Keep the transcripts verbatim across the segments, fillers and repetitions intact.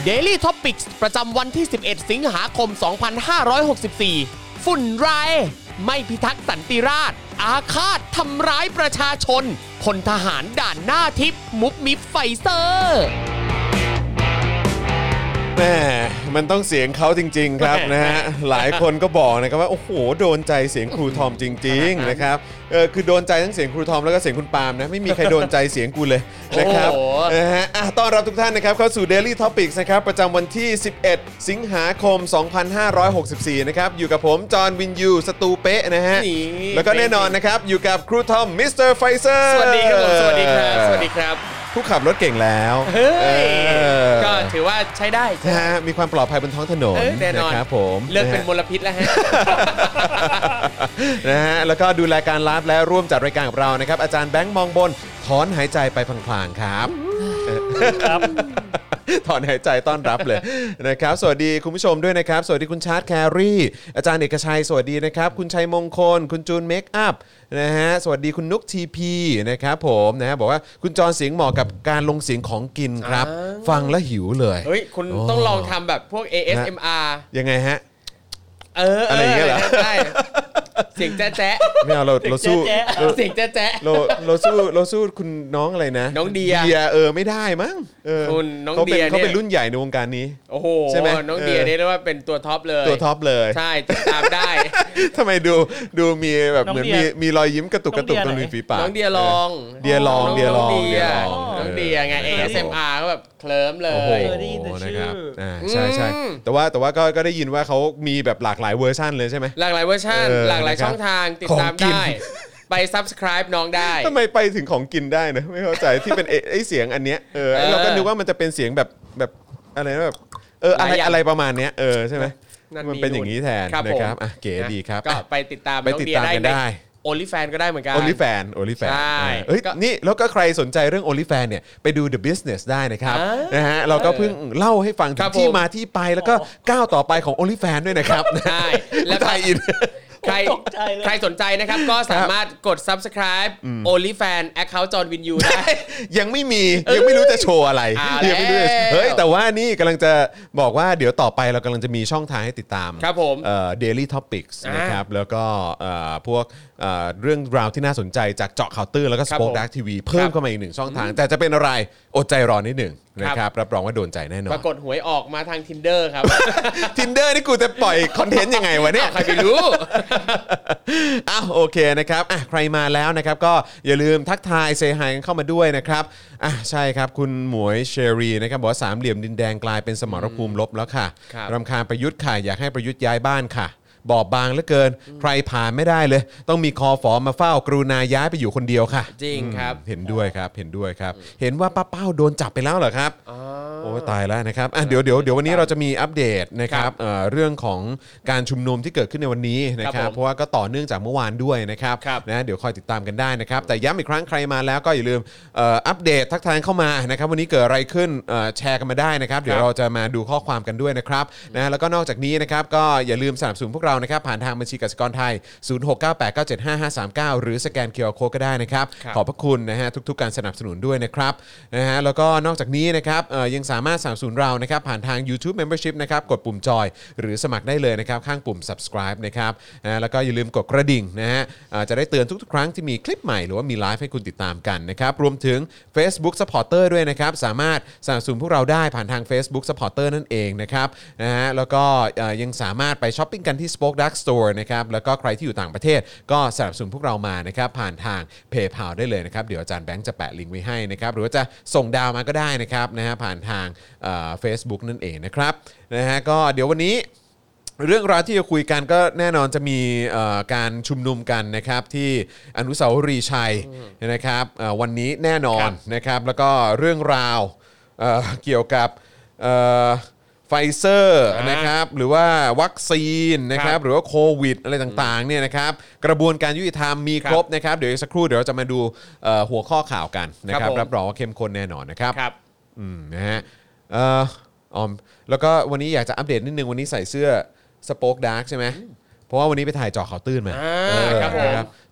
Daily Topics ประจำวันที่สิบเอ็ดสิงหาคมสองพันห้าร้อยหกสิบสี่ฝุ่นไรไม่พิทักษ์สันติราษฎร์อาฆาตทำร้ายประชาชนพลทหารด่านหน้าทิพย์มุบมิบไฟเซอร์แม่มันต้องเสียงเขาจริงๆครับ นะฮะหลายคนก็บอกนะครับว่าโอ้โหโดนใจเสียงครูทอมจริงๆนะครับเออคือโดนใจทั้งเสียงครูทอมแล้วก็เสียงคุณปาล์มนะไม่มีใครโดนใจเสียงกูเลยนะครับนะฮะอ่ะต้อนรับทุกท่านนะครับเข้าสู่ Daily Topics นะครับประจำวันที่สิบเอ็ดสิงหาคมสองพันห้าร้อยหกสิบสี่นะครับอยู่กับผมจอห์นวินยูสตูเป๊ะนะฮะแล้วก็แน่นอนนะครับอยู่กับครูทอมมิสเตอร์ไฟเซอร์สวัสดีครับผมสวัสดีครับสวัสดีครับผู้ขับรถเก่งแล้วก็ถือว่าใช้ได้นะฮะมีความปลอดภัยบนท้องถนนนะครับผมเลิกเป็นมลพิษแล้วฮะนะฮะแล้วก็ดูแลการไลฟ์และร่วมจัดรายการกับเรานะครับอาจารย์แบงค์มองบนถอนหายใจไปพลางๆครับครับถอนหายใจต้อนรับเลยนะครับสวัสดีคุณผู้ชมด้วยนะครับสวัสดีคุณชาร์ตแครี่อาจารย์เอกชัยสวัสดีนะครับคุณชัยมงคลคุณจูนเมคอัพนะฮะสวัสดีคุณนุกทีพีนะครับผมนะฮะบอกว่าคุณจรเสียงเหมาะกับการลงเสียงของกินครับฟังแล้วหิวเลยเฮ้ยคุณต้องลองทำแบบพวก เอ เอส เอ็ม อาร์ยังไงฮะเอออะไรอย่างเงี้ยเหรอใช่เสียงแจ๊ะแจ๊ะไม่เอาเราเราสู้เสียงแจ๊ะแจ๊ะเราเราสู้เราสู้คุณน้องอะไรนะน้องเดียเดียเออไม่ได้มั้งเออคุณน้องเดียเขาเป็นรุ่นใหญ่ในวงการนี้โอ้โหใช่ไหมน้องเดียเรียกว่าเป็นตัวท็อปเลยตัวท็อปเลยใช่ติดตามได้ทำไมดูดูมีแบบเหมือนมีมีรอยยิ้มกระตุกกระตุกตรงริมฝีปากน้องเดียลองเดียลองเดียลองเดียลองน้องเดียไง เอ เอส เอ็ม อาร์ ก็แบบเคลิ้มเลยโอ้โหนะครับอ่าใช่ใช่แต่ว่าแต่ว่าก็ก็ได้ยินว่าเขามีแบบหลากหลายเวอร์ชันเลยใช่ไหมหลากหลายเวอร์ชันหลากหลายช่องทางติดตามได้ไป Subscribe น้องได้ทำไมไปถึงของกินได้นะไม่เข้าใจที่เป็นไอ้เสียงอันเนี้ยเออเราก็นึกว่ามันจะเป็นเสียงแบบแบบอะไรนะแบบเอออะไรอะไรประมาณเนี้ยเออใช่ไหมมันเป็นอย่างนี้แทนนะครับอ่ะเก๋ดีครับก็ไปติดตามน้องเดียได้OnlyFans ก็ได้เหมือนกัน OnlyFans OnlyFans ใช่เอ้ยนี่แล้วก็ใครสนใจเรื่อง OnlyFans เนี่ยไปดู The Business ได้นะครับนะฮะเราก็เพิ่งเล่าให้ฟังถึงที่มาที่ไปแล้วก็ก้าวต่อไปของ OnlyFans ด้วยนะครับใช่แล้วไทยอินใครใครสนใจนะครับก็สามารถกด Subscribe OnlyFans Account จอห์นวินยูได้ยังไม่มียังไม่รู้จะโชว์อะไรยังไม่รู้เฮ้ยแต่ว่านี่กำลังจะบอกว่าเดี๋ยวต่อไปเรากำลังจะมีช่องทางให้ติดตามครับผมเอ่อ Daily Topics นะครับแล้วก็เอ่อพวกเอ่อเรื่องราวที่น่าสนใจจากเจาะข่าวตื้นแล้วก็ Spoke Dark ที วี เพิ่มเข้ามาอีกหนึ่งช่องทางแต่จะเป็นอะไรอดใจรอนิดหนึ่งนะครับรับรองว่าโดนใจแน่นอนปรากฏหวยออกมาทาง Tinder ครับ Tinder นี่กูจะปล่อยคอนเทนต์ยังไงวะเนี่ยใครไปรู้อ้าวโอเคนะครับอ่ะใครมาแล้วนะครับก็อย่าลืมทักทายเซฮายกันเข้ามาด้วยนะครับอ่ะใช่ครับคุณหมวยเชอรีนะครับบอกว่าสามเหลี่ยมดินแดงกลายเป็นสมรภูมิลบแล้วค่ะรำคาญประยุทธ์ค่ะอยากให้ประยุทธ์ย้ายบ้านค่ะบอบบางเหลือเกินใครผ่านไม่ได้เลยต้องมีคอฝอมาเฝ้ากรุณาย้ายไปอยู่คนเดียวค่ะจริงครับเห็นด้วยครับเห็นด้วยครับเห็นว่าป้าเป้าโดนจับไปแล้วเหรอครับโอ้ตายแล้วนะครับอ่ะเดี๋ยวเดี๋ยวเดี๋ยววันนี้เราจะมีอัปเดตนะครับเอ่อเรื่องของการชุมนุมที่เกิดขึ้นในวันนี้นะครับเพราะว่าก็ต่อเนื่องจากเมื่อวานด้วยนะครับนะเดี๋ยวคอยติดตามกันได้นะครับแต่ย้ำอีกครั้งใครมาแล้วก็อย่าลืมเอ่ออัปเดตทักทายเข้ามานะครับวันนี้เกิดอะไรขึ้นเอ่อแชร์กันมาได้นะครับเดี๋ยวเราจะมาดูข้อความกันด้วยนะครับนะแล้วก็นอกจากนี้นะครับก็อย่าลืมสนับสนุนพวกเรานะครับผ่านทางบัญชีกสิกรไทยศูนย์ หก เก้า แปด เก้า เจ็ด ห้า ห้า สาม เก้าหรือสแกน คิว อาร์ Code ก็ได้นะครับขอบพระคุณนะฮะทุกๆการสนับสนุนด้วยนะครับนะฮะแล้วก็นอกจากนี้นะครับเอ่อยังสามารถสนับสนุนเรานะครับผ่านทาง YouTube Membership นะครับกดปุ่มจอยหรือสมัครได้เลยนะครับข้างปุ่ม Subscribe นะครับนะแล้วก็อย่าลืมกดกระดิ่งนะฮะจะได้เตือนทุกๆครั้งที่มีคลิปใหม่หรือว่ามีไลฟ์ให้คุณติดตามกันนะครับรวมถึง Facebook Supporter ด้วยนะครับสามารถสนับสนุนพวกเราได้ผ่านทาง Facebook Supporter นั่นเองนะครับนะฮะแล้วก็ยังสามารถไปช้อปปิ้งกันที่ Spoke Dark Store นะครับแล้วก็ใครที่อยู่ต่างประเทศก็สนับสนุนพวกเรามานะครับผ่านทาง PayPal ได้เลยนะครับเดี๋ยวอาจารย์แบงค์จะแปะลิงก์ไว้ให้นะครับหรือว่าจะส่งดาวมาก็ได้นะครับนะฮะผ่านทางเอ่อ Facebook นั่นเองนะครับนะฮะก็เดี๋ยววันนี้เรื่องราวที่จะคุยกันก็แน่นอนจะมีการชุมนุมกันนะครับที่อนุสาวรีย์ชัยนะครับวันนี้แน่นอนนะครับแล้วก็เรื่องราวเอ่อเกี่ยวกับไฟเซอร์นะครับหรือว่าวัคซีนนะครับหรือว่าโควิดอะไรต่างๆเนี่ยนะครับกระบวนการยุติธรรมมีครบนะครับเดี๋ยวสักครู่เดี๋ยวเราจะมาดูหัวข้อข่าวกันนะครับรับรองว่าเข้มข้นแน่นอนนะครับอืมนะฮะเอ่ออ๋อแล้วก็วันนี้อยากจะอัปเดตนิดนึงวันนี้ใส่เสื้อ Spoke Dark ใช่ไหมเพราะว่าวันนี้ไปถ่ายเจาะข่าวตื้นมาครับผม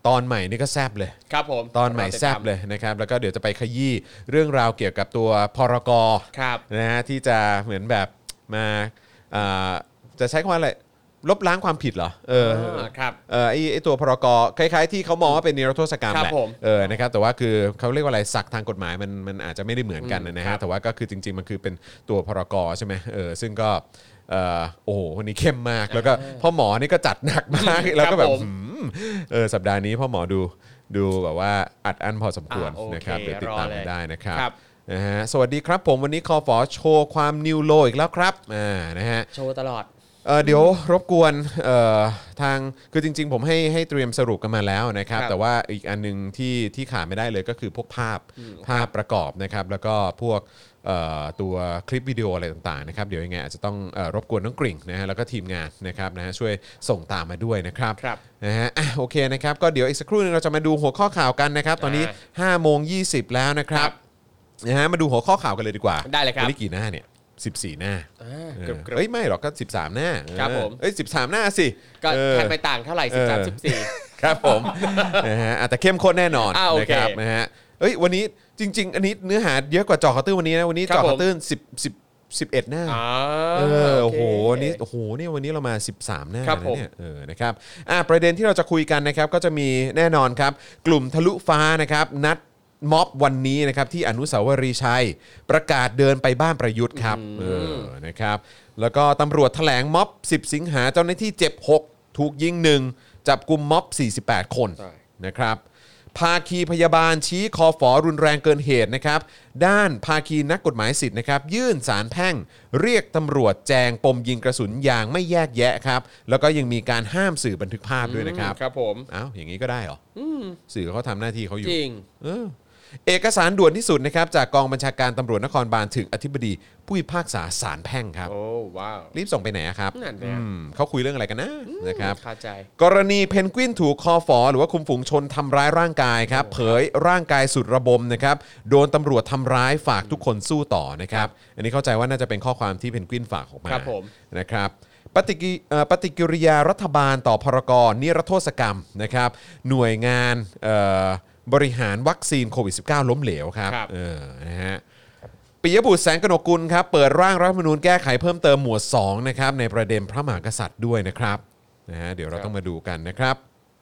ตอนใหม่นี่ก็แซบเลยครับผมตอนใหม่แซบเลยนะครับแล้วก็เดี๋ยวจะไปขยี้เรื่องราวเกี่ยวกับตัวพรก.นะฮะที่จะเหมือนแบบมาอ่าจะใช้คำว่าอะไรลบล้างความผิดเหรอเออครับเออไอไอตัวพรก.คล้ายๆที่เขามองว่าเป็นนิรโทษกรรมแหละเออนะครับแต่ว่าคือเขาเรียกว่าอะไรศักดิ์ทางกฎหมายมันมันอาจจะไม่ได้เหมือนกันนะฮะแต่ว่าก็คือจริงๆมันคือเป็นตัวพรก.ใช่ไหมเออซึ่งก็เออโอ้โหวันนี้เข้มมากแล้วก็พ่อหมอนี่ก็จัดหนักมากแล้วก็แบบเออสัปดาห์นี้พ่อหมอดูดูแบบว่าอัดอั้นพอสมควรนะครับเดี๋ยวติดตามกันได้นะครับนะฮะสวัสดีครับผมวันนี้คอฝอโชว์ความนิวโลอีกแล้วครับอ่านะฮะโชว์ตลอดเออเดี๋ยวรบกวนเอ่อทางคือจริงๆผมให้ให้เตรียมสรุปกันมาแล้วนะครับแต่ว่าอีกอันนึงที่ที่ขาดไม่ได้เลยก็คือพวกภาพภาพประกอบนะครับแล้วก็พวกตัวคลิปวิดีโออะไรต่างๆนะครับเดี๋ยวยังไงอาจจะต้องรบกวนน้องกริ่งนะฮะแล้วก็ทีมงานนะครับนะฮะช่วยส่งตามมาด้วยนะครับนะฮะโอเคนะครับก็เดี๋ยวอีกสักครู่นึงเราจะมาดูหัวข้อข่าวกันนะครับตอนนี้ห้าโมงยี่สิบแล้วนะครับนะฮะมาดูหัวข้อข่าวกันเลยดีกว่าได้เลยครับวันนี้กี่หน้าเนี่ยสิบสี่หน้าเอ้ยไม่หรอกก็สิบสามหน้าครับผมเอ้ยสิบสามหน้าสิก็แค่ไปต่างเท่าไหร่สิบสาม สิบสี่ครับผมนะฮะแต่เข้มข้นแน่นอนนะครับนะฮะเอ้ยวันนี้จริงๆอันนี้เนื้อหาเยอะกว่าจอข่าวตื้นวันนี้นะวันนี้จอข่าวตื้นสิบ สิบ สิบเอ็ดหน้าเออโอ้โหนี่โอ้โหนี่วันนี้เรามาสิบสามหน้าแล้วเนี่ยเออนะครับอ่ะประเด็นที่เราจะคุยกันนะครับก็จะมีแน่นอนครับกลุ่มทะลุฟ้านะครับนัดม็อบวันนี้นะครับที่อนุสาวรีย์ชัยประกาศเดินไปบ้านประยุทธ์ครับเออนะครับแล้วก็ตำรวจแถลงม็อบสิบสิงหาเจ้าหน้าที่เจ็บหกถูกยิงหนึ่งจับกุมม็อบสี่สิบแปดคนนะครับภาคีพยาบาลชี้คอฝอรุนแรงเกินเหตุนะครับด้านภาคีนักกฎหมายสิทธิ์นะครับยื่นศาลแพ่งเรียกตำรวจแจงปมยิงกระสุนอย่างไม่แยกแยะครับแล้วก็ยังมีการห้ามสื่อบันทึกภาพด้วยนะครับครับผมอ้าวอย่างนี้ก็ได้เหรอสื่อเขาทำหน้าที่เขาอยู่จริงเออเอกสารด่วนที่สุดนะครับจากกองบัญชาการตำรวจนครบาลถึงอธิบดีผู้พิพากษาศาลแพ่งครับโอ้ว้าวรีบส่งไปไหนครับเขาคุยเรื่องอะไรกันนะนะครับเข้าใจกรณีเพนกวินถูกคอฝอหรือว่าคุมฝูงชนทำร้ายร่างกายครับเผยร่างกายสุดระบมนะครับโดนตำรวจทำร้ายฝากทุกคนสู้ต่อนะครับอันนี้เข้าใจว่าน่าจะเป็นข้อความที่เพนกวินฝากออกมานะครับปฏิกิปฏิกิริยารัฐบาลต่อพรกนิรโทษกรรมนะครับหน่วยงานบริหารวัคซีนโควิด สิบเก้า ล้มเหลวครับเออนะฮะปิยบุตรแสงกนกกุลครับเปิดร่างรัฐธรรมนูญแก้ไขเพิ่มเติมหมวดสองนะครับในประเด็นพระมหากษัตริย์ด้วยนะครับนะฮะเดี๋ยวเราต้องมาดูกันนะครับ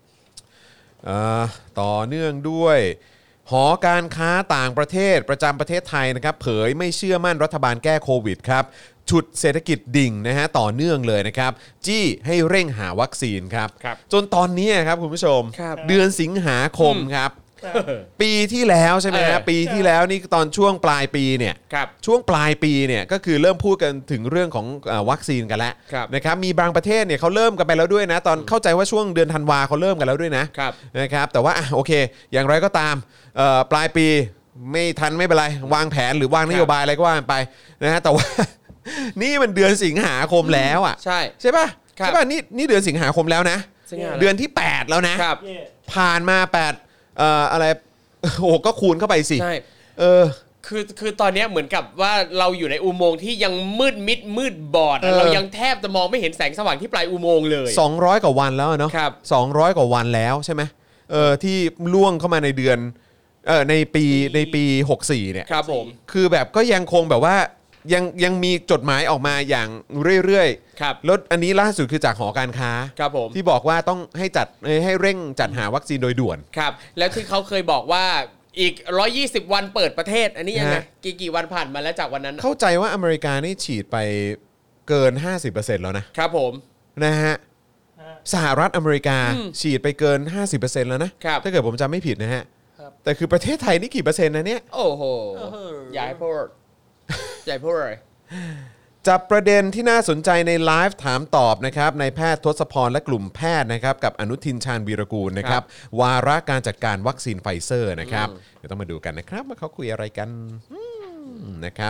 ต่อเนื่องด้วยหอการค้าต่างประเทศประจำประเทศไทยนะครับเผยไม่เชื่อมั่นรัฐบาลแก้โควิดครับฉุดเศรษฐกิจดิ่งนะฮะต่อเนื่องเลยนะครับจี้ให้เร่งหาวัคซีนครับจนตอนนี้ครับคุณผู้ชมเดือนสิงหาคมครับปีที่แล้วใช่ไหมฮะปีที่แล้วนี่ตอนช่วงปลายปีเนี่ยช่วงปลายปีเนี่ยก็คือเริ่มพูดกันถึงเรื่องของวัคซีนกันแล้วนะครับมีบางประเทศเนี่ยเขาเริ่มกันไปแล้วด้วยนะตอนเข้าใจว่าช่วงเดือนธันวาเขาเริ่มกันแล้วด้วยนะนะครับแต่ว่าโอเคอย่างไรก็ตามปลายปีไม่ทันไม่เป็นไรวางแผนหรือวางนโยบายอะไรก็ว่าไปนะฮะแต่ว่านี่มันเดือนสิงหาคมแล้วอ่ะใช่ใช่ป่ะใช่ป่ะนี่นี่เดือนสิงหาคมแล้วนะเดือนที่แปดแล้วนะผ่านมาแปดเอ่ออะไรโอ้ก็คูณเข้าไปสิใช่เออคือคือตอนนี้เหมือนกับว่าเราอยู่ในอุโมงค์ที่ยังมืดมิดมืดบอดเรายังแทบจะมองไม่เห็นแสงสว่างที่ปลายอุโมงค์เลยสองร้อยกว่าวันแล้วเนาะสองร้อยกว่าวันแล้วใช่ไหมเออที่ล่วงเข้ามาในเดือนเออในปีในปีหกสิบสี่เนี่ยครับผมคือแบบก็ยังคงแบบว่ายังยังมีจดหมายออกมาอย่างเรื่อยๆครับแล้วอันนี้ล่าสุดคือจากหอการค้าครับผมที่บอกว่าต้องให้จัดให้เร่งจัดหาวัคซีนโดยด่วนครับแล้วที่เขาเคยบอกว่าอีกหนึ่งร้อยยี่สิบวันเปิดประเทศอันนี้ยังไงกี่กี่วันผ่านมาแล้วจากวันนั้นเข้าใจว่าอเมริกานี่ฉีดไปเกิน ห้าสิบเปอร์เซ็นต์ แล้วนะครับผมนะฮะสหรัฐอเมริกาฉีดไปเกิน ห้าสิบเปอร์เซ็นต์ แล้วนะถ้าเกิดผมจำไม่ผิดนะฮะแต่คือประเทศไทยนี่กี่เปอร์เซ็นต์นะเนี่ยโอ้โหใหญ่พูดใหญ่พูดเลยจับประเด็นที่น่าสนใจในไลฟ์ถามตอบนะครับในแพทย์ทศพรและกลุ่มแพทย์นะครับกับอนุทินชาญวีรกูลนะครับวาระการจัดการวัคซีนไฟเซอร์นะครับเดี๋ยวต้องมาดูกันนะครับว่าเขาคุยอะไรกันนะครับ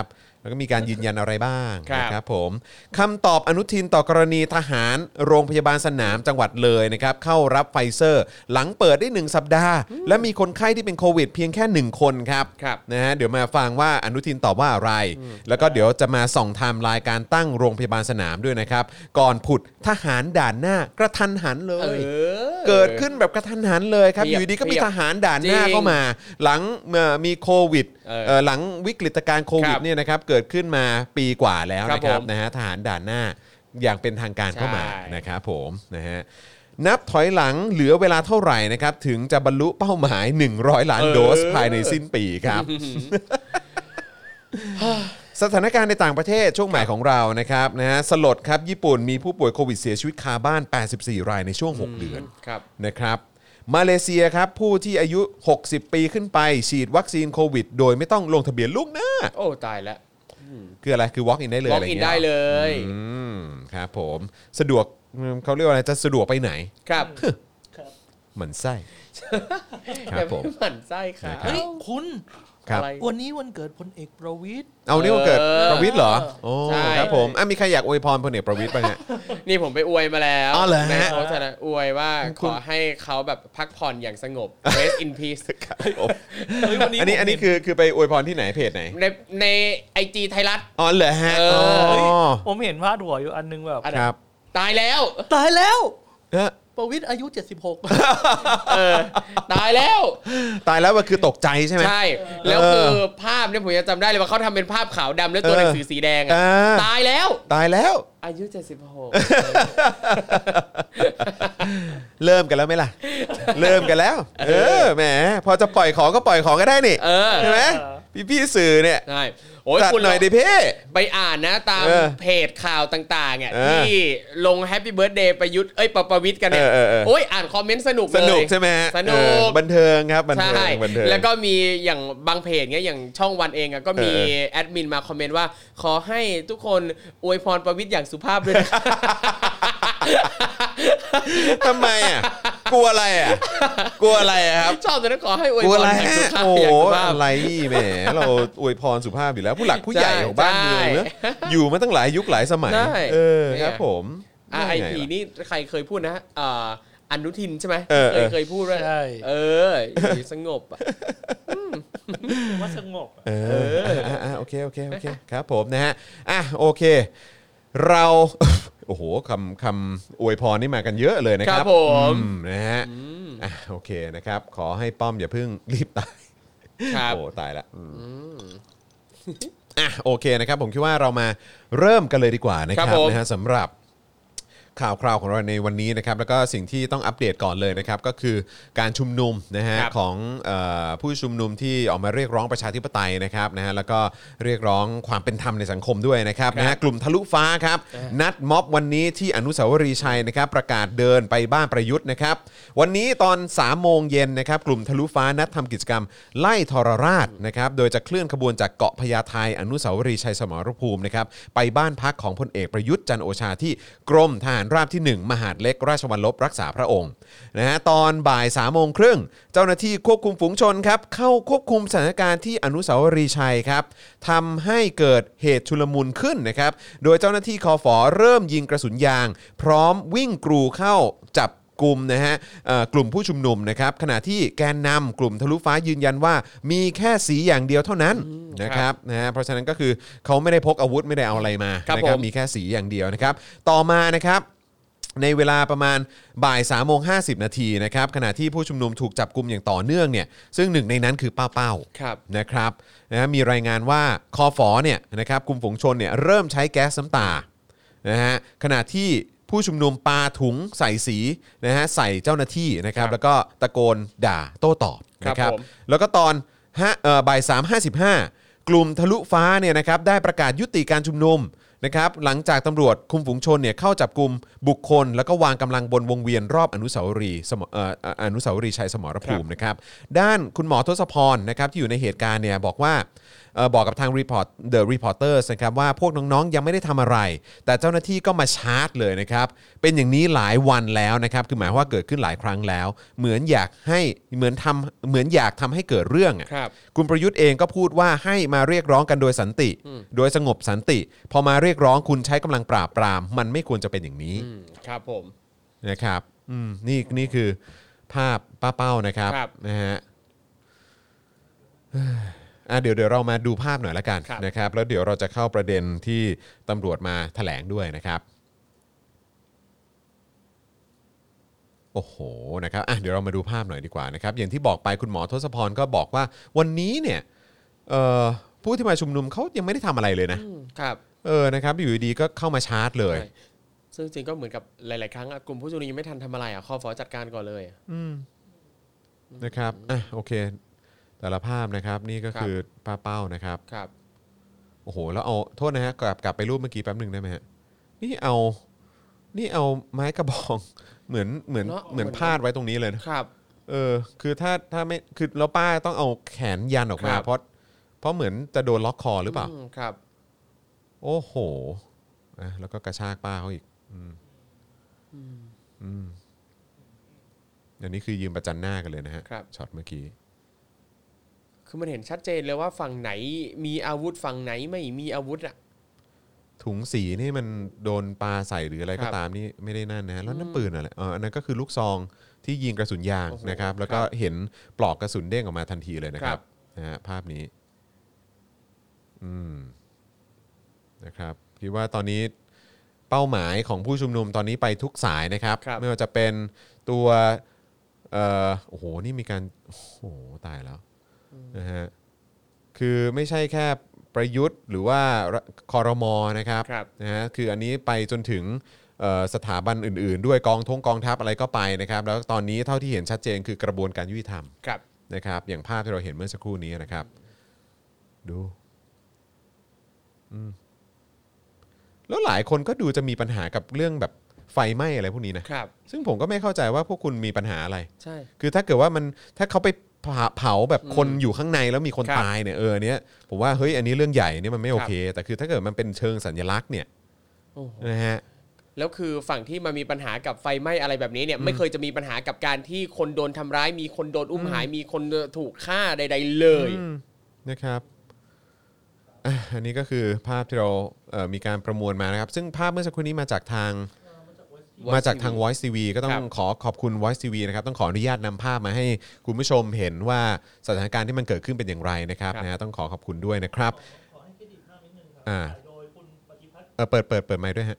แล้วก็มีการยืนยันอะไรบ้างครับนะครับผมคำตอบอนุทินต่อกรณีทหารโรงพยาบาลสนามจังหวัดเลยนะครับเข้ารับไฟเซอร์หลังเปิดได้หนึ่งสัปดาห์และมีคนไข้ที่เป็นโควิดเพียงแค่หนึ่งคนครับครับนะฮะเดี๋ยวมาฟังว่าอนุทินตอบว่าอะไร แล้วก็เดี๋ยวจะมาส่องไทม์ไลน์การตั้งโรงพยาบาลสนามด้วยนะครับก่อนผุดทหารด่านหน้ากระทันหันเลยเออเกิดขึ้นแบบกระทันหันเลยครับเพีอยบยู่ดีก็มีเพียบทหารด่านหน้าจริงเข้ามา หลังเอ่อมีโควิดเออเอ่อหลังวิกฤตการณ์โควิดครับเนี่ยนะครับเกิดขึ้นมาปีกว่าแล้วครับนะครับผมนะฮะทหารด่านหน้าอย่างเป็นทางการเข้ามาใช่นะครับผมนะฮะนับถอยหลังเหลือเวลาเท่าไหร่นะครับถึงจะบรรลุเป้าหมายหนึ่งร้อยล้านโดสภายในสิ้นปีครับ สถานการณ์ในต่างประเทศช่วงใหม่ของเรานะครับนะฮะสลดครับญี่ปุ่นมีผู้ป่วยโควิดเสียชีวิตคาบ้านแปดสิบสี่รายในช่วงหกเดือนครับนะครับมาเลเซียครับผู้ที่อายุหกสิบปีขึ้นไปฉีดวัคซีนโควิดโดยไม่ต้องลงทะเบียนล่วงหน้าโอ้ตายแล้วคืออะไรคือ walk in ได้เลยล็ออะกไรอินเงี้ยได้เลยอืมครับผมสะดวกอืมเขาเรียกว่าอะไรจะสะดวกไปไหนครับเหมือนไส้ครับผมหมั่นไส้ค่ะครับเฮ้ยคุณครับอะไรวันนี้วันเกิดพลเอกประวิตรเอานี่วันเกิดเออประวิตรเหรอโอ้ใช่ครับผมอ่ะมีใครอยากอวยพรพลเอกประวิตรบ้างฮะนี่ผมไปอวยมาแล้วอ๋อเหรอฮะในโพสต์นะอวยว่าคุขณอให้เขาแบบพักผ่อนอย่างสงบ rest in peace ครับผมเฮ้ยวันนี้อันนี้ผมอันนี้เห็คือคือไปอวยพรที่ไหนเพจไหนในในไอจีไทยรัฐอ๋อเหรอฮะเอออ๋เฮ้ยอผมเห็นพาดหัวอยู่อันนึงแบบอันครับตายแล้วตายแล้วเอ้อประวิตรอายุ เจ็ดสิบหกเออ ตายแล้วตายแล้วว่าคือตกใจใช่ไหมใช่ แล้วเออคือภาพเนี่ยผมยังจำได้เลยว่าเขาทำเป็นภาพขาวดำแล้วตัวเออหนังสือสีแดงเออะอตายแล้วตายแล้วอายุเจ็ดสิบหกเริ่มกันแล้วไหมล่ะ เริ่มกันแล้ว เออแหมพอจะปล่อยของก็ปล่อยของก็ได้นี่เออใช่ไหมพี่พี่ๆสื่อเนี่ยใช่โอ้ยจัดคุณหน่อยดิเพ่ไปอ่านนะตามเออเพจข่าวต่างๆอ่ะเออที่ลงแฮปปี้เบิร์ดเดย์ประยุทธ์เอ้ยประประวิทย์กันเนี่ยเออเออเออโอ้ยอ่านคอมเมนต์สนุกเลยสนุกใช่ไหมฮะสนุกเออบันเทิงครับบันเทิใช่งบันเทิงแล้วก็มีอย่างบางเพจเงี้ยอย่างช่องวันเองอ่ะก็มีเออแอดมินมาคอมเมนต์ว่า ขอให้ทุกคนอวยพรประวิทย์อย่างสุภาพด้วยนะทำไมอ่ะกลัวอะไรอ่ะกลัวอะไรอะครับชอบแต่นั้นขอให้อวยกลัพวรอะไรอย่างสุฮะภาพโอ้อโหย่างสุภาพอะไรแหมเราอวยพรสุภาพอยู่แล้วผู้หลักผู้ใหญ่ใช่ของบ้านเมืองเนอะใช่อยู่มาตั้งหลายยุคหลายสมัยใช่เออเนี่ยครับผมอ่ะไอยังงพีล่ะนี่ใครเคยพูดนะอ่าอนุทินใช่ไหมเออเคเอย อเคยพูดว่าใช่เอออยู่สงบอ่ะว่าสงบอะเอออ่ะอ่ะโอเคโอเคโอเคครับผมนะฮะอ่ะโอเค เรา โอ้โหคำคำอวยพรนี่มากันเยอะเลยนะคครัรับบผมอืมนะฮะอ่ะโอเคนะครับ ขอให้ป้อมอย่าเพิ่งรีบตายครับโอ้ตายละอืมอ่ะโอเคนะครับ ผมคิดว่าเรามาเริ่มกันเลยดีกว่านะคครัรับบผมนะฮะสำหรับข่าวคราวของเราในวันนี้นะครับ แล้วก็สิ่งที่ต้องอัปเดตก่อนเลยนะครับ ก็คือการชุมนุมนะฮะครับของเอ่อผู้ชุมนุมที่ออกมาเรียกร้องประชาธิปไตยนะครับนะฮะแล้วก็เรียกร้องความเป็นธรรมในสังคมด้วยนะครับนะฮะกลุ่มทะลุฟ้าครับนัดม็อบวันนี้ที่อนุสาวรีย์ชัยนะครับ ประกาศเดินไปบ้านประยุทธ์นะครับ วันนี้ตอนสามโมงเย็นนะครับกลุ่มทะลุฟ้านัดทำกิจกรรมไล่ทรราชนะครับโดยจะเคลื่อนขบวนจากเกาะพญาไทอนุสาวรีย์ชัยสมรภูมินะครับไปบ้านพักของพลเอกประยุทธ์จันทร์โอชาที่กรมทหารราบที่หนึ่งมหาดเล็กราชวัลลบรักษาพระองค์นะฮะตอนบ่ายสามโมงครึ่งเจ้าหน้าที่ควบคุมฝูงชนครับเข้าควบคุมสถานการณ์ที่อนุสาวรีย์ชัยครับทำให้เกิดเหตุชุลมุนขึ้นนะครับโดยเจ้าหน้าที่คฟเริ่มยิงกระสุนยางพร้อมวิ่งกรูเข้าจับกลุ่มนะฮะเอ่อกลุ่มผู้ชุมนุมนะครับขณะที่แกนนำกลุ่มทะลุฟ้ายืนยันว่ามีแค่สีอย่างเดียวเท่านั้นนะครับนะฮะเพราะฉะนั้นก็คือเขาไม่ได้พกอาวุธไม่ได้เอาอะไรมาครับนะครับผมมีแค่สีอย่างเดียวนะครับต่อมานะครับในเวลาประมาณบ่ายสามโมงห้าสิบนาทีนะครับขณะที่ผู้ชุมนุมถูกจับกุมอย่างต่อเนื่องเนี่ยซึ่งหนึ่งในนั้นคือป้าเป้าครับนะครับนะฮะมีรายงานว่าคอฝอเนี่ยนะครับกลุ่มฝูงชนเนี่ยเริ่มใช้แก๊สน้ำตานะฮะขณะที่ผู้ชุมนุมปาถุงใส่สีนะฮะใส่เจ้าหน้าที่นะครับครับแล้วก็ตะโกนด่าโต้ตอบครับนะครับผมแล้วก็ตอนห้าเอ่อบ่ายสามห้าสิบห้ากลุ่มทะลุฟ้าเนี่ยนะครับได้ประกาศยุติการชุมนุมนะครับหลังจากตำรวจคุมฝูงชนเนี่ยเข้าจับกลุ่มบุคคล แล้วก็วางกำลังบนวงเวียนรอบอนุสาวรีย์สมเอ่ออนุสาวรีย์ชัยสมรภูมินะครับด้านคุณหมอทศพรนะครับที่อยู่ในเหตุการณ์เนี่ยบอกว่าเอ่อบอกกับทาง Report The Reporters นะครับว่าพวกน้องๆยังไม่ได้ทำอะไรแต่เจ้าหน้าที่ก็มาชาร์จเลยนะครับเป็นอย่างนี้หลายวันแล้วนะครับคือหมายว่าเกิดขึ้นหลายครั้งแล้วเหมือนอยากให้เหมือนทำเหมือนอยากทำให้เกิดเรื่องอ่ะครับคุณประยุทธ์เองก็พูดว่าให้มาเรียกร้องกันโดยสันติโดยสงบสันติพอมาเรียกร้องคุณใช้กำลังปราบปรามมันไม่ควรจะเป็นอย่างนี้อืมครับผมนะครับอืมนี่นี่คือภาพป้าเป้านะครับครับนะฮะอ่ะเดี๋ยวเดี๋ยวเรามาดูภาพหน่อยละกันครับนะครับแล้วเดี๋ยวเราจะเข้าประเด็นที่ตำรวจมาแถลงด้วยนะครับโอ้โหนะครับอ่ะเดี๋ยวเรามาดูภาพหน่อยดีกว่านะครับอย่างที่บอกไปคุณหมอทศพรก็บอกว่าวันนี้เนี่ยเอ่อผู้ที่มาชุมนุมเขายังไม่ได้ทำอะไรเลยนะอืมครับเออนะครับอยู่ดีๆก็เข้ามาชาร์จเลยใช่ซึ่งจริงก็เหมือนกับหลายๆครั้งอะกลุ่มผู้ชุมนุมยังไม่ทันทำอะไรอ่ะคอฟอจัดการก่อนเลยนะครับอ่ะโอเคแต่ละภาพนะครับนี่ก็ครับคือป้าเป้านะครับครับโอ้โหแล้วเอาโทษนะฮะกลับกลับไปรูปเมื่อกี้แป๊บหนึ่งได้ไหมฮะนี่เอานี่เอาไม้กระบอง เหมือนเหมือนเนอะเหมือนเหมือนพาดไว้ตรงนี้เลยนะครับ เออคือถ้าถ้าไม่คือแล้วป้าต้องเอาแขนยันออกมาครับเพราะเพราะเหมือนจะโดนล็อกคอหรือเปล่ามครับโอ้โหอ่ะแล้วก็กระชากป้าเขาอีกอืมอืมอันนี้คือยืนประจันหน้ากันเลยนะฮะครับช็อตเมื่อกี้คือมันเห็นชัดเจนเลยว่าฝั่งไหนมีอาวุธฝั่งไหนไม่มีอาวุธอ่ะถุงสีนี่มันโดนปลาใส่หรืออะไรครัก็บตามนี่ไม่ได้นั่นนะแล้วนั่นปืนอะไรเอออันนั้นก็คือลูกซองที่ยิงกระสุนยางโอ้โหนะครับ แล้วก็ครับเห็นปลอกกระสุนเด้งออกมาทันทีเลยนะคครัรับบ นะฮะภาพนี้อืมนะครับคิดว่าตอนนี้เป้าหมายของผู้ชุมนุมตอนนี้ไปทุกสายนะครับครับไม่ว่าจะเป็นตัวเอ่อโอ้โหนี่มีการโอ้โหตายแล้วนะฮะคือไม่ใช่แค่ประยุทธ์หรือว่าครมนะครับครับนะฮะคืออันนี้ไปจนถึงเอ่อสถาบันอื่นๆ ด้วยกองทงกองทัพอะไรก็ไปนะครับแล้วตอนนี้เท่าที่เห็นชัดเจนคือกระบวนการยุติธรรมครับนะครับอย่างภาพที่เราเห็นเมื่อสักครู่นี้นะครับดูอืมแล้วหลายคนก็ดูจะมีปัญหากับเรื่องแบบไฟไหม้อะไรพวกนี้นะครับ ซึ่งผมก็ไม่เข้าใจว่าพวกคุณมีปัญหาอะไรใช่คือถ้าเกิดว่ามันถ้าเขาไปเผาเผาแบบคนอืมอยู่ข้างในแล้วมีคนครับตายเนี่ยเอออันเนี้ยผมว่าเฮ้ยอันนี้เรื่องใหญ่เนี่ยมันไม่โอเค แต่คือถ้าเกิดมันเป็นเชิงสัญลักษณ์เนี่ยโอ้โหนะฮะแล้วคือฝั่งที่มามีปัญหากับไฟไหม้อะไรแบบนี้เนี่ยไม่เคยจะมีปัญหากับการที่คนโดนทำร้าย มีคนโดนอุ้มหายมีคนถูกฆ่าใด ๆ เลยอืมนะครับอ่ะอันนี้ก็คือภาพที่เราเอ่อมีการประมวลมานะครับ ซึ่งภาพเมื่อสักครู่นี้มาจากทาง มาจากทาง Voice ที วี ก็ต้อคงรับขอขอบคุณ Voice ที วี นะครับต้องขออนุญาตนำภาพมาให้คุณผู้ชมเห็นว่าสถานการณ์ที่มันเกิดขึ้นเป็นอย่างไรนะครับครับนะฮะต้องขอขอบคุณด้วยนะครับขอให้เครดิตภาพนิดนึงครัอ่าถ่ายโดยคุณปฏิพัฒน์เออเปิดเปิดเปิดไมค์ด้วยฮะ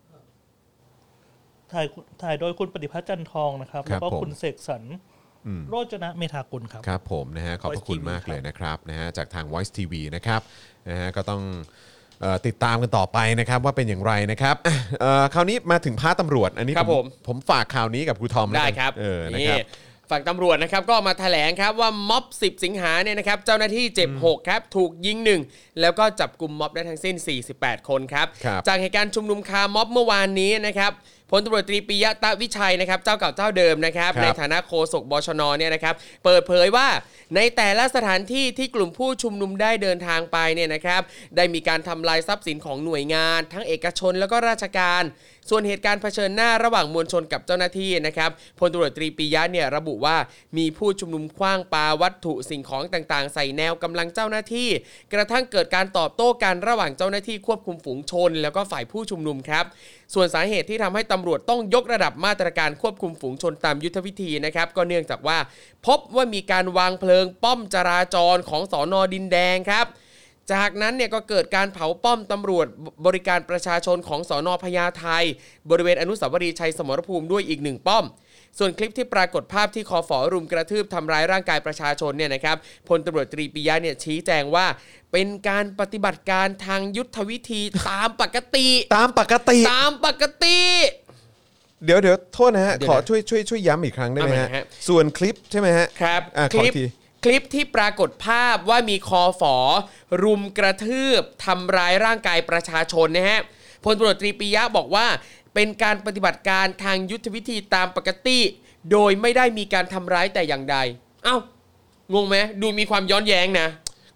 ถ่ายถ่ายโดยคุณปฏิพัฒน์จันทองนะครับครัแล้บวก็ผมคุณเสกสรรอืมโรจนะเมธากุลครับครับผมนะฮะขอบพระคุณ Voice ที วีมากเลยครับนะครับนะฮะจากทาง Voice ที วี นะครับนะฮะก็ต้องเอ่อติดตามกันต่อไปนะครับว่าเป็นอย่างไรนะครับอ่ะเอ่อคราวนี้มาถึงพาร์ทตำรวจอันนี้ครับผมผมฝากข่าวนี้กับครูทอมแล้วได้กันครับเออนะครับฝั่งตำรวจนะครับก็มาแถลงครับว่าม็อบสิบสิงหาเนี่ยนะครับเจ้าหน้าที่เจ็บหกครับถูกยิงหนึ่งแล้วก็จับกลุ่มม็อบได้ทั้งสิ้นสี่สิบแปดคนครับครับจากเหตุการณ์ชุมนุมคาร์ม็อบเมื่อวานนี้นะครับพลตำรวจตรีปิยะตะวิชัยนะครับเจ้าเก่าเจ้าเดิมนะครับครับในฐานะโฆษกบชนเนี่ยนะครับเปิดเผยว่าในแต่ละสถานที่ที่กลุ่มผู้ชุมนุมได้เดินทางไปเนี่ยนะครับได้มีการทำลายทรัพย์สินของหน่วยงาน ทั้งเอกชนแล้วก็ราชการ ส่วนเหตุการณ์เผชิญหน้าระหว่างมวลชนกับเจ้าหน้าที่นะครับพลตำรวจตรีปิยะเนี่ยระบุว่ามีผู้ชุมนุมขว้างปาวัตถุสิ่งของต่างๆ ใส่แนวกำลังเจ้าหน้าที่ กระทั่งเกิดการตอบโต้กันระหว่างเจ้าหน้าที่ควบคุมฝูงชน แล้วก็ฝ่ายผู้ชุมนุมครับส่วนสาเหตุที่ทำให้ตำรวจต้องยกระดับมาตรการควบคุมฝูงชนตามยุทธวิธีนะครับก็เนื่องจากว่าพบว่ามีการวางเพลิงป้อมจราจรของสน.ดินแดงครับจากนั้นเนี่ยก็เกิดการเผาป้อมตำรวจบริการประชาชนของสน.พญาไทบริเวณอนุสาวรีย์ชัยสมรภูมิด้วยอีกหนึ่งป้อมส่วนคลิปที่ปรากฏภาพที่คฝ.รุมกระทืบทำร้ายร่างกายประชาชนเนี่ยนะครับพลตำรวจตรีปิยะเนี่ยชี้แจงว่าเป็นการปฏิบัติการทางยุทธวิธีตามปกติตามปกติตามปกติเดี๋ยวเดี๋ยวโทษนะฮะเดี๋ยวขอนะช่วยช่วยช่วยย้ำอีกครั้งได้ไหมเอาใหม่ฮะนะฮะส่วนคลิปใช่ไหมฮะครับอ่ะคขอลิอีปกทีคลิปที่ปรากฏภาพว่ามีคอฝอรุมกระทืบทำร้ายร่างกายประชาชนนะฮะพลตำรวจตรีปิยะบอกว่าเป็นการปฏิบัติการทางยุทธวิธีตามปกติ โดยไม่ได้มีการทำร้ายแต่อย่างใดเอ้างงไหมดูมีความย้อนแย้งนะ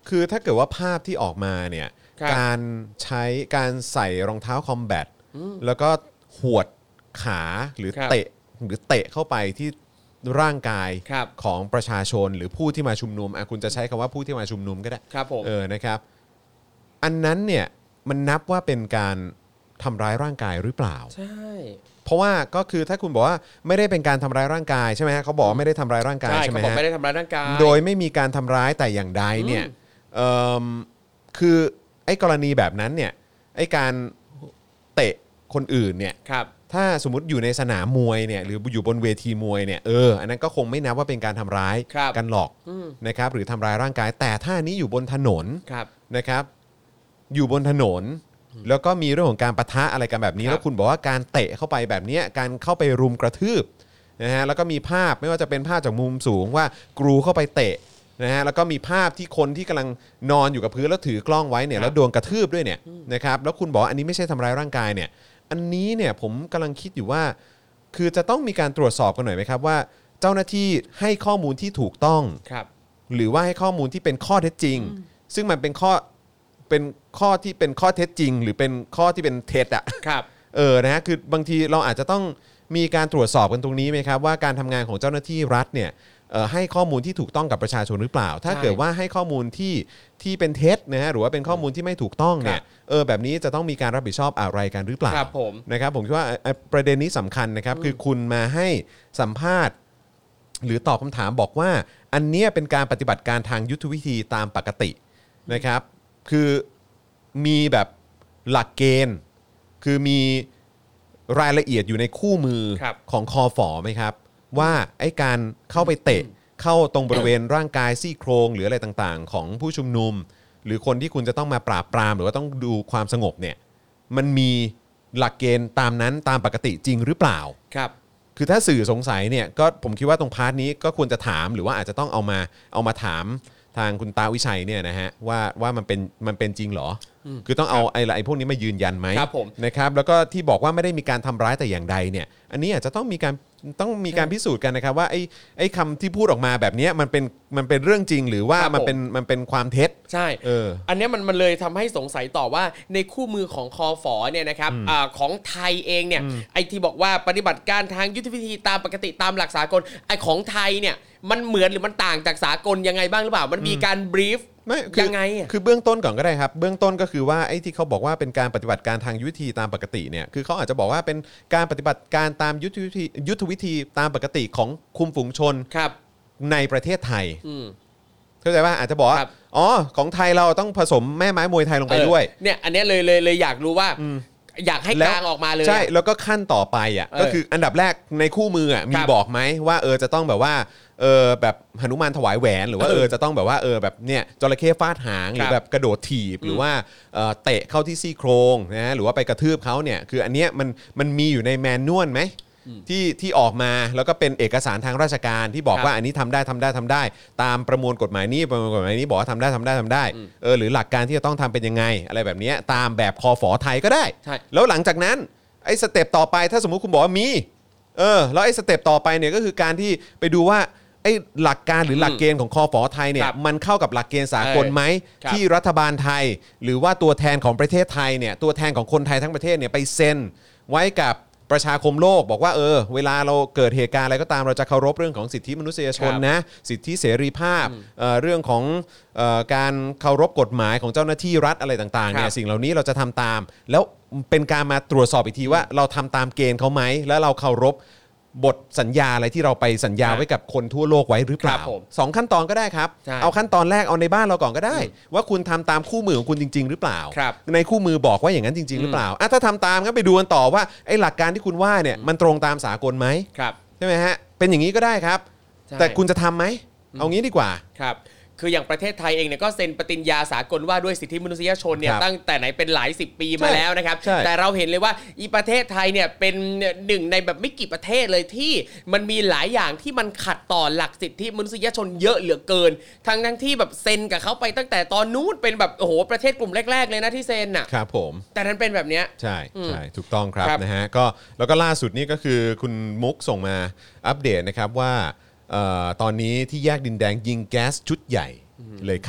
คือถ้าเกิดว่าภาพที่ออกมาเนี่ยการใช้การใส่รองเท้าคอมแบทแล้วก็หวดขาหรือเตะหรือเตะเข้าไปที่ร่างกายของประชาชนหรือผู้ที่มาชุมนุมอ่ะคุณจะใช้คำว่าผู้ที่มาชุมนุมก็ได้ครับผมเออนะครับอันนั้นเนี่ยมันนับว่าเป็นการทำร้ายร่างกายหรือเปล่าใช่เพราะว่าก็คือถ้าคุณบอกว่าไม่ได้เป็นการทำร้ายร่างกายใช่ไหมฮะเขาบอกไม่ได้ทำร้ายร่างกายใช่ไหมฮะเขาบอกไม่ได้ทำร้ายร่างกายโดยไม่มีการทำร้ายแต่อย่างใดเนี่ยเอ่อคือไอ้กรณีแบบนั้นเนี่ยไอ้การเตะคนอื่นเนี่ยถ้าสมมติอยู่ในสนามมวยเนี่ยหรืออยู่บนเวทีมวยเนี่ยเอออันนั้นก็คงไม่นับว่าเป็นการทำร้ายกันหรอกนะครับหรือทำร้ายร่างกายแต่ถ้านี้อยู่บนถนนนะครับอยู่บนถนนแล้วก็มีเรื่องของการปะทะอะไรกันแบบนี้แล้วคุณบอกว่าการเตะเข้าไปแบบนี้การเข้าไปรุมกระทืบนะฮะแล้วก็มีภาพไม่ว่าจะเป็นภาพจากมุมสูงว่ากรูเข้าไปเตะนะฮะแล้วก็มีภาพที่คนที่กำลังนอนอยู่กับพื้นแล้วถือกล้องไว้เนี่ยแล้วโดนกระทืบด้วยเนี่ยนะครับแล้วคุณบอกอันนี้ไม่ใช่ทำร้ายร่างกายเนี่ยอันนี้เนี่ยผมกำลังคิดอยู่ว่าคือจะต้องมีการตรวจสอบกันหน่อยไหมครับว่าเจ้าหน้าที่ให้ข้อมูลที่ถูกต้องหรือว่าให้ข้อมูลที่เป็นข้อเท็จจริงซึ่งมันเป็นข้อเป็นข้อที่เป็นข้อเท็จจริงหรือเป็นข้อที่เป็นเท็จอ่ะครับเออนะฮะคือบางทีเราอาจจะต้องมีการตรวจสอบกันตรงนี้ไหมครับว่าการทำงานของเจ้าหน้าที่รัฐเนี่ยให้ข้อมูลที่ถูกต้องกับประชาชนหรือเปล่าถ้าเกิดว่าให้ข้อมูลที่ที่เป็นเท็จนะฮะหรือว่าเป็นข้อมูลที่ไม่ถูกต้องเนี่ยเออแบบนี้จะต้องมีการรับผิดชอบอะไรกันหรือเปล่านะครับผมคิดว่าประเด็นนี้สำคัญนะครับคือคุณมาให้สัมภาษณ์หรือตอบคำถามบอกว่าอันนี้เป็นการปฏิบัติการทางยุทธวิธีตามปกตินะครับคือมีแบบหลักเกณฑ์คือมีรายละเอียดอยู่ในคู่มือของคอฝอไหมครับว่าไอ้การเข้าไปเตะเข้าตรงบริเวณร่างกายซี่โครงหรืออะไรต่างๆของผู้ชุมนุมหรือคนที่คุณจะต้องมาปราบปรามหรือว่าต้องดูความสงบเนี่ยมันมีหลักเกณฑ์ตามนั้นตามปกติจริงหรือเปล่าครับคือถ้าสื่อสงสัยเนี่ยก็ผมคิดว่าตรงพาร์ทนี้ก็ควรจะถามหรือว่าอาจจะต้องเอามาเอามาถามทางคุณตาวิชัยเนี่ยนะฮะว่าว่ามันเป็นมันเป็นจริงเหรอคือต้องเอาไอ้ไอ้พวกนี้มายืนยันไหมนะครับแล้วก็ที่บอกว่าไม่ได้มีการทำร้ายแต่อย่างใดเนี่ยอันนี้อาจจะต้องมีการต้องมีการพิสูจน์กันนะครับว่าไอ้ไอ้คำที่พูดออกมาแบบนี้มันเป็นมันเป็นเรื่องจริงหรือว่ามันเป็นมันเป็นความเท็จใช่เอออันนี้มันมันเลยทำให้สงสัยต่อว่าในคู่มือของคอฝอเนี่ยนะครับอ่าของไทยเองเนี่ยไอ้ที่บอกว่าปฏิบัติการทางยุทธวิธีตามปกติตามหลักสากลไอ้ของไทยเนี่ยมันเหมือนหรือมันต่างจากสากลยังไงบ้างหรือเปล่ามันมีการบรีฟยังไงคือเบื้องต้นก่อนก็ได้ครับเบื้องต้นก็คือว่าไอ้ที่เขาบอกว่าเป็นการปฏิบัติการทางยุทธวิธีตามปกติเนี่ยคือเขาอาจจะบอกว่าเป็นการปฏิบัติการตามยุทธวิธียุทธวิธีตามปกติของคุมฝูงชนในประเทศไทยเข้าใจว่าอาจจะบอกว่าอ๋อของไทยเราต้องผสมแม่ไม้มวยไทยลงไปด้วยเนี่ยอันนี้เลยเลยเลยอยากรู้ว่าอยากให้กลางออกมาเลยใช่แล้วก็ขั้นต่อไปอ่ะก็คืออันดับแรกในคู่มืออ่ะมีบอกไหมว่าเออจะต้องแบบว่าเออแบบหนุมานถวายแหวนหรือว่าเออจะต้องแบบว่าเออแบบเนี่ยจระเข้ฟาดหางหรือแบบกระโดดถีบหรือว่าเออเตะเข้าที่ซี่โครงนะหรือว่าไปกระทืบเขาเนี่ยคืออันเนี้ยมันมันมีอยู่ในแมนนวลไหมที่ที่ออกมาแล้วก็เป็นเอกสารทางราชการที่บอกว่าอันนี้ทำได้ทำได้ทำได้ตามประมวลกฎหมายนี้ประมวลกฎหมายนี้บอกว่าทำได้ทำได้ทำได้เออหรือหลักการที่จะต้องทำเป็นยังไงอะไรแบบนี้ตามแบบคอฝอไทยก็ได้แล้วหลังจากนั้นไอ้สเต็ปต่อไปถ้าสมมุติคุณบอกว่ามีเออแล้วไอ้สเต็ปต่อไปเนี่ยก็คือการที่ไปดูว่าไอ้หลักการหรือหลักเกณฑ์ของคอฝอไทยเนี่ยมันเข้ากับหลักเกณฑ์สากลไหมที่รัฐบาลไทยหรือว่าตัวแทนของประเทศไทยเนี่ยตัวแทนของคนไทยทั้งประเทศเนี่ยไปเซ็นไว้กับประชาคมโลกบอกว่าเออเวลาเราเกิดเหตุการณ์อะไรก็ตามเราจะเคารพเรื่องของสิทธิมนุษยชนนะสิทธิเสรีภาพ เอ่อเรื่องของเอ่อการเคารพกฎหมายของเจ้าหน้าที่รัฐอะไรต่างๆเนี่ยสิ่งเหล่านี้เราจะทำตามแล้วเป็นการมาตรวจสอบอีกทีว่าเราทำตามเกณฑ์เขาไหมแล้วเราเคารพบทสัญญาอะไรที่เราไปสัญญาไว้กับคนทั่วโลกไว้หรือเปล่าสองขั้นตอนก็ได้ครับเอาขั้นตอนแรกเอาในบ้านเราก่อนก็ได้ว่าคุณทำตามคู่มือของคุณจริงๆหรือเปล่าในคู่มือบอกว่าอย่างนั้นจริงๆหรือเปล่าอ่ะถ้าทำตามก็ไปดูกันต่อว่าไอ้หลักการที่คุณว่าเนี่ยมันตรงตามสากลไหมใช่ไหมฮะเป็นอย่างนี้ก็ได้ครับแต่คุณจะทำไหมเอางี้ดีกว่าครับคืออย่างประเทศไทยเองเนี่ยก็เซ็นปฏิญญาสากลว่าด้วยสิทธิมนุษยชนเนี่ยตั้งแต่ไหนเป็นหลายสิบปีมาแล้วนะครับแต่เราเห็นเลยว่าอีประเทศไทยเนี่ยเป็นหนึ่งในแบบไม่กี่ประเทศเลยที่มันมีหลายอย่างที่มันขัดต่อหลักสิทธิมนุษยชนเยอะเหลือเกินทั้งทั้งที่แบบเซ็นกับเขาไปตั้งแต่ตอนนู้นเป็นแบบโอ้โหประเทศกลุ่มแรกๆเลยนะที่เซ็นน่ะครับผมแต่นั้นเป็นแบบเนี้ยใช่ใช่ถูกต้องครับนะฮะก็แล้วก็ล่าสุดนี่ก็คือคุณมุกส่งมาอัปเดตนะครับว่าตอนนี้ที่แยกดินแดงยิงแก๊สชุดใหญ่เลยค่ะ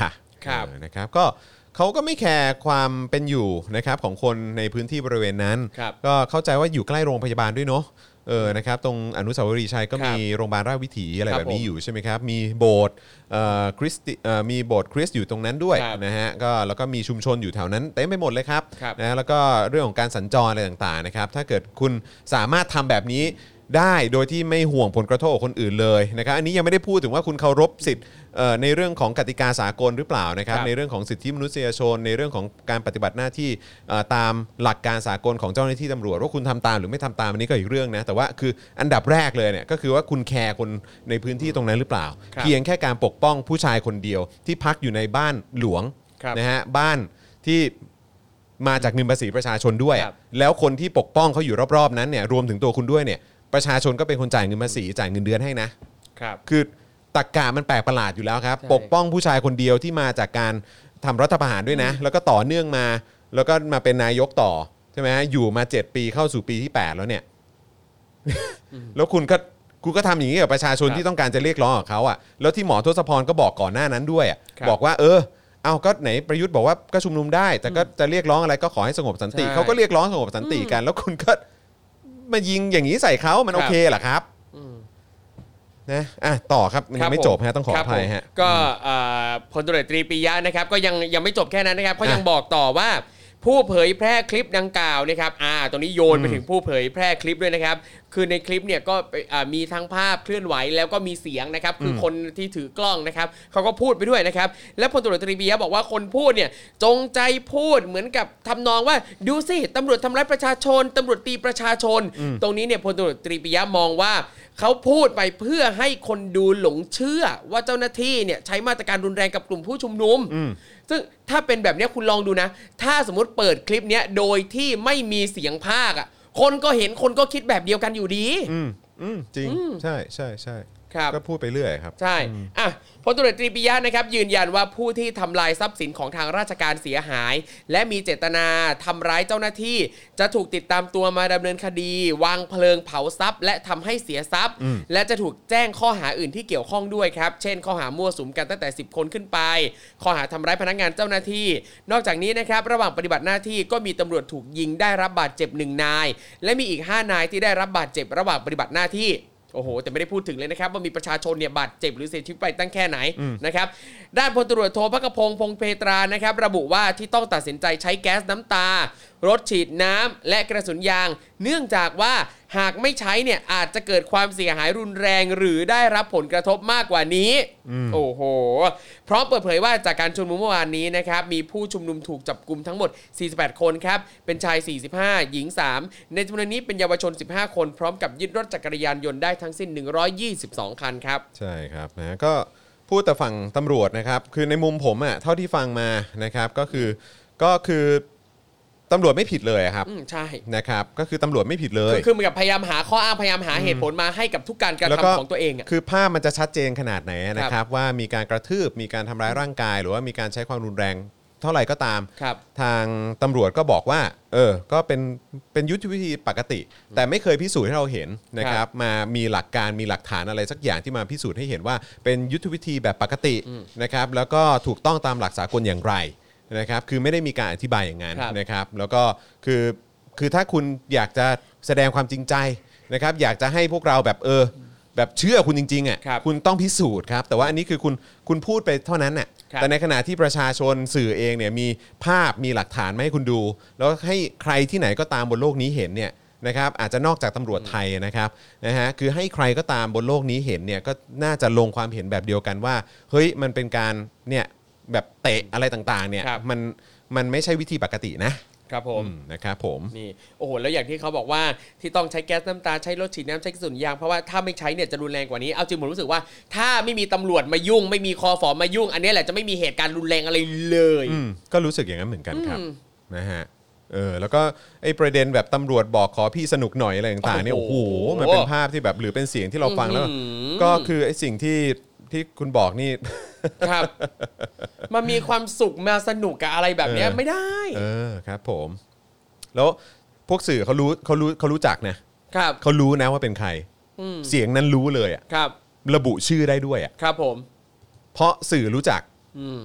ครับเออนะครับก็เขาก็ไม่แคร์ความเป็นอยู่นะครับของคนในพื้นที่บริเวณนั้นครับก็เข้าใจว่าอยู่ใกล้โรงพยาบาลด้วยเนาะเออนะครับตรงอนุสาวรีย์ชัยก็ครับมีโรงพยาบาลราชวิถีอะไรครับแบบนี้ผมอยู่ใช่ไหมครับมีโบสถ์เอ่อคริสติเอ่อมีโบสถ์คริสต์อยู่ตรงนั้นด้วยครับนะฮะก็แล้วก็มีชุมชนอยู่แถวนั้นเต็มไปหมดเลยครับครับนะแล้วก็เรื่องของการสัญจรอะไรต่างๆนะครับถ้าเกิดคุณสามารถทำแบบนี้ได้โดยที่ไม่ห่วงผลกระทบกับคนอื่นเลยนะครับอันนี้ยังไม่ได้พูดถึงว่าคุณเคารพสิทธิ์เอ่อในเรื่องของกติกาสากลหรือเปล่านะครับครับในเรื่องของสิทธิมนุษยชนในเรื่องของการปฏิบัติหน้าที่เอ่อตามหลักการสากลของเจ้าหน้าที่ตำรวจว่าคุณทำตามหรือไม่ทำตามอันนี้ก็อีกเรื่องนะแต่ว่าคืออันดับแรกเลยเนี่ยก็คือว่าคุณแคร์คนในพื้นที่ตรงนั้นหรือเปล่าครับเพียงแค่การปกป้องผู้ชายคนเดียวที่พักอยู่ในบ้านหลวงครับนะฮะบ้านที่มาจากเงินภาษีประชาชนด้วยครับแล้วคนที่ปกป้องเขาอยู่รอบๆนั้นเนี่ยรวมถึงตัวคุณด้วยเนี่ยประชาชนก็เป็นคนจ่ายเงินภาษีจ่ายเงินเดือนให้นะครับ คือตรรกะมันแปลกประหลาดอยู่แล้วครับใช่ปกป้องผู้ชายคนเดียวที่มาจากการทำรัฐประหารด้วยนะ แล้วก็ต่อเนื่องมา แล้วก็มาเป็นนายกต่อใช่ไหมฮะอยู่มาเจ็ดปีเข้าสู่ปีที่แปดแล้วเนี่ย แล้วคุณก็คุณก็ทำอย่างนี้กับประชาชนครับที่ต้องการจะเรียกร้องกับเขาอ่ะแล้วที่หมอทศพรก็บอกก่อนหน้านั้นด้วยอะครับบอกว่าเออเอาก็ไหนประยุทธ์บอกว่าก็ชุมนุมได้ แต่ก็จะเรียกร้องอะไรก็ขอให้สงบสันติใช่เขาก็เรียกร้องสงบสันติกัน แล้วคุณก็มายิงอย่างนี้ใส่เขามันครัโอบ เคเหรอครับอืมนะอ่ะต่อครับมันยังไม่จบฮะต้องขอครัอภัยผมฮะก็เอ่อพลตำรวจตรีปิยะนะครับก็ยังยังไม่จบแค่นั้นนะครับเขายังอ่ะบอกต่อว่าผู้เผยแพร่คลิปดังกล่าวนะครับอ่าตรงนี้โยนไปถึงผู้เผยแพร่คลิปด้วยนะครับคือในคลิปเนี่ยก็อ่ามีทั้งภาพเคลื่อนไหวแล้วก็มีเสียงนะครับคือคนที่ถือกล้องนะครับเขาก็พูดไปด้วยนะครับและพลตำรวจตรีปิยะบอกว่าคนพูดเนี่ยจงใจพูดเหมือนกับทำนองว่าดูสิตำรวจทำร้ายประชาชนตำรวจตีประชาชน ตรงนี้เนี่ยพลตำรวจตรีปิยะมองว่าเขาพูดไปเพื่อให้คนดูหลงเชื่อว่าเจ้าหน้าที่เนี่ยใช้มาตรการรุนแรงกับกลุ่มผู้ชุมนุม ซึ่งถ้าเป็นแบบเนี้ยคุณลองดูนะ ถ้าสมมติเปิดคลิปเนี้ยโดยที่ไม่มีเสียงพากย์อ่ะ คนก็เห็นคนก็คิดแบบเดียวกันอยู่ดีอืมอืมจริงใช่ใช่ใช่ครับก็พูดไปเรื่อยครับใช่ อ่ะพลตำรวจตรีปิยะนะครับยืนยันว่าผู้ที่ทำลายทรัพย์สินของทางราชการเสียหาย และมีเจตนาทำร้ายเจ้าหน้าที่ จะถูกติดตามตัวมาดำเนินคดี วางเพลิงเผาทรัพย์ และทำให้เสียทรัพย์ และจะถูกแจ้งข้อหาอื่นที่เกี่ยวข้องด้วยครับ เช่นข้อหามั่วสุมกันตั้งแต่สิบคนขึ้นไป ข้อหาทำร้ายพนักงานเจ้าหน้าที่ นอกจากนี้นะครับระหว่างปฏิบัติหน้าที่ก็มีตำรวจถูกยิงได้รับบาดเจ็บหนึ่งนาย และมีอีกห้านายที่ได้รับบาดเจ็บระหว่างปฏิบัติหน้าที่ โอ้โหแต่ไม่ได้พูดถึงเลยนะครับว่ามีประชาชนเนี่ยบาดเจ็บหรือเสียชีวิตไปตั้งแค่ไหนนะครับด้านพลตำรวจโทภคพงษ์พงษ์เพตรานะครับระบุว่าที่ต้องตัดสินใจใช้แก๊สน้ำตารถฉีดน้ำและกระสุนยาง เนื่องจากว่าหากไม่ใช้เนี่ยอาจจะเกิดความเสียหายรุนแรงหรือได้รับผลกระทบมากกว่านี้โอ้โหพร้อมเปิดเผยว่าจากการชุมนุมเมื่อวานนี้นะครับมีผู้ชุมนุมถูกจับกุมทั้งหมดสี่สิบแปดคนครับเป็นชายสี่สิบห้าหญิงสามในจำนวนนี้เป็นเยาวชนสิบห้าคนพร้อมกับยึดรถจักรยานยนต์ได้ทั้งสิ้นหนึ่งร้อยยี่สิบสองคันครับใช่ครับนะก็พูดแต่ฝั่งตำรวจนะครับคือในมุมผมอ่ะเท่าที่ฟังมานะครับก็คือก็คือตำรวจไม่ผิดเลยอะครับอืมใช่นะครับก็คือตำรวจไม่ผิดเลยคือคือเหมือนกับพยายามหาข้ออ้างพยายามหาเหตุผลมาให้กับทุกการกระแล้วก็ทำของตัวเองอ่ะคือภาพมันจะชัดเจนขนาดไหนนะครับว่ามีการกระทืบมีการทำร้ายร่างกาย หรือว่ามีการใช้ความรุนแรงเท่าไหร่ก็ตามครับทางตำรวจก็บอกว่าเออก็เป็นเป็นยุทธวิธีปกติ แต่ไม่เคยพิสูจน์ให้เราเห็นนะครับมามีหลักการมีหลักฐานอะไรสักอย่างที่มาพิสูจน์ให้เห็นว่าเป็นยุทธวิธีแบบปกตินะครับแล้วก็ถูกต้องตามหลักสากลอย่างไรนะครับคือไม่ได้มีการอธิบายอย่างนั้นครับนะครับแล้วก็คือคือถ้าคุณอยากจะแสดงความจริงใจนะครับอยากจะให้พวกเราแบบเออแบบเชื่อคุณจริงๆอ่ะครับคุณต้องพิสูจน์ครับแต่ว่าอันนี้คือคุณคุณพูดไปเท่านั้นน่ะครับแต่ในขณะที่ประชาชนสื่อเองเนี่ยมีภาพมีหลักฐานมาให้คุณดู แล้วให้ใครที่ไหนก็ตามบนโลกนี้เห็นเนี่ยนะครับอาจจะนอกจากตำรวจไทยนะครับนะฮะคือให้ใครก็ตามบนโลกนี้เห็นเนี่ยก็น่าจะลงความเห็นแบบเดียวกันว่าเฮ้ยมันเป็นการเนี่ยแบบเตะอะไรต่างๆเนี่ยครับมันมันไม่ใช่วิธีปกตินะครับผมอืมนะครับผมนี่โอ้โหแล้วอย่างที่เขาบอกว่าที่ต้องใช้แก๊สน้ำตาใช้รถฉีดน้ำใช้กระสุนยางเพราะว่าถ้าไม่ใช้เนี่ยจะรุนแรงกว่านี้เอาจริงผมรู้สึกว่าถ้าไม่มีตำรวจมายุ่ง ไม่มีคอฝอมายุ่ง อันนี้แหละจะไม่มีเหตุการณ์รุนแรงอะไรเลยอืมก็รู้สึกอย่างนั้นเหมือนกันครับอืมนะฮะเออแล้วก็ไอ้ประเด็นแบบตำรวจบอกขอพี่สนุกหน่อยอะไรต่างๆเนี่ยโอ้โอ้โหโหมันเป็นภาพที่แบบหรือเป็นเสียงที่เราฟังแล้วอื้อหือก็คือไอ้สิ่งที่ที่คุณบอกนี่ครับมันมีความสุขมาสนุกกับอะไรแบบเนี้ยเออไม่ได้เออครับผม แล้วพวกสื่อเขารู้เขารู้เขารู้จักนะครับ เขารู้นะว่าเป็นใครอืมเสียงนั้นรู้เลยอะครับระบุชื่อได้ด้วยอะครับผมเพราะสื่อรู้จักอืม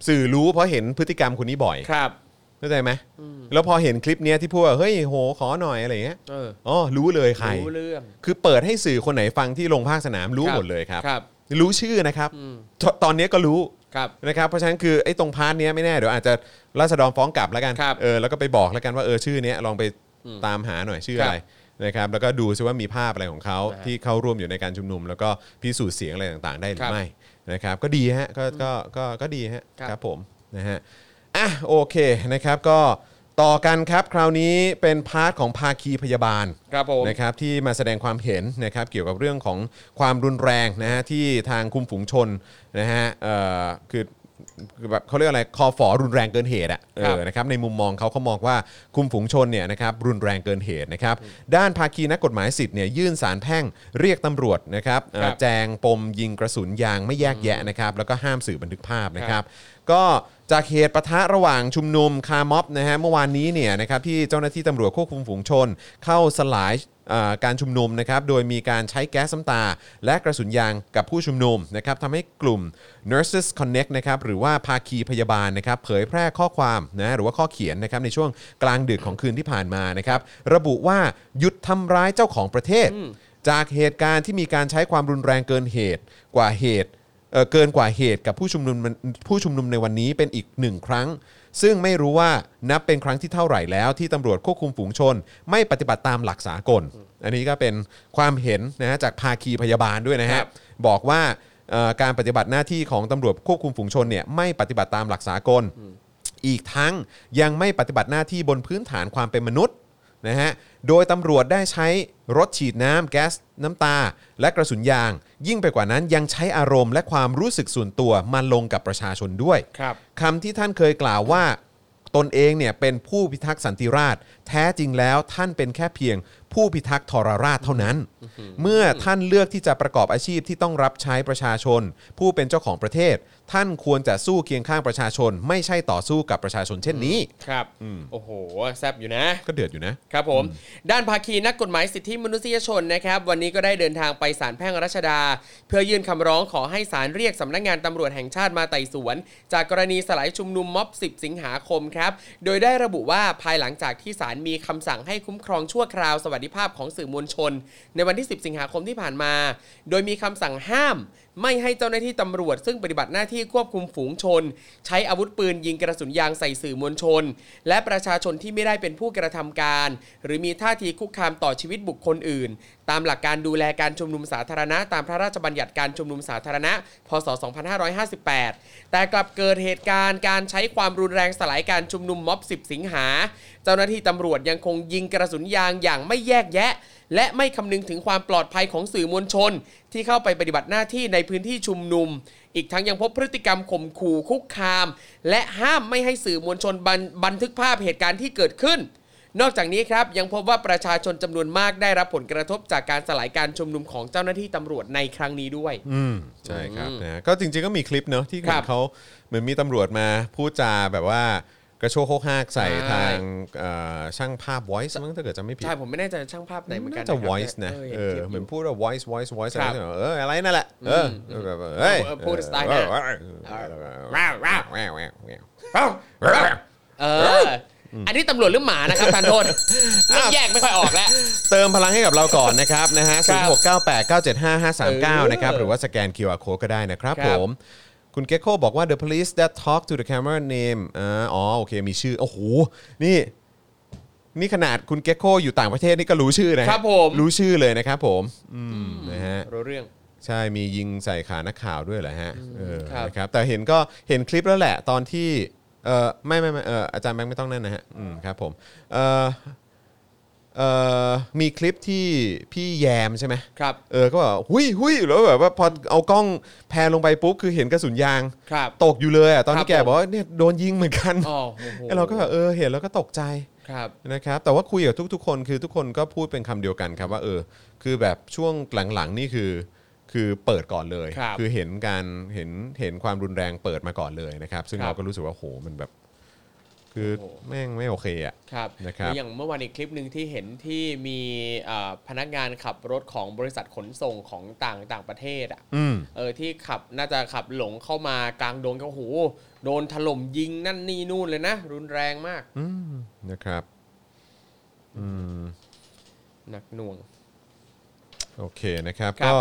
สื่อรู้เพราะเห็นพฤติกรรมคนนี้บ่อยครับเข้าใจไหมแล้วพอเห็นคลิปนี้ที่พูดว่าเฮ้ยโหขอหน่อยอะไรเงี้ยอ๋อรู้เลยใครรู้เรื่องคือเปิดให้สื่อคนไหนฟังที่ลงภาคสนามรู้หมดเลยครับรู้ชื่อนะครับตอนนี้ก็รู้นะครับเพราะฉะนั้นคือไอ้ตรงพาร์ทนี้ไม่แน่เดี๋ยวอาจจะราษฎรฟ้องกลับแล้วกันเออแล้วก็ไปบอกแล้วกันว่าเออชื่อนี้ลองไปตามหาหน่อยชื่ออะไรนะครับแล้วก็ดูซิว่ามีภาพอะไรของเขาที่เข้าร่วมอยู่ในการชุมนุมแล้วก็พิสูจน์เสียงอะไรต่างๆได้หรือไม่นะครับก็ดีฮะก็ก็ก็ก็ดีฮะครับผมนะฮะอ่ะโอเคนะครับก็ต่อกันครับคราวนี้เป็นพาร์ทของภาคีพยาบาลนะครับที่มาแสดงความเห็นนะครับเกี่ยวกับเรื่องของความรุนแรงนะฮะที่ทางคุมฝูงชนนะฮะเอ่อคือแบบเขาเรียกอะไรคอฝอรุนแรงเกินเหตุอ่ะเออนะครับในมุมมองเขาเขามองว่าคุมฝูงชนเนี่ยนะครับรุนแรงเกินเหตุนะครับด้านภาคีนักกฎหมายสิทธิ์เนี่ยยื่นศาลแพ่งเรียกตำรวจนะครับแจงปมยิงกระสุนยางไม่แยกแยะนะครับแล้วก็ห้ามสื่อบันทึกภาพนะครับก็จากเหตุปะทะระหว่างชุมนุมคาร์ม็อบนะฮะเมื่อวานนี้เนี่ยนะครับที่เจ้าหน้าที่ตำรวจควบคุมฝูงชนเข้าสลายการชุมนุมนะครับโดยมีการใช้แก๊สน้ำตาและกระสุนยางกับผู้ชุมนุมนะครับทำให้กลุ่ม Nurses Connect นะครับหรือว่าภาคีพยาบาลนะครับเผยแพร่ข้อความนะหรือว่าข้อเขียนนะครับในช่วงกลางดึกของคืนที่ผ่านมานะครับระบุว่าหยุดทำร้ายเจ้าของประเทศจากเหตุการณ์ที่มีการใช้ความรุนแรงเกินเหตุกว่าเหตุเ, เกินกว่าเหตุกับผู้ชุมนุมผู้ชุมนุมในวันนี้เป็นอีกหนึ่งครั้งซึ่งไม่รู้ว่านับเป็นครั้งที่เท่าไหร่แล้วที่ตำรวจควบคุมฝูงชนไม่ปฏิบัติตามหลักสากลอันนี้ก็เป็นความเห็นนะฮะจากภาคีพยาบาลด้วยนะฮะบอกว่าการปฏิบัติหน้าที่ของตำรวจควบคุมฝูงชนเนี่ยไม่ปฏิบัติตามหลักสากลอีกทั้งยังไม่ปฏิบัติหน้าที่บนพื้นฐานความเป็นมนุษย์นะฮะโดยตำรวจได้ใช้รถฉีดน้ำแก๊สน้ำตาและกระสุนยางยิ่งไปกว่านั้นยังใช้อารมณ์และความรู้สึกส่วนตัวมาลงกับประชาชนด้วยคำที่ท่านเคยกล่าวว่าตนเองเนี่ยเป็นผู้พิทักษ์สันติราษฎร์แท้จริงแล้วท่านเป็นแค่เพียงผู้พิทักษ์ทรราชเท่านั้นเมื่อท่านเลือกที่จะประกอบอาชีพที่ต้องรับใช้ประชาชนผู้เป็นเจ้าของประเทศท่านควรจะสู้เคียงข้างประชาชนไม่ใช่ต่อสู้กับประชาชนเช่นนี้ครับโอ้โหแซ่บอยู่นะก็เดือดอยู่นะครับผมด้านภาคีนักกฎหมายสิทธิมนุษยชนนะครับวันนี้ก็ได้เดินทางไปศาลแพ่งรัชดาเพื่อยื่นคำร้องขอให้ศาลเรียกสำนักงานตำรวจแห่งชาติมาไต่สวนจากกรณีสลายชุมนุมม็อบสิบสิงหาคมครับโดยได้ระบุว่าภายหลังจากที่ศาลมีคำสั่งให้คุ้มครองชั่วคราวสวัสดิภาพของสื่อมวลชนในวันที่สิบสิงหาคมที่ผ่านมาโดยมีคำสั่งห้ามไม่ให้เจ้าหน้าที่ตำรวจซึ่งปฏิบัติหน้าที่ควบคุมฝูงชนใช้อาวุธปืนยิงกระสุนยางใส่สื่อมวลชนและประชาชนที่ไม่ได้เป็นผู้กระทำการหรือมีท่าทีคุกคามต่อชีวิตบุคคลอื่นตามหลักการดูแลการชุมนุมสาธารณะตามพระราชบัญญัติการชุมนุมสาธารณะพ.ศ. สองพันห้าร้อยห้าสิบแปดแต่กลับเกิดเหตุการณ์การใช้ความรุนแรงสลายการชุมนุมม็อบสิบสิงหาเจ้าหน้าที่ตำรวจยังคงยิงกระสุนยางอย่างไม่แยกแยะและไม่คำนึงถึงความปลอดภัยของสื่อมวลชนที่เข้าไปปฏิบัติหน้าที่ในพื้นที่ชุมนุมอีกทั้งยังพบพฤติกรรมข่มขู่คุกคามและห้ามไม่ให้สื่อมวลชนบัน, บันทึกภาพเหตุการณ์ที่เกิดขึ้นนอกจากนี้ครับยังพบว่าประชาชนจำนวนมากได้รับผลกระทบจากการสลายการชุมนุมของเจ้าหน้าที่ตำรวจในครั้งนี้ด้วยอืมใช่ครับนะก็จริงๆก็มีคลิปเนอะที่เขาเหมือนมีตำรวจมาพูดจาแบบว่ากระโชกโคกฮากใส่ทางช่างภาพ voice มั้งถ้าเกิดจำไม่ผิดใช่ผมไม่แน่ใจช่างภาพไหนเหมือนกันน่าจะ voice นะเออเหมือนพูดว่า voice voice voice อะไรเอออะไรนั่นแหละเออแบบเฮ้ยพูดสไตล์นั้นว้าวว้าวว้าวว้าวเอออันนี้ตำรวจหรือหมานะครับท่านโทษแยกไม่ค่อยออกแล้วเติมพลังให้กับเราก่อนนะครับนะฮะศูนย์ หก เก้า แปด เก้า เจ็ด ห้า ห้า สาม เก้านะครับหรือว่าสแกน คิว อาร์ Code ก็ได้นะครับผมคุณเกคโคบอกว่า the police that talk to the camera name อ๋อโอเคมีชื่อโอ้โหนี่นี่ขนาดคุณเกคโคอยู่ต่างประเทศนี่ก็รู้ชื่อนะครับผมรู้ชื่อเลยนะครับผมนะฮะรู้เรื่องใช่มียิงใส่ขานักข่าวด้วยเหรอฮะเออนะครับแต่เห็นก็เห็นคลิปแล้วแหละตอนที่เออไม่ไม่ไม่เอออาจารย์แบงค์ไม่ต้องนั่นนะฮะอืมครับผมเออเอ่อมีคลิปที่พี่แยมใช่ไหมครับเออก็แบบหุยหุยแล้วแบบว่าพอเอากล้องแพนลงไปปุ๊บคือเห็นกระสุนยางตกอยู่เลยอ่ะตอนที่แกบอกว่าเนี่ยโดนยิงเหมือนกันเราก็แบบเออเห็นแล้วก็ตกใจนะครับแต่ว่าคุยกับทุกๆคนคือทุกคนก็พูดเป็นคำเดียวกันครับว่าเออคือแบบช่วงหลังๆนี่คือคือเปิดก่อนเลยคือเห็นการเห็นเห็นความรุนแรงเปิดมาก่อนเลยนะครับซึ่งเราก็รู้สึกว่าโหมันแบบคือแม่งไม่โอเคอ่ะครับนะครับอย่างเมื่อวานอีกคลิปนึงที่เห็นที่มีพนักงานขับรถของบริษัทขนส่งของต่างต่างประเทศอ่ะเออที่ขับน่าจะขับหลงเข้ามากลางดงก็โหโดนถล่มยิงนั่นนี่นู่นเลยนะรุนแรงมากนะครับอืมหนักหน่วงโอเคนะครับก็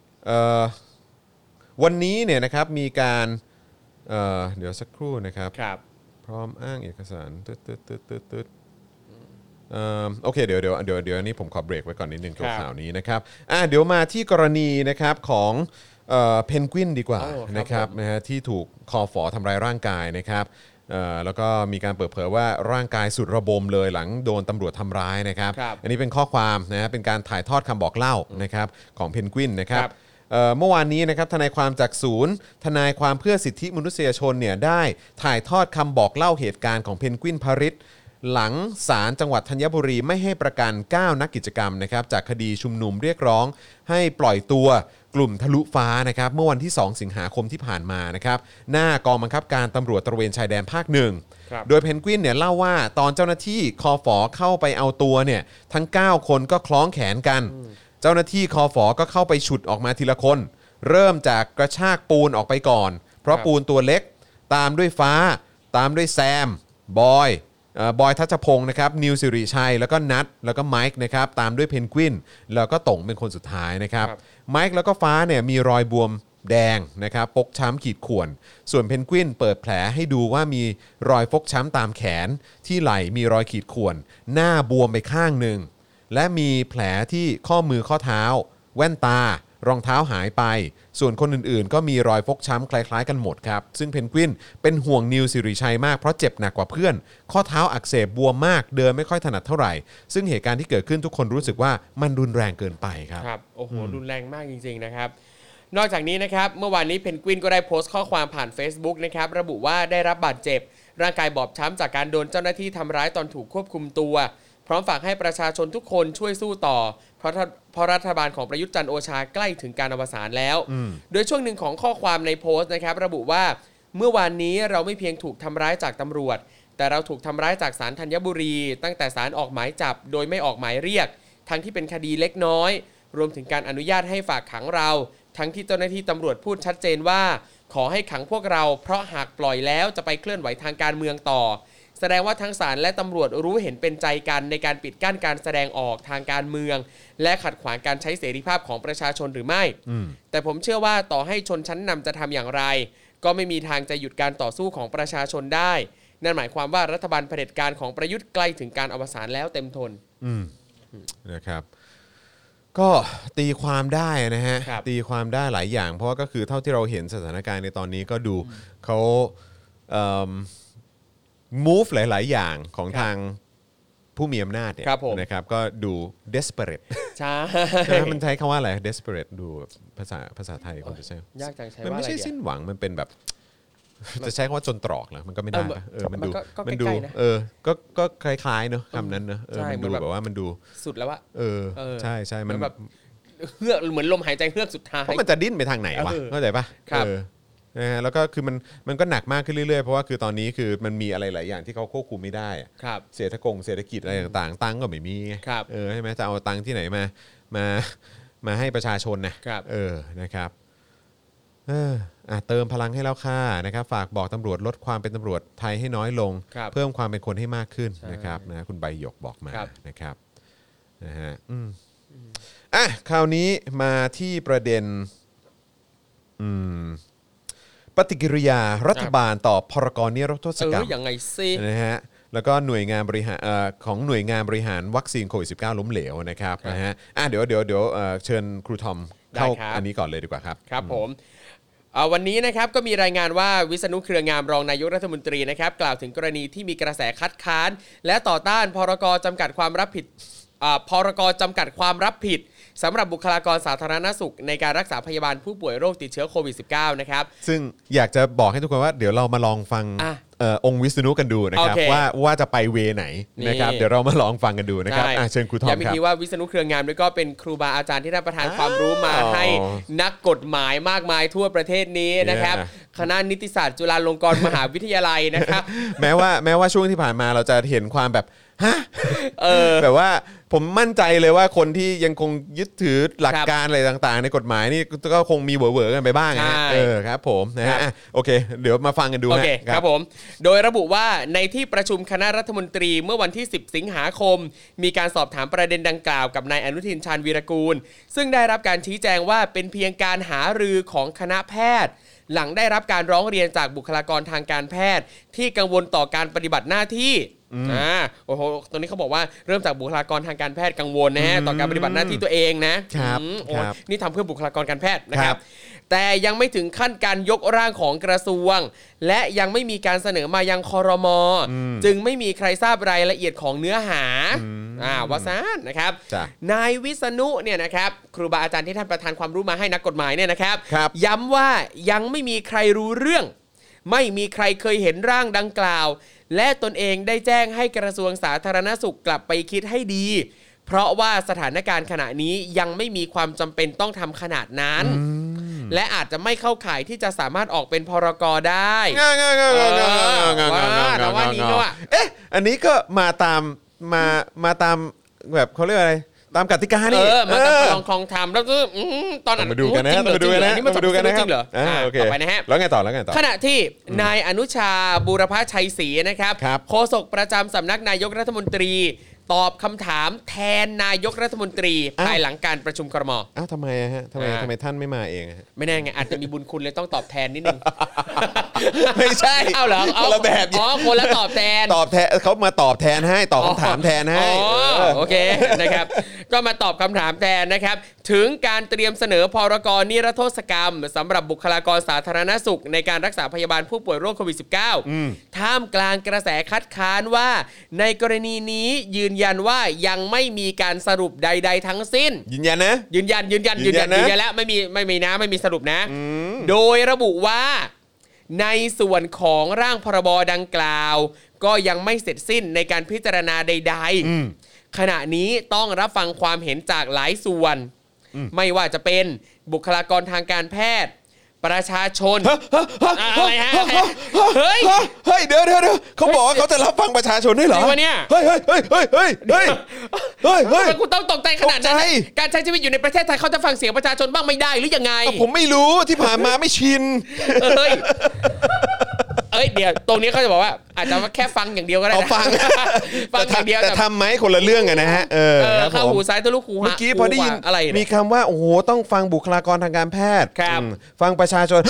วันนี้เนี่ยนะครับมีการเอ่อเดี๋ยวสักครู่นะครับพร้อมอ้างเอกสารตึ๊ดตึ๊ดตึ๊ดตึ๊ดตึ๊ดเอ่อโอเคเดี๋ยวเดี๋ยวเดี๋ยวเดี๋ยวนี้ผมขอเบรกไว้ก่อนนิดนึงกับข่าวนี้นะครับอ่ะเดี๋ยวมาที่กรณีนะครับของเอ่อเพนกวินดีกว่านะครับนะฮะที่ถูกคอฝอทำร้ายร่างกายนะครับเอ่อแล้วก็มีการเปิดเผยว่าร่างกายสุดระบมเลยหลังโดนตำรวจทำร้ายนะครับอันนี้เป็นข้อความนะฮะเป็นการถ่ายทอดคำบอกเล่านะครับของเพนกวินนะครับเมื่อวานนี้นะครับทนายความจากศูนย์ทนายความเพื่อสิทธิมนุษยชนเนี่ยได้ถ่ายทอดคำบอกเล่าเหตุการณ์ของเพนกวินพริตหลังศาลจังหวัดธัญบุรีไม่ให้ประกันเก้านักกิจกรรมนะครับจากคดีชุมนุมเรียกร้องให้ปล่อยตัวกลุ่มทะลุฟ้านะครับเมื่อวันที่สองสิงหาคมที่ผ่านมานะครับหน้ากองบังคับการตำรวจตระเวนชายแดนภาคหนึ่งโดยเพนกวินเนี่ยเล่าว่าตอนเจ้าหน้าที่คอฝอเข้าไปเอาตัวเนี่ยทั้งเก้าคนก็คล้องแขนกันเจ้าหน้าที่คอฝอก็เข้าไปฉุดออกมาทีละคนเริ่มจากกระชากปูนออกไปก่อนเพราะปูนตัวเล็กตามด้วยฟ้าตามด้วยแซมบอยบอยทัชพงศ์นะครับนิวสิริชัยแล้วก็นัทแล้วก็ไมค์นะครับตามด้วยเพนกวินแล้วก็ต่งเป็นคนสุดท้ายนะครับไมค์แล้วก็ฟ้าเนี่ยมีรอยบวมแดงนะครับฟกช้ำขีดข่วนส่วนเพนกวินเปิดแผลให้ดูว่ามีรอยฟกช้ำตามแขนที่ไหล่มีรอยขีดข่วนหน้าบวมไปข้างหนึ่งและมีแผลที่ข้อมือข้อเท้าแว่นตารองเท้าหายไปส่วนคนอื่นๆก็มีรอยฟกช้ำคล้ายๆกันหมดครับซึ่งเพนกวินเป็นห่วงนิวสิริชัยมากเพราะเจ็บหนักกว่าเพื่อนข้อเท้าอักเสบบวมมากเดินไม่ค่อยถนัดเท่าไหร่ซึ่งเหตุการณ์ที่เกิดขึ้นทุกคนรู้สึกว่ามันรุนแรงเกินไปครับครับโอ้โหรุนแรงมากจริงๆนะครับนอกจากนี้นะครับเมื่อวานนี้เพนกวินก็ได้โพสต์ข้อความผ่าน Facebook นะครับระบุว่าได้รับบาดเจ็บร่างกายบอบช้ำจากการโดนเจ้าหน้าที่ทำร้ายตอนถูกควบคุมตัวพร้อมฝากให้ประชาชนทุกคนช่วยสู้ต่อเพราะเพราะรัฐบาลของประยุทธ์จันทร์โอชาใกล้ถึงการอวสานแล้วโดยช่วงหนึ่งของข้อความในโพสต์นะครับระบุว่าเมื่อวานนี้เราไม่เพียงถูกทำร้ายจากตำรวจแต่เราถูกทำร้ายจากศาลธัญบุรีตั้งแต่ศาลออกหมายจับโดยไม่ออกหมายเรียกทั้งที่เป็นคดีเล็กน้อยรวมถึงการอนุญาตให้ฝากขังเราทั้งที่เจ้าหน้าที่ตำรวจพูดชัดเจนว่าขอให้ขังพวกเราเพราะหากปล่อยแล้วจะไปเคลื่อนไหวทางการเมืองต่อแสดงว่าทั้งศาลและตำรวจรู้เห็นเป็นใจกันในการปิดกั้นการแสดงออกทางการเมืองและขัดขวางการใช้เสรีภาพของประชาชนหรือไม่แต่ผมเชื่อว่าต่อให้ชนชั้นนำจะทำอย่างไรก็ไม่มีทางจะหยุดการต่อสู้ของประชาชนได้นั่นหมายความว่ารัฐบาลเผด็จการของประยุทธ์ใกล้ถึงการอวสานแล้วเต็มทนนะครับก็ตีความได้นะฮะตีความได้หลายอย่างเพราะว่าก็คือเท่าที่เราเห็นสถานการณ์ในตอนนี้ก็ดูเขาเอ่อmove หลายๆอย่างของทางผู้มีอำนาจเนี่ยนะครับก็ดู desperate ใช่มันใช้คำว่าอะไร desperate ดูภาษาภาษาไทยคนจะใช้ยากจังใช้ว่าอะไรมันไม่ใช่สิ้นหวังมันเป็นแบบจะใช้คำว่าจนตรอกเหรอมันก็ไม่ได้เออมันดูมันดูเออก็ก็คล้ายๆเนอะคำนั้นเนอะเออมันดูแบบว่ามันดูสุดแล้วอะเออใช่ใช่มันแบบเฮือกเหมือนลมหายใจเฮือกสุดท้ายเพราะมันจะดิ้นไปทางไหนวะเข้าใจป่ะครับนะฮะแล้วก็คือมันมันก็หนักมากขึ้นเรื่อยๆเพราะว่าคือตอนนี้คือมันมีอะไรหลายอย่างที่เขาควบคุมไม่ได้ครับเศรษฐกงเศรษฐกิจอะไรต่างๆตังก็ไม่มีเออใช่ไหมจะเอาตังที่ไหนมามามาให้ประชาชนนะเออนะครับเอออ่ะเติมพลังให้แล้วค่ะนะครับฝากบอกตำรวจลดความเป็นตำรวจไทยให้น้อยลงเพิ่มความเป็นคนให้มากขึ้นนะครับนะคุณใบหยกบอกมานะครับนะฮะอืมอ่ะคราวนี้มาที่ประเด็นอืมปฏิกิริยารัฐบาลต่อพรกนิรโทษกรรมยังไงซินะฮะแล้วก็หน่วยงานบริหารของหน่วยงานบริหารวัคซีนโควิด สิบเก้า ล้มเหลวนะครับนะฮะอ่ะเดี๋ยวเดี๋ยวเดี๋ยวเชิญครูทอมเข้าอันนี้ก่อนเลยดีกว่าครับครับผมวันนี้นะครับก็มีรายงานว่าวิษณุเครืองามรองนายกรัฐมนตรีนะครับกล่าวถึงกรณีที่มีกระแสคัดค้านและต่อต้านพรกจำกัดความรับผิดพรกจำกัดความรับผิดสำหรับบุคลากรสาธารณสุขในการรักษาพยาบาลผู้ป่วยโรคติดเชื้อโควิด สิบเก้า นะครับซึ่งอยากจะบอกให้ทุกคนว่าเดี๋ยวเรามาลองฟังเอ่อองค์วิษณุกันดูนะครับว่าว่าจะไปเวไหนนะครับเดี๋ยวเรามาลองฟังกันดูนะครับเชิญครูทอมครับย้ำอีกทีว่าวิษณุเครืองามด้วยก็เป็นครูบาอาจารย์ที่ได้ประทานความรู้มาให้นักกฎหมายมากมายทั่วประเทศนี้นะครับคณะนิติศาสตร์จุฬาลงกรณ์มหาวิทยาลัยนะครับแม้ว่าแม้ว่าช่วงที่ผ่านมาเราจะเห็นความแบบฮะแบบว่าผมมั่นใจเลยว่าคนที่ยังคงยึดถือหลักการอะไรต่างๆในกฎหมายนี่ก็คงมีเหวอๆกันไปบ้างนะเออครับผมนะฮะโอเคเดี๋ยวมาฟังกันดูโอเคครับผมโดยระบุว่าในที่ประชุมคณะรัฐมนตรีเมื่อวันที่สิบสิงหาคมมีการสอบถามประเด็นดังกล่าวกับนายอนุทินชาญวีรกูลซึ่งได้รับการชี้แจงว่าเป็นเพียงการหารือของคณะแพทย์หลังได้รับการร้องเรียนจากบุคลากรทางการแพทย์ที่กังวลต่อการปฏิบัติหน้าที่อ่าโอ้โหตรงนี้เขาบอกว่าเริ่มจากบุคลากรทางการแพทย์กังวลนะฮะต่อการปฏิบัติหน้าที่ตัวเองนะครับโอ้นี่ทำเพื่อบุคลากรการแพทย์นะครับแต่ยังไม่ถึงขั้นการยกร่างของกระทรวงและยังไม่มีการเสนอมายังครม.จึงไม่มีใครทราบรายละเอียดของเนื้อหาอ่าวาซานนะครับนายวิษณุเนี่ยนะครับครูบาอาจารย์ที่ท่านประทานความรู้มาให้นักกฎหมายเนี่ยนะครับย้ำว่ายังไม่มีใครรู้เรื่องไม่มีใครเคยเห็นร่างดังกล่าวและตนเองได้แจ้งให้กระทรวงสาธารณสุขกลับไปคิดให้ดีเพราะว่าสถานการณ์ขณะนี้ยังไม่มีความจำเป็นต้องทำขนาดนั้นและอาจจะไม่เข้าข่ายที่จะสามารถออกเป็นพรก.ได้ว่าแต่ว่านี้ก็ว่าเอ๊ะอันนี้ก็มาตามมามาตามแบบเขาเรียกอะไรตามกติกานี่เออมาตามคลองคลองทำแล้วก็ตอนนั้นมาดูกันนะมาดูกันนะนี่มันมาดูกันนะจริงเหรอโอเคต่อไปนะฮะแล้วไงต่อแล้วไงต่อขณะที่นายอนุชาบูรพชัยศรีนะครับโฆษกประจำสำนักนายกรัฐมนตรีตอบคำถามแทนนายกรัฐมนตรีภายหลังการประชุมครม. อ้าวทำไมฮะทำไมทำไมท่านไม่มาเองไม่แน่ไงอาจจะมีบุญคุณเลยต้องตอบแทนนิดนึงไม่ใช่เอาเหรอคนละแบบอ๋อคนละตอบแทนตอบแทนเขามาตอบแทนให้ตอบคำถามแทนให้โอเคนะครับก็มาตอบคำถามแทนนะครับถึงการเตรียมเสนอพรก.นิรโทษกรรมสำหรับบุคลากรสาธารณสุขในการรักษาพยาบาลผู้ป่วยโรคโควิด สิบเก้า ท่ามกลางกระแสคัดค้านว่าในกรณีนี้ยืนยันว่ายังไม่มีการสรุปใดๆทั้งสิ้นยืนยันนะยืนยันยืนยันยืนยันยืนยันแล้วไม่มีไม่มีนะไม่มีสรุปนะโดยระบุว่าในส่วนของร่างพรบดังกล่าวก็ยังไม่เสร็จสิ้นในการพิจารณาใดๆขณะนี้ต้องรับฟังความเห็นจากหลายส่วนไม่ว่าจะเป็นบุคลากรทางการแพทย์ประชาชนอะไรฮะเฮ้ยเฮ้ยเดี๋ยวเดี๋ยวเขาบอกว่าเขาจะรับฟังประชาชนได้เหรอเฮ้ยเฮ้ยเฮ้ยเฮ้ยเฮ้ยเฮ้ยเฮ้ยเฮ้ยคุณต้องตกใจขนาดนั้นการใช้ชีวิตอยู่ในประเทศไทยเขาจะฟังเสียงประชาชนบ้างไม่ได้หรือยังไงผมไม่รู้ที่ผ่านมาไม่ชินเฮ้ยเอ้ยเดี๋ยวตรงนี้เขาจะบอกว่าอาจจะแค่ฟังอย่างเดียวก็ได้นะฟังฟังอย่างเดียวแต่ทำไหมคนละเรื่องกันนะฮะเออเข้าหูซ้ายทะลุหูเมื่อกี้พอได้ยินอะไรมีคำว่าโอ้โหต้องฟังบุคลากรทางการแพทย์ฟังประชาชน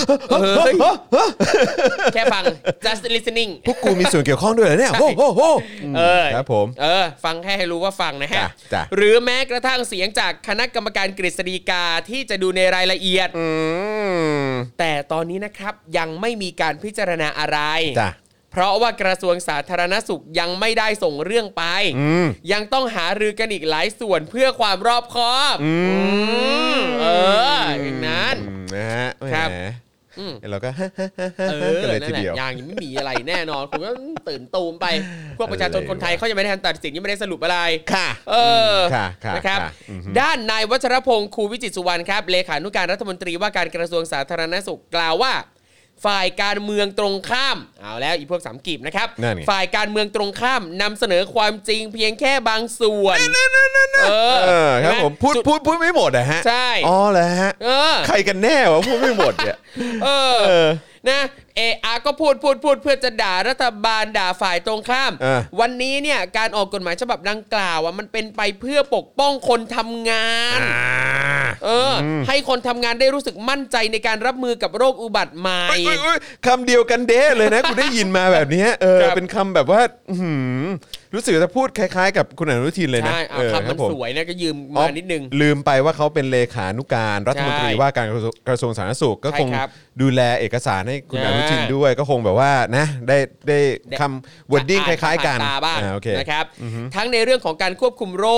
แค่ฟัง just listening พวกกูมีส่วนเกี่ยวข้องด้วยเหรอเนี่ยโอ้โหเออครับผมเออฟังแค่ให้รู้ว่าฟังนะฮะหรือแม้กระทั่งเสียงจากคณะกรรมการกฤษฎีกาที่จะดูในรายละเอียดแต่ตอนนี้นะครับยังไม่มีการพิจารณาอะไรเพราะว่ากระทรวงสาธารณสุขยังไม่ได้ส่งเรื่องไปยังต้องหารือกันอีกหลายส่วนเพื่อความรอบคอบเอออย่างนั้นนะฮะครับเราก็กันเลยทีเดียวยังไม่มีอะไรแน่นอนคุณก็ตื่นตูมไปพวกประชาชนคนไทยเขายังไม่ได้ทันตัดสินยังไม่ได้สรุปอะไรค่ะเออนะครับด้านนายวัชรพงศ์ครูวิจิตรสุวรรณครับเลขานุการรัฐมนตรีว่าการกระทรวงสาธารณสุขกล่าวว่าฝ่ายการเมืองตรงข้ามเอาแล้วอีพวกสามกีบนะครับฝ่ายการเมืองตรงข้ามนำเสนอความจริงเพียงแค่บางส่วนเออครับผมพูดพูดพูดไม่หมดนะฮะใช่อ๋อเหรอฮะใครกันแน่วะพูดไม่หมดเนี่ยเออนะเออาก็พูดพูดพูดเพื่อจะด่ารัฐบาลด่าฝ่ายตรงข้ามวันนี้เนี่ยการออกกฎหมายฉบับดังกล่าวอ่ะมันเป็นไปเพื่อปกป้องคนทำงานเออให้คนทำงานได้รู้สึกมั่นใจในการรับมือกับโรคอุบัติใหม่คำเดียวกันเด้เลยนะกูได้ยินมาแบบนี้เออเป็นคำแบบว่ารู้สึกจะพูดคล้ายๆกับคุณอนุทินเลยนะใช่คำมันสวยนะก็ยืมมานิดนึงลืมไปว่าเขาเป็นเลขานุการรัฐมนตรีว่าการกระทรวงสาธารณสุขก็คงดูแลเอกสารให้คุณอนุทินด้วยก็คงแบบว่านะได้ได้คำ wording คล้ายๆกันนะครับทั้งในเรื่องของการควบคุมโรค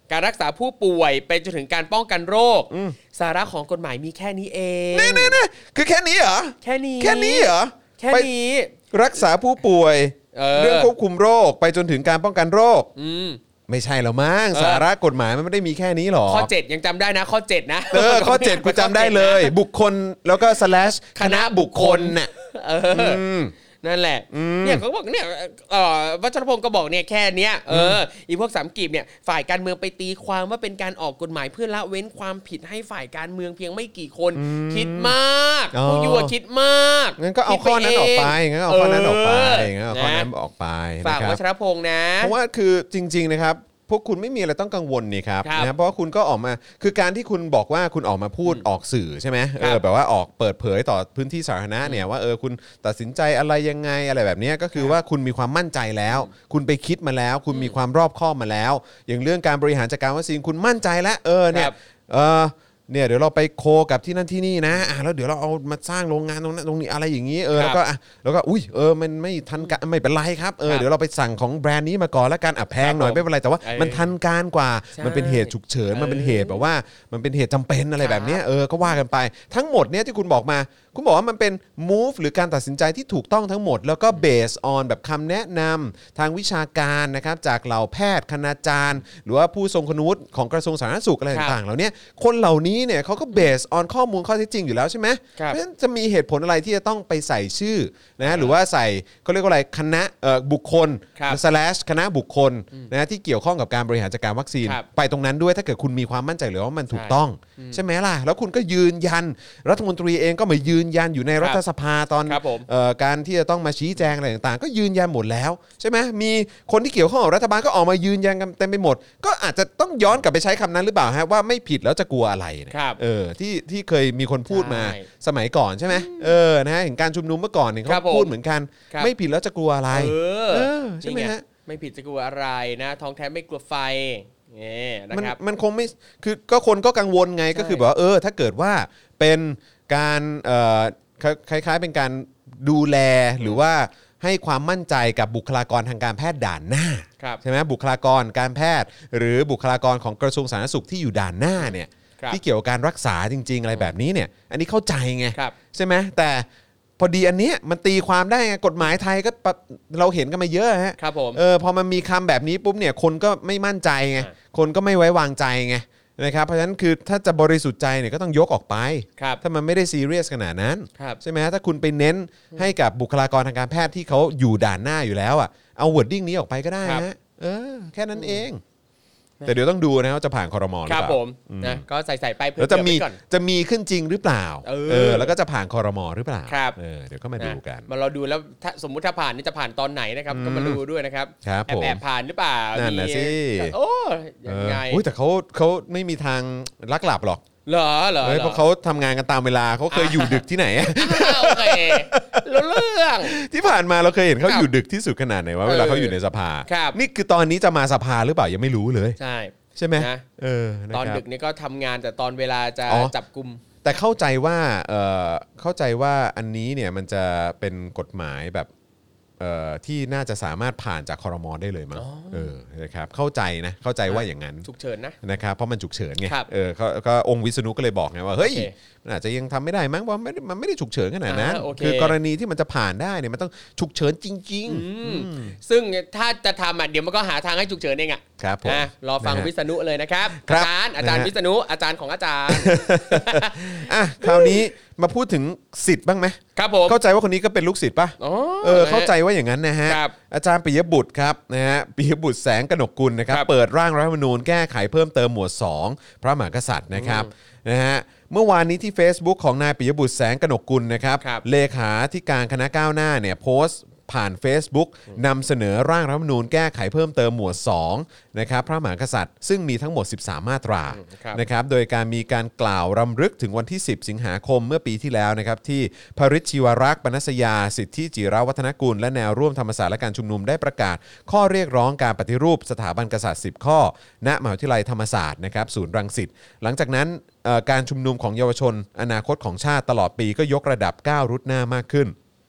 การรักษาผู้ป่วยไปจนถึงการป้องกันโรคสาระของกฎหมายมีแค่นี้เองนี่ๆๆคือแค่นี้เหรอแค่นี้แค่นี้เหรอแค่นี้รักษาผู้ป่วย เ, เรื่องควบคุมโรคไปจนถึงการป้องกันโรคไม่ใช่หรอมั้งสาระกฎหมายมันไม่ได้มีแค่นี้หรอข้อเจ็ดยังจำได้นะข้อเจ็ดนะเออข้อเจ็ดกูจำได้เลยบุคคลแล้วก็ slash คณะบุคคลน่ะนั่นแหละเนี่ยเขาบอกเนี่ยวัชรพงศ์ก็บอกเนี่ยแค่เนี้ยเอออีพวกสามกีบเนี่ยฝ่ายการเมืองไปตีความว่าเป็นการออกกฎหมายเพื่อละเว้นความผิดให้ฝ่ายการเมืองเพียงไม่กี่คนคิดมากพวกยูคิดมากงั้นก็เอาข้อนั้นออกไปงั้นเอาข้อนั้นออกไปงั้นเอาข้อนั้นออกไปฝากวัชรพงศ์นะเพราะว่าคือจริงๆนะครับพวกคุณไม่มีอะไรต้องกังวลนี่ครับนะเพราะว่าคุณก็ออกมาคือการที่คุณบอกว่าคุณออกมาพูดออกสื่อใช่ไหมเออแบบว่าออกเปิดเผยต่อพื้นที่สาธารณะเนี่ยว่าเออคุณตัดสินใจอะไรยังไงอะไรแบบนี้ก็คือว่าคุณมีความมั่นใจแล้วคุณไปคิดมาแล้วคุณมีความรอบคอบมาแล้วอย่างเรื่องการบริหารจัดการวัคซีนคุณมั่นใจแล้วเออเนี่ยเออเนี่ยเดี๋ยวเราไปโคกับที่นั่นที่นี่นะอ่ะแล้วเดี๋ยวเราเอามาสร้างโรงงานตรงนั้นตรงนี้อะไรอย่างนี้เออแล้วก็อ่ะแล้วก็อุ้ยเออมันไม่ทันการไม่เป็นไรครับเออเดี๋ยวเราไปสั่งของแบรนด์นี้มาก่อนแล้วกันอ่ะแพงหน่อยไม่เป็นไรแต่ว่ามันทันการกว่ามันเป็นเหตุฉุกเฉินมันเป็นเหตุแบบว่ามันเป็นเหตุจำเป็นอะไรแบบนี้เออก็ว่ากันไปทั้งหมดเนี่ยที่คุณบอกมาคุณบอกว่ามันเป็น move หรือการตัดสินใจที่ถูกต้องทั้งหมดแล้วก็ based on แบบคำแนะนำทางวิชาการนะครับจากเหล่าแพทย์คณาจารย์หรือว่าผู้ทรงคุณวุฒิของกระทรวงสาธารณสุขอะไรต่างๆเหล่านี้คนเหล่านี้เนี่ยเขาก็ based on ข้อมูลข้อเท็จจริงอยู่แล้วใช่ไหมเพราะฉะนั้นจะมีเหตุผลอะไรที่จะต้องไปใส่ชื่อนะหรือว่าใส่เขาเรียกว่าอะไรคณะบุคคล slash คณะบุคคลนะที่เกี่ยวข้องกับการบริหารจัดการวัคซีนไปตรงนั้นด้วยถ้าเกิดคุณมีความมั่นใจหรือว่ามันถูกต้องใช่ไหมล่ะแล้วคุณก็ยืนยันรัฐมนตรีเองก็มายืนยันอยู่ในรัฐสภาตอนการที่จะต้องมาชี้แจงอะไรต่างๆก็ยืนยันหมดแล้วใช่ไหมมีคนที่เกี่ยวข้องกับรัฐบาลก็ออกมายืนยันกันเต็มไปหมดก็อาจจะต้องย้อนกลับไปใช้คำนั้นหรือเปล่าฮะว่าไม่ผิดแล้วจะกลัวอะไรเออที่ที่เคยมีคนพูดมาสมัยก่อนใช่ไหมเออนะฮะเห็นการชุมนุมเมื่อก่อนเนี่ยเขาพูดเหมือนกันไม่ผิดแล้วจะกลัวอะไรเออใช่ไหมฮะไม่ผิดจะกลัวอะไรนะท้องแท้ไม่กลัวไฟมันมันคงไม่คือก็คนก็กังวลไงก็คือแบบว่าเออถ้าเกิดว่าเป็นการเอ่อคล้ายๆเป็นการดูแลหรือว่าให้ความมั่นใจกับบุคลากรทางการแพทย์ด่านหน้าใช่ไหมบุคลากรการแพทย์หรือบุคลากรของกระทรวงสาธารณสุขที่อยู่ด่านหน้าเนี่ยที่เกี่ยวกับการรักษาจริงๆอะไรแบบนี้เนี่ยอันนี้เข้าใจไงใช่ไหมแต่พอดีอันนี้มันตีความได้ไงกฎหมายไทยก็เราเห็นกันมาเยอะฮะครับผมเออพอมันมีคำแบบนี้ปุ๊บเนี่ยคนก็ไม่มั่นใจไงคนก็ไม่ไว้วางใจไงนะครับเพราะฉะนั้นคือถ้าจะบริสุทธิ์ใจเนี่ยก็ต้องยกออกไปถ้ามันไม่ได้ซีเรียสขนาดนั้นใช่ไหมถ้าคุณไปเน้นให้กับบุคลากรทางการแพทย์ที่เขาอยู่ด่านหน้าอยู่แล้วอ่ะเอาวอร์ดดิ้งนี้ออกไปก็ได้นะเออแค่นั้นเองแต่เดี๋ยวต้องดูนะว่าจะผ่านครม.หรือเปล่าครับผมนะก็ใส่ๆไปเพื่อจะมีจะมีขึ้นจริงหรือเปล่าเออแล้วก็จะผ่านครม.หรือเปล่าเออเดี๋ยวก็มาดูกันมาเราดูแล้วสมมุติถ้าผ่านนี่จะผ่านตอนไหนนะครับก็มาดูด้วยนะครับแอบแอบผ่านหรือเปล่านั่นแหละสิโอ้ยังไงอุ้ยแต่เขาเขาไม่มีทางลักหลับหรอกเหรอเหรอเพราะเขาทำงานกันตามเวลาเขาเคยอยู่ดึกที่ไหนโอเครู้เรื่องที่ผ่านมาเราเคยเห็นเขาอยู่ดึกที่สุดขนาดไหนว่าเวลาเขาอยู่ในสภานี่คือตอนนี้จะมาสภาหรือเปล่ายังไม่รู้เลยใช่ใช่ไหมเออตอนดึกนี่ก็ทำงานแต่ตอนเวลาจะจับกุมแต่เข้าใจว่าเออเข้าใจว่าอันนี้เนี่ยมันจะเป็นกฎหมายแบบเอ่อที่น่าจะสามารถผ่านจากครม.ได้เลยมั้งเออนะครับเข้าใจนะเข้าใจว่าอย่างนั้นฉุกเฉินนะนะครับเพราะมันฉุกเฉินไงเออเขาก็องค์วิษณุก็เลยบอกไงว่าเฮ้ยมันอาจจะยังทำไม่ได้มั้งเพราะมันไม่ได้ฉุกเฉินขนาดนั้นคือกรณีที่มันจะผ่านได้เนี่ยมันต้องฉุกเฉินจริงๆซึ่งถ้าจะทำอ่ะเดี๋ยวมันก็หาทางให้ฉุกเฉินเองอ่ะครับผมรอฟังวิษณุเลยนะครับอาจารย์อาจารย์วิษณุอาจารย์ของอาจารย์อ่ะคราวนี้มาพูดถึงศิษย์บ้างไหมครับผมเข้าใจว่าคนนี้ก็เป็นลูกศิษย์ป่ะเออเข้าใจว่าอย่างนั้นนะฮะอาจารย์ปิยบุตรครับนะฮะปิยบุตรแสงกนกกุลนะครับเปิดร่างรัฐธรรมนูญแก้ไขเพิ่มเติมหมวดสองพระมหากษัตริย์นะครับนะฮะเมื่อวานนี้ที่ Facebook ของนายปิยบุตรแสงกนกกุลนะครับเลขาธิการคณะก้าวหน้าเนี่ยโพสต์ผ่าน Facebook นำเสนอร่างรัฐธรรมนูญแก้ไขเพิ่มเติมหมวดสองนะครับพระมหากษัตริย์ซึ่งมีทั้งหมดสิบสามมาตรานะครับโดยการมีการกล่าวรำลึกถึงวันที่สิบสิงหาคมเมื่อปีที่แล้วนะครับที่พริชชีวรักษ์ปนัสยาสิทธิจิรวัฒนกุลและแนวร่วมธรรมศาสตร์และการชุมนุมได้ประกาศข้อเรียกร้องการปฏิรูปสถาบันกษัตริย์สิบข้อณมหาวิทยาลัยธรรมศาสตร์นะครับศูนย์รังสิตหลังจากนั้นการชุมนุมของเยาวชนอนาคตของชาติตลอดปีก็ยกระดับก้าวรุดหน้ามากขึ้น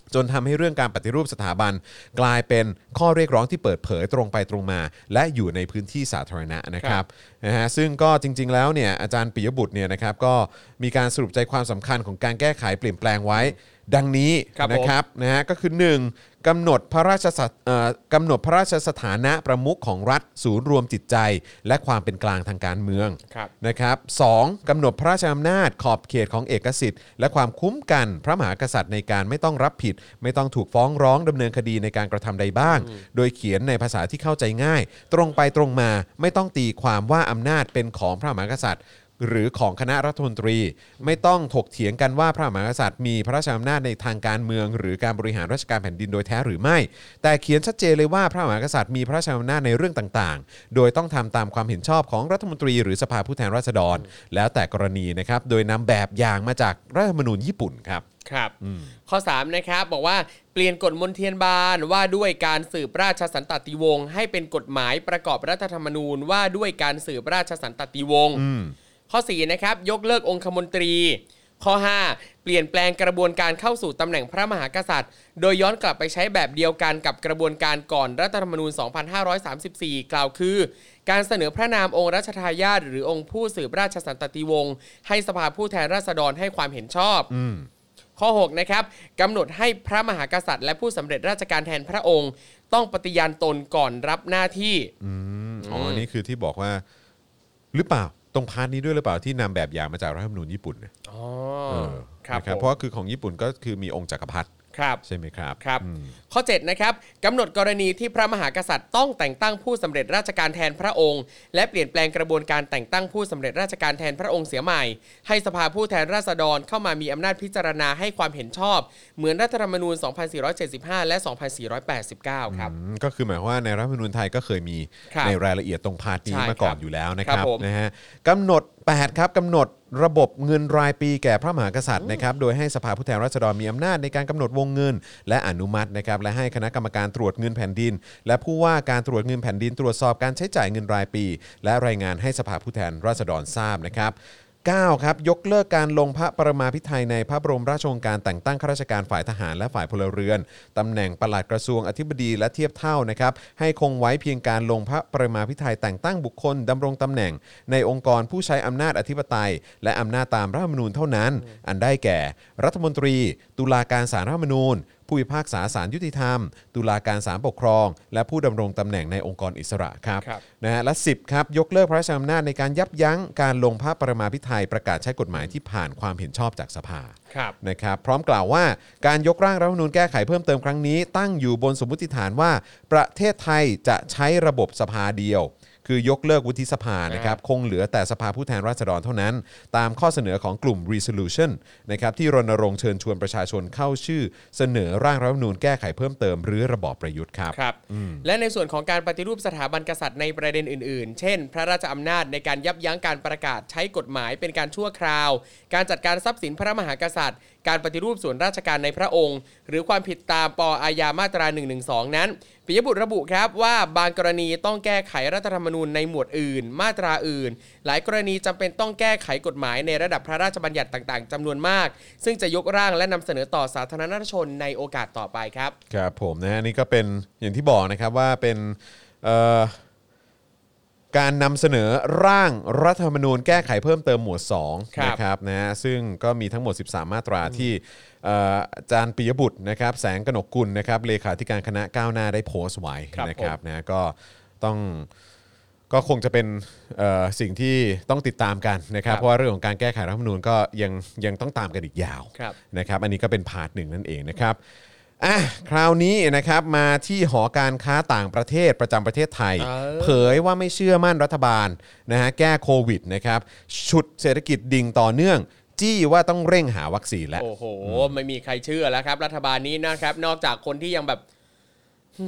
จนทำให้เรื่องการปฏิรูปสถาบันกลายเป็นข้อเรียกร้องที่เปิดเผยตรงไปตรงมาและอยู่ในพื้นที่สาธารณะนะครับนะฮะซึ่งก็จริงๆแล้วเนี่ยอาจารย์ปิยบุตรเนี่ยนะครับก็มีการสรุปใจความสำคัญของการแก้ไขเปลี่ยนแปลงไว้ดังนี้นะครับนะฮะก็คือหนึ่งกำหนดพระราชสเอ่อกำหนดพระราชสถานะประมุขของรัฐศูนย์รวมจิตใจและความเป็นกลางทางการเมืองนะครับสองกำหนดพระราชอำนาจขอบเขตของเอกสิทธิ์และความคุ้มกันพระมหากษัตริย์ในการไม่ต้องรับผิดไม่ต้องถูกฟ้องร้องดำเนินคดีในการกระทำใดบ้างโดยเขียนในภาษาที่เข้าใจง่ายตรงไปตรงมาไม่ต้องตีความว่าอำนาจเป็นของพระมหากษัตริย์หรือของคณะรัฐมนตรีไม่ต้องถกเถียงกันว่าพระมหากษัตริย์มีพระราชอำนาจในทางการเมืองหรือการบริหารราชการแผ่นดินโดยแท้หรือไม่แต่เขียนชัดเจนเลยว่าพระมหากษัตริย์มีพระราชอำนาจในเรื่องต่างๆโดยต้องทำตามความเห็นชอบของรัฐมนตรีหรือสภาผู้แทนราษฎรแล้วแต่กรณีนะครับโดยนำแบบอย่างมาจากรัฐธรรมนูญญี่ปุ่นครับครับข้อสามนะครับบอกว่าเปลี่ยนกฎมนเทียนบานว่าด้วยการสืบราชสันตติวงศ์ให้เป็นกฎหมายประกอบรัฐธรรมนูญว่าด้วยการสืบราชสันตติวงศ์ข้อสี่นะครับยกเลิกองคมนตรีข้อห้าเปลี่ยนแปลงกระบวนการเข้าสู่ตำแหน่งพระมหากษัตริย์โดยย้อนกลับไปใช้แบบเดียวกันกับกระบวนการก่อนรัฐธรรมนูญ สองพันห้าร้อยสามสิบสี่ กล่าวคือการเสนอพระนามองค์รัชทายาทหรือองค์ผู้สืบราชสันตติวงศ์ให้สภาผู้แทนราษฎรให้ความเห็นชอบข้อหกนะครับกำหนดให้พระมหากษัตริย์และผู้สำเร็จราชการแทนพระองค์ต้องปฏิญาณตนก่อนรับหน้าที่อ๋ออันนี้คือที่บอกว่าหรือเปล่าตรงพาร์ทนี้ด้วยหรือเปล่าที่นำแบบอย่างมาจากรัฐธรรมนูญญี่ปุ่นเนี่ยอ๋อครับเพราะว่าคือของญี่ปุ่นก็คือมีองค์จักรพรรดิใช่ไหมครับครับข้อเจ็ดนะครับกำหนดกรณีที่พระมหากษัตริย์ต้องแต่งตั้งผู้สำเร็จราชการแทนพระองค์และเปลี่ยนแปลงกระบวนการแต่งตั้งผู้สำเร็จราชการแทนพระองค์เสียใหม่ให้สภาผู้แทนราษฎรเข้ามามีอำนาจพิจารณาให้ความเห็นชอบเหมือนรัฐธรรมนูญ สองพันสี่ร้อยเจ็ดสิบห้า และ สองพันสี่ร้อยแปดสิบเก้า ครับก็คือหมายว่าในรัฐธรรมนูญไทยก็เคยมีในรายละเอียดตรงพาร์ทนี้มาก่อนอยู่แล้วนะครับนะฮะกำหนดแปดครับกำหนดระบบเงินรายปีแก่พระมหากษัตริย์นะครับโดยให้สภาผู้แทนราษฎรมีอำนาจในการกำหนดวงเงินและอนุมัตินะครับและให้คณะกรรมการตรวจเงินแผ่นดินและผู้ว่าการตรวจเงินแผ่นดินตรวจสอบการใช้จ่ายเงินรายปีและรายงานให้สภาผู้แทนราษฎรทราบนะครับเก้าครับยกเลิกการลงพระปรมาภิไธยในพระบรมราชโองการแต่งตั้งข้าราชการฝ่ายทหารและฝ่ายพลเรือนตำแหน่งปลัดกระทรวงอธิบดีและเทียบเท่านะครับให้คงไว้เพียงการลงพระปรมาภิไธยแต่งตั้งบุคคลดำรงตำแหน่งในองค์กรผู้ใช้อำนาจอธิปไตยและอำนาจตามรัฐธรรมนูญเท่านั้นอันได้แก่รัฐมนตรีตุลาการศาลรัฐธรรมนูญผู้พิพากษาศาลยุติธรรมตุลาการศาลปกครองและผู้ดำรงตำแหน่งในองค์กรอิสระครับนะฮะและสิบครับยกเลิกพระราชอำนาจในการยับยั้งการลงพระปรมาภิไธยประกาศใช้กฎหมายที่ผ่านความเห็นชอบจากสภานะครับพร้อมกล่าวว่าการยกร่างรัฐธรรมนูญแก้ไขเพิ่มเติมครั้งนี้ตั้งอยู่บนสมมติฐานว่าประเทศไทยจะใช้ระบบสภาเดียวคือยกเลิกวุฒิสภานะครับคงเหลือแต่สภาผู้แทนราษฎรเท่านั้นตามข้อเสนอของกลุ่ม Resolution นะครับที่รณรงค์เชิญชวนประชาชนเข้าชื่อเสนอร่างรัฐธรรมนูญแก้ไขเพิ่มเติมหรือระบอบประยุทธ์ครับครับและในส่วนของการปฏิรูปสถาบันกษัตริย์ในประเด็นอื่นๆเช่นพระราชอำนาจในการยับยั้งการประกาศใช้กฎหมายเป็นการชั่วคราวการจัดการทรัพย์สินพระมหากษัตริย์การปฏิรูปส่วนราชการในพระองค์หรือความผิดตามป.อาญามาตราหนึ่งหนึ่งสองนั้นปิยบุตรระบุครับว่าบางกรณีต้องแก้ไขรัฐธรรมนูญในหมวดอื่นมาตราอื่นหลายกรณีจำเป็นต้องแก้ไขกฎหมายในระดับพระราชบัญญัติต่างๆจำนวนมากซึ่งจะยกร่างและนำเสนอต่อสาธารณชนในโอกาสต่อไปครับครับผมนะฮะนี่ก็เป็นอย่างที่บอกนะครับว่าเป็นเอ่อการนำเสนอร่างรัฐธรรมนูญแก้ไขเพิ่มเติมหมวดสองนะครับนะฮะซึ่งก็มีทั้งหมดสิบสามมาตราที่อาจารย์ปิยบุตรนะครับแสงกนกกุลนะครับเลขาธิการคณะก้าวหน้าได้โพสต์ไว้นะครับนะก็ต้องก็คงจะเป็นสิ่งที่ต้องติดตามกันนะครับเพราะว่าเรื่องของการแก้ไขรัฐธรรมนูญก็ยังยังต้องตามกันอีกยาวนะครับอันนี้ก็เป็นพาร์ทหนึ่งนั่นเองนะครับอ่ะคราวนี้นะครับมาที่หอการค้าต่างประเทศประจำประเทศไทยเผยว่าไม่เชื่อมั่นรัฐบาลนะฮะแก้โควิดนะครับฉุดเศรษฐกิจดิ่งต่อเนื่องจี้ว่าต้องเร่งหาวัคซีนแล้วโอ้โหไม่มีใครเชื่อแล้วครับรัฐบาลนี้นะครับนอกจากคนที่ยังแบบ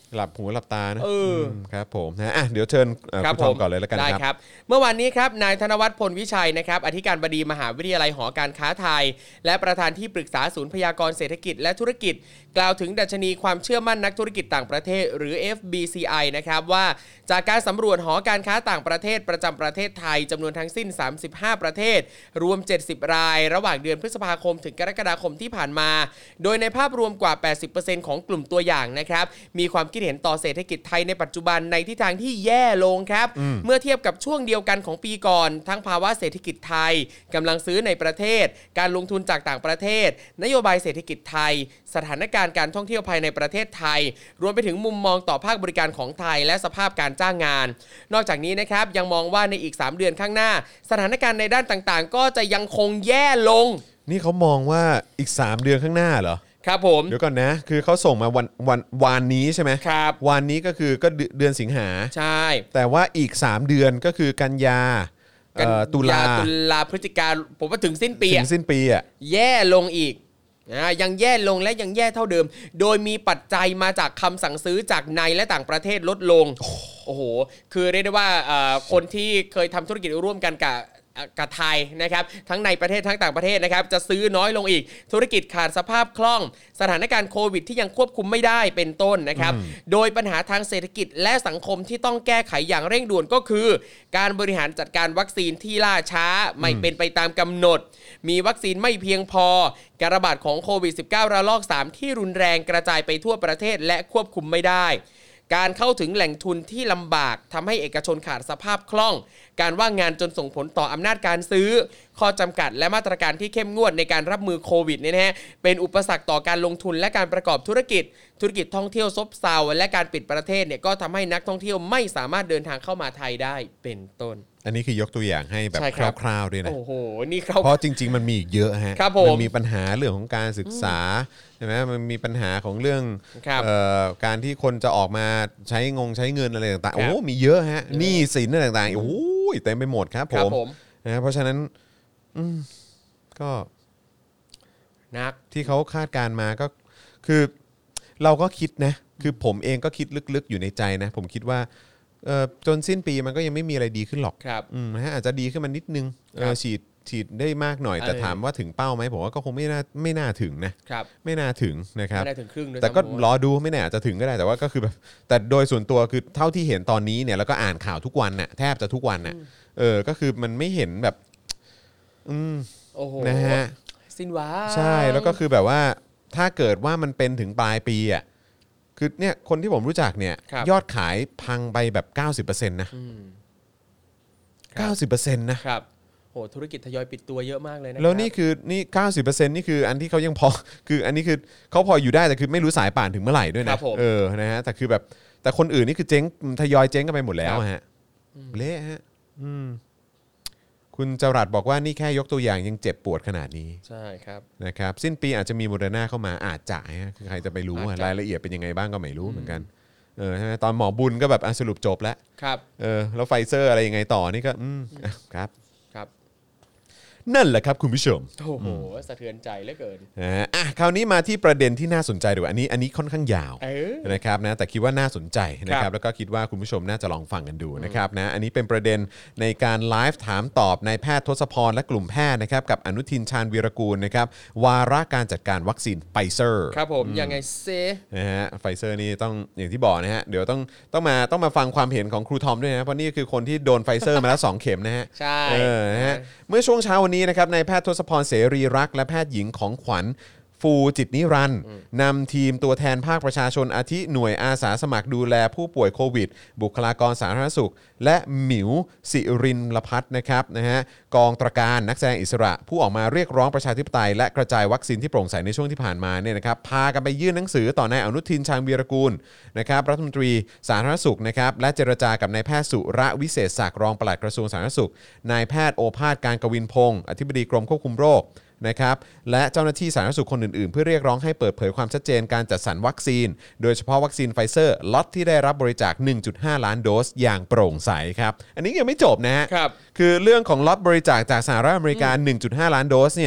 หลับหูหลับตานะเออมครับผมนะอ่ะเดี๋ยวเชิญเอ่อครับคุณทอมก่อนเลยแล้วกันได้นะครับครับ เมื่อวานนี้ครับนายธนวัฒน์พลวิชัยนะครับอธิการบดีมหาวิทยาลัยหอการค้าไทยและประธานที่ปรึกษาศูนย์พยากรณ์เศรษฐกิจและธุรกิจกล่าวถึงดัชนีความเชื่อมั่นนักธุรกิจต่างประเทศหรือ เอฟ บี ซี ไอ นะครับว่าจากการสำรวจหอการค้าต่างประเทศประจำประเทศไทยจำนวนทั้งสิ้นสามสิบห้าประเทศรวมเจ็ดสิบรายระหว่างเดือนพฤษภาคมถึงกรกฎาคมที่ผ่านมาโดยในภาพรวมกว่า แปดสิบเปอร์เซ็นต์ ของกลุ่มตัวอย่างนะครับมีความคิดเห็นต่อเศรษฐกิจไทยในปัจจุบันในทิศทางที่แย่ลงครับเมื่อเทียบกับช่วงเดียวกันของปีก่อนทั้งภาวะเศรษฐกิจไทยกำลังซื้อในประเทศการลงทุนจากต่างประเทศนโยบายเศรษฐกิจไทยสถานการณ์การท่องเที่ยวภายในประเทศไทยรวมไปถึงมุมมองต่อภาคบริการของไทยและสภาพการจ้างงานนอกจากนี้นะครับยังมองว่าในอีกสามเดือนข้างหน้าสถานการณ์ในด้านต่างๆก็จะยังคงแย่ลงนี่เขามองว่าอีกสามเดือนข้างหน้าเหรอครับผมเดี๋ยวก่อนนะคือเขาส่งมาวันวันวันนี้ใช่ไหมครับวันนี้ก็คือก็เดือนสิงหาใช่แต่ว่าอีกสามเดือนก็คือกันยาตุลาตุลาพฤศจิกาผมว่าถึงสิ้นปีถึงสิ้นปีอ่ะแย่ลงอีกนะยังแย่ลงและยังแย่เท่าเดิมโดยมีปัจจัยมาจากคำสั่งซื้อจากในและต่างประเทศลดลงโอ้โหคือเรียกได้ว่าคนที่เคยทำธุรกิจร่วมกันกับกับไทยนะครับทั้งในประเทศทั้งต่างประเทศนะครับจะซื้อน้อยลงอีกธุรกิจขาดสภาพคล่องสถานการณ์โควิดที่ยังควบคุมไม่ได้เป็นต้นนะครับโดยปัญหาทางเศรษฐกิจและสังคมที่ต้องแก้ไขอย่างเร่งด่วนก็คือการบริหารจัดการวัคซีนที่ล่าช้าไม่เป็นไปตามกำหนดมีวัคซีนไม่เพียงพอการระบาดของโควิด สิบเก้า ระลอกสามที่รุนแรงกระจายไปทั่วประเทศและควบคุมไม่ได้การเข้าถึงแหล่งทุนที่ลำบากทำให้เอกชนขาดสภาพคล่องการว่างงานจนส่งผลต่ออำนาจการซื้อข้อจำกัดและมาตรการที่เข้มงวดในการรับมือโควิดเนี่ยนะฮะเป็นอุปสรรคต่อการลงทุนและการประกอบธุรกิจธุรกิจท่องเที่ยวซบเซาและการปิดประเทศเนี่ยก็ทำให้นักท่องเที่ยวไม่สามารถเดินทางเข้ามาไทยได้เป็นต้นอันนี้คือยกตัวอย่างให้แบบคร่าวๆด้วยนะโอ้โหนี่คร่าวเพราะจริงๆมันมีอีกเยอะฮะมันมีปัญหาเรื่องของการศึกษาใช่ไหมมันมีปัญหาของเรื่องการที่คนจะออกมาใช้งงใช้เงินอะไรต่างๆโอ้มีเยอะฮะหนี้สินอะไรต่างๆโอ้ยเต็มไปหมดครับผมนะเพราะฉะนั้นก็นักที่เขาคาดการมาก็คือเราก็คิดนะคือผมเองก็คิดลึกๆอยู่ในใจนะผมคิดว่าจนสิ้นปีมันก็ยังไม่มีอะไรดีขึ้นหรอกนะฮะอาจจะดีขึ้นมานิดนึงฉีดฉีดได้มากหน่อยแต่ถามว่าถึงเป้าไหมผมว่าก็คงไม่น่าไม่น่าถึงนะไม่น่าถึงนะครับไม่น่าถึงครึ่งแต่ก็รอดูไม่แน่อาจจะถึงก็ได้แต่ว่าก็คือแบบแต่โดยส่วนตัวคือเท่าที่เห็นตอนนี้เนี่ยแล้วก็อ่านข่าวทุกวันน่ะแทบจะทุกวันน่ะเออก็คือมันไม่เห็นแบบอืมนะฮะสิ้นหวังใช่แล้วก็คือแบบว่าถ้าเกิดว่ามันเป็นถึงปลายปีอ่ะคือเนี่ยคนที่ผมรู้จักเนี่ยยอดขายพังไปแบบ เก้าสิบเปอร์เซ็นต์ นะ เก้าสิบเปอร์เซ็นต์ นะครับโหธุรกิจทยอยปิดตัวเยอะมากเลยนะแล้วนี่คือนี่ เก้าสิบเปอร์เซ็นต์ นี่คืออันที่เขายังพอคืออันนี้คือเขาพออยู่ได้แต่คือไม่รู้สายป่านถึงเมื่อไหร่ด้วยนะเออนะฮะแต่คือแบบแต่คนอื่นนี่คือเจ๊งทยอยเจ๊งกันไปหมดแล้วฮะเละฮะอืมคุณจรัสบอกว่านี่แค่ยกตัวอย่างยังเจ็บปวดขนาดนี้ใช่ครับนะครับสิ้นปีอาจจะมีโมเดอร์นาเข้ามาอาจจะฮะใครจะไปรู้รายละเอียดเป็นยังไงบ้างก็ไม่รู้เหมือนกันเออใช่ไหมตอนหมอบุญก็แบบสรุปจบแล้วครับเออแล้วไฟเซอร์อะไรยังไงต่อนี่ก็อืมครับครับนั่นแหละครับคุณผู้ชมโอ้โหสะเทือนใจเหลือเกินอ่ะคราวนี้มาที่ประเด็นที่น่าสนใจดีกว่าอันนี้อันนี้ค่อนข้างยาวนะครับนะแต่คิดว่าน่าสนใจนะครับแล้วก็คิดว่าคุณผู้ชมน่าจะลองฟังกันดูนะครับนะอันนี้เป็นประเด็นในการไลฟ์ถามตอบนายแพทย์ทศพรและกลุ่มแพทย์นะครับกับอนุทินชาญวีรกูลนะครับวาระการจัดการวัคซีนไฟเซอร์ครับผมยังไงเซนะฮะไฟเซอร์นี่ต้องอย่างที่บอกนะฮะเดี๋ยวต้องต้องมาต้องมาฟังความเห็นของครูทอมด้วยนะเพราะนี่คือคนที่โดนไฟเซอร์มาแล้วสองเข็มนะฮะใช่เออนะฮะเมื่อช่วงเช้าวันนี้นะครับนายแพทย์ทศพรเสรีรักษ์และแพทย์หญิงของขวัญฟูจิตนิรันดร์นำทีมตัวแทนภาคประชาชนอาทิหน่วยอาสาสมัครดูแลผู้ป่วยโควิดบุคลากรสาธารณสุขและหมิวสิรินลพัฒน์นะครับนะฮะกองตระการนักแสดงอิสระผู้ออกมาเรียกร้องประชาธิปไตยและกระจายวัคซีนที่โปร่งใสในช่วงที่ผ่านมาเนี่ยนะครับพากันไปยื่นหนังสือต่อนายอนุทินชาญวีรกูลนะครับรัฐมนตรีสาธารณสุขนะครับและเจรจากับนายแพทย์สุระวิเศษศักดิ์รองปลัดกระทรวงสาธารณสุขนายแพทย์โอภาสการกวินพงศ์อธิบดีกรมควบคุมโรคนะครับและเจ้าหน้าที่สาธารณสุขคนอื่นๆเพื่อเรียกร้องให้เปิดเผยความชัดเจนการจัดสรรวัคซีนโดยเฉพาะวัคซีนไฟเซอร์ล็อตที่ได้รับบริจาค หนึ่งจุดห้า ล้านโดสอย่างโปร่งใสครับอันนี้ยังไม่จบนะฮะครับคือเรื่องของล็อตบริจาคจากสหรัฐอเมริกา หนึ่งจุดห้า ล้านโดสเนี่ย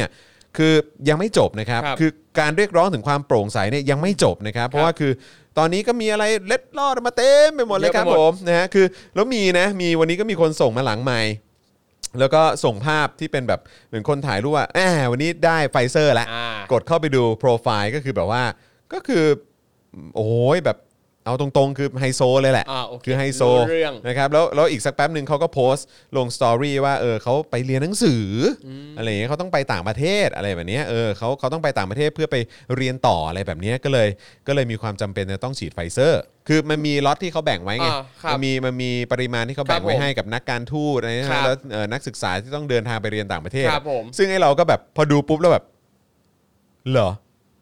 คือยังไม่จบนะครับครับคือการเรียกร้องถึงความโปร่งใสเนี่ยยังไม่จบนะครับเพราะว่าคือตอนนี้ก็มีอะไรเล็ดลอดมาเต็มไปหมดเลยครับผมนะฮะคือแล้วมีนะมีวันนี้ก็มีคนส่งมาหลังไมค์แล้วก็ส่งภาพที่เป็นแบบเหมือนคนถ่ายรูปว่าแหมวันนี้ได้ไฟเซอร์แล้วอ่ากดเข้าไปดูโปรไฟล์ก็คือแบบว่าก็คือโอ้ยแบบเอาตรงๆคือไฮโซเลยแหละอ่าโอเคคือไฮโซรู้เรื่องนะครับแล้วแล้วอีกสักแป๊บหนึ่งเขาก็โพสต์ลงสตอรี่ว่าเออเขาไปเรียนหนังสือออะไรอย่างเงี้ยเขาต้องไปต่างประเทศอะไรแบบเนี้ยเออเขาเขาต้องไปต่างประเทศเพื่อไปเรียนต่ออะไรแบบเนี้ยก็เลยก็เลยมีความจำเป็นจะต้องฉีดไฟเซอร์คือมันมีล็อตที่เขาแบ่งไว้ไงอ่าครับมันมีมันมีปริมาณที่เขาแบ่งไว้ครับผมให้กับนักการทูตอะไรครันะบแล้วเอ่อนักศึกษาที่ต้องเดินทางไปเรียนต่างประเทศครับผมซึ่งไอ้เราก็แบบพอดูปุ๊บแล้วแบบเหรอ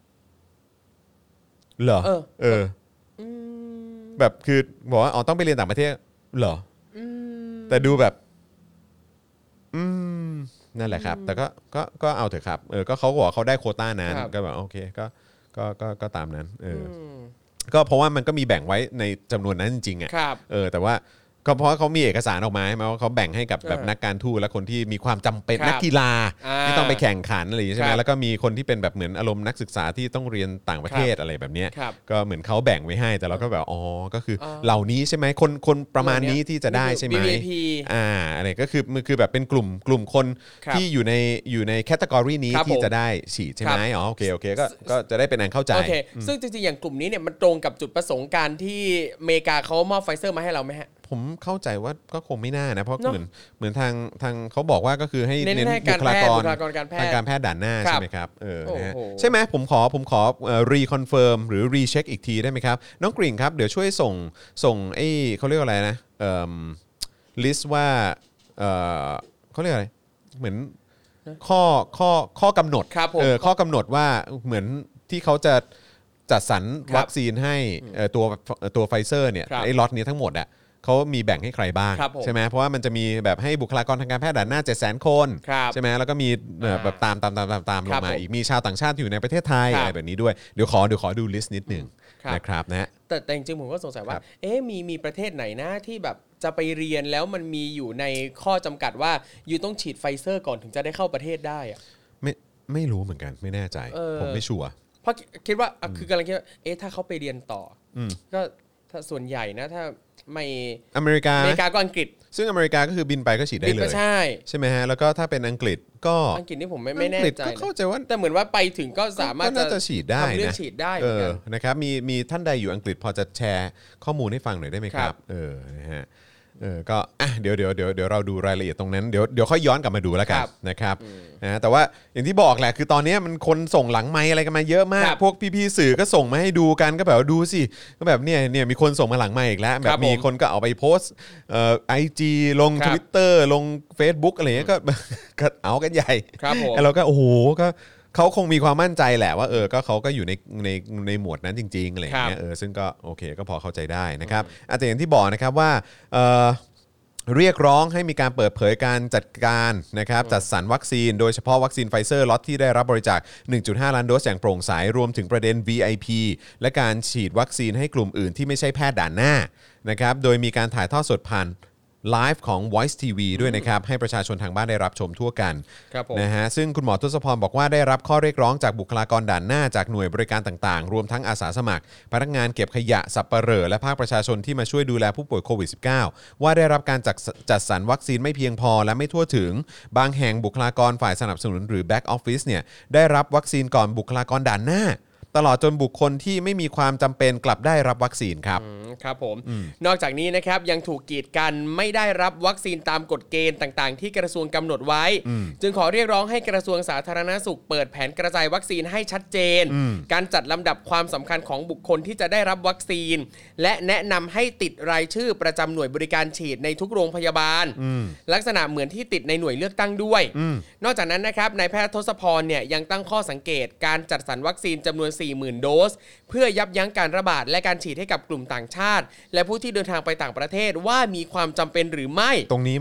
เหรอเออเออแบบคือบอกว่าอ๋อต้องไปเรียนต่างประเทศเหรออแต่ดูแบบ อืมนั่นแหละครับ แต่ก็ก็ก็เอาเถอะครับเออก็เขาบอกว่าเขาได้โควต้านั้นครับก็แบบโอเคก็ก็ก็ก็ตามนั้นเอออก็เพราะว่ามันก็มีแบ่งไว้ในจำนวนนั้นจริงๆอ่ะครับเออแต่ว่าก็เพราะเขามีเอกสารออกมาใช่ไหมว่าเขาแบ่งให้กับแบบเออนักการทูตและคนที่มีความจำเป็นครับนักกีฬาอ่าที่ต้องไปแข่งขันอะไรอย่างนี้ใช่ไหมครับแล้วก็มีคนที่เป็นแบบเหมือนอารมณ์นักศึกษาที่ต้องเรียนต่างประเทศอะไรแบบเนี้ยครับก็เหมือนเขาแบ่งไว้ให้แต่เราก็แบบอ๋อก็คือเออเหล่านี้ใช่ไหมคนคนประมาณนี้ที่จะได้ใช่ไหมวี ไอ พีอ่าอะไรก็คือมันคือแบบเป็นกลุ่มกลุ่มคนครับที่อยู่ในอยู่ในแคตตากรีนี้ครับที่ผมจะได้ฉีดใช่ไหมครับอ๋อโอเคโอเคก็ก็จะได้เป็นอันเข้าใจโอเคซึ่งจริงๆอย่างกลุ่มนี้เนี่ยมันตรงกับจุดประสงค์การที่อเมริกาเขามอบไฟเซอร์มาให้เราไหมฮะผมเข้าใจว่าก็คงไม่น่านะเพราะเนอะเหมือนเหมือนทางทางเขาบอกว่าก็คือให้เน้นเน้นให้บุการคลาแพทกย์รบุคลากรการแพทย์ทางการแพทย์ด่านหน้าครับใช่ไหมครับเออนะฮะโอ้โหใช่ไหมผมขอผมขอรีคอนเฟิร์มหรือรีเช็คอีกทีได้ไหมครับน้องกริ่งครับเดี๋ยวช่วยส่งส่งไอ้เขาเรียกว่าอะไรนะเอ่อลิสต์ว่าเอ่อเขาเรียกอะไรเหมือนข้อข้อข้อกำหนดครับผมเออข้อกำหนดว่าเหมือนที่เขาจะจัดสรรครับวัคซีนให้เอ่อตัวตัวไฟเซอร์เนี่ยครับไอ้ล็อตนี้ทั้งหมดอ่ะเขามีแบ่งให้ใครบ้างครับผมใช่ไหมเพราะว่ามันจะมีแบบให้บุคลากรทางการแพทย์ด่านหน้า เจ็ดแสน คนครับใช่ไหมแล้วก็มีเอ่ออ่าแบบตามตามตามตามตามลครังบมาผมอีกมีชาวต่างชาติที่อยู่ในประเทศไทยครับอะไรแบบนี้ด้วยเดี๋ยวขอเดี๋ยวขอดูลิสต์นิดหนึ่งครับนะครับนะแต่แต่จริงๆผมก็สงสัยว่าครับเอ๊ะมีมีประเทศไหนนะที่แบบจะไปเรียนแล้วมันมีอยู่ในข้อจำกัดว่าอยู่ต้องฉีดไฟเซอร์ก่อนถึงจะได้เข้าประเทศได้อะไม่ไม่รู้เหมือนกันไม่แน่ใจเออผมไม่ชัวร์เพราะคิดว่าอ่ะคือกำลังคิดว่าเอ๊ะถ้าเขาไปเรียนต่ออมก็ถ้าส่วนใหญ่นะถ้าไม่อเมริกาอเมริกาก็อังกฤษซึ่งอเมริกาก็คือบินไปก็ฉีดได้บินเลไปยใช่ใช่ไหมฮะแล้วก็ถ้าเป็นอังกฤษก็อังกฤษนี่ผมไม่ไม่แน่อังกฤษใจก็นะเข้าใจว่าแต่เหมือนว่าไปถึงก็สามารถก็น่าจะฉีดได้ทำเรื่องนะฉีดได้เหเอมือนอกันนะครับมีมีท่านใดอยู่อังกฤษพอจะแชร์ข้อมูลให้ฟังหน่อยได้ไหมคครัรับบ เออนะฮะเออก็อ่ะเดี๋ยวเดี๋ยวเดี๋ยวเดี๋ยวเราดูรายละเอียดตรงนั้นเดี๋ยวเดี๋ยวค่อยย้อนกลับมาดูแล้วกันครับนะครับนะแต่ว่าอย่างที่บอกแหละคือตอนนี้มันคนส่งหลังไมค์อะไรกันมาเยอะมากครับพวกพี่ๆสื่อก็ส่งมาให้ดูกันก็แบบว่าดูสิก็แบบเนี่ยเนี่ยมีคนส่งมาหลังไมค์อีกแล้ว แบบมีผมคนก็เอาไปโพสต์เอ่อไอจีลงครับ Twitter ลง Facebook อะไรเงี้ยก็ ก็เอากันใหญ่ครับผมแล้วเราก็โอ้โหก็เขาคงมีความมั่นใจแหละว่าเออก็เขาก็อยู่ในในในหมวดนั้นจริงๆอะไรอย่างเงี้ยเออซึ่งก็โอเคก็พอเข้าใจได้นะครับอาจจะอย่างที่บอกนะครับว่าเอ่อเรียกร้องให้มีการเปิดเผยการจัดการนะครับจัดสรรวัคซีนโดยเฉพาะวัคซีนไฟเซอร์ล็อตที่ได้รับบริจาค หนึ่งจุดห้า ล้านโดสอย่างโปร่งใสรวมถึงประเด็น วี ไอ พี และการฉีดวัคซีนให้กลุ่มอื่นที่ไม่ใช่แพทย์ด่านหน้านะครับโดยมีการถ่ายทอดสดผ่านไลฟ์ของ Voice ที วี ด้วยนะครับให้ประชาชนทางบ้านได้รับชมทั่วกันครับผมนะฮะซึ่งคุณหมอทศพรบอกว่าได้รับข้อเรียกร้องจากบุคลากรด่านหน้าจากหน่วยบริการต่างๆ รวมทั้งอาสาสมัคร พนักงานเก็บขยะสับปเหร่อและภาคประชาชนที่มาช่วยดูแลผู้ป่วยโควิด สิบเก้า ว่าได้รับการจัดจัดสรรวัคซีนไม่เพียงพอและไม่ทั่วถึงบางแห่งบุคลากรฝ่ายสนับสนุนหรือ Back Office เนี่ยได้รับวัคซีนก่อนบุคลากรด่านหน้า ตลอดจนบุคคลที่ไม่มีความจำเป็นกลับได้รับวัคซีนครับอืมครับผมนอกจากนี้นะครับยังถูกกีดกันไม่ได้รับวัคซีนตามกฎเกณฑ์ต่างๆ ที่กระทรวงกำหนดไว้ จึงขอเรียกร้องให้กระทรวงสาธารณสุขเปิดแผนกระจายวัคซีนให้ชัดเจน การจัดลำดับความสำคัญของบุคคลที่จะได้รับวัคซีน และแนะนำให้ติดรายชื่อประจำหน่วยบริการฉีดในทุกโรงพยาบาล ลักษณะเหมือนที่ติดในหน่วยเลือกตั้งด้วย นอกจากนั้นนะครับนายแพทย์ทศพรเนี่ยยังตั้งข้อสังเกตการจัดสรรวัคซีนจำนวน สี่หมื่น โดส เพื่อยับยั้งการระบาดและการฉีดให้กับกลุ่มต่างชาติ และผู้ที่เดินทางไปต่างประเทศว่ามีความจำเป็นหรือไม่ตรงนี้มั้ง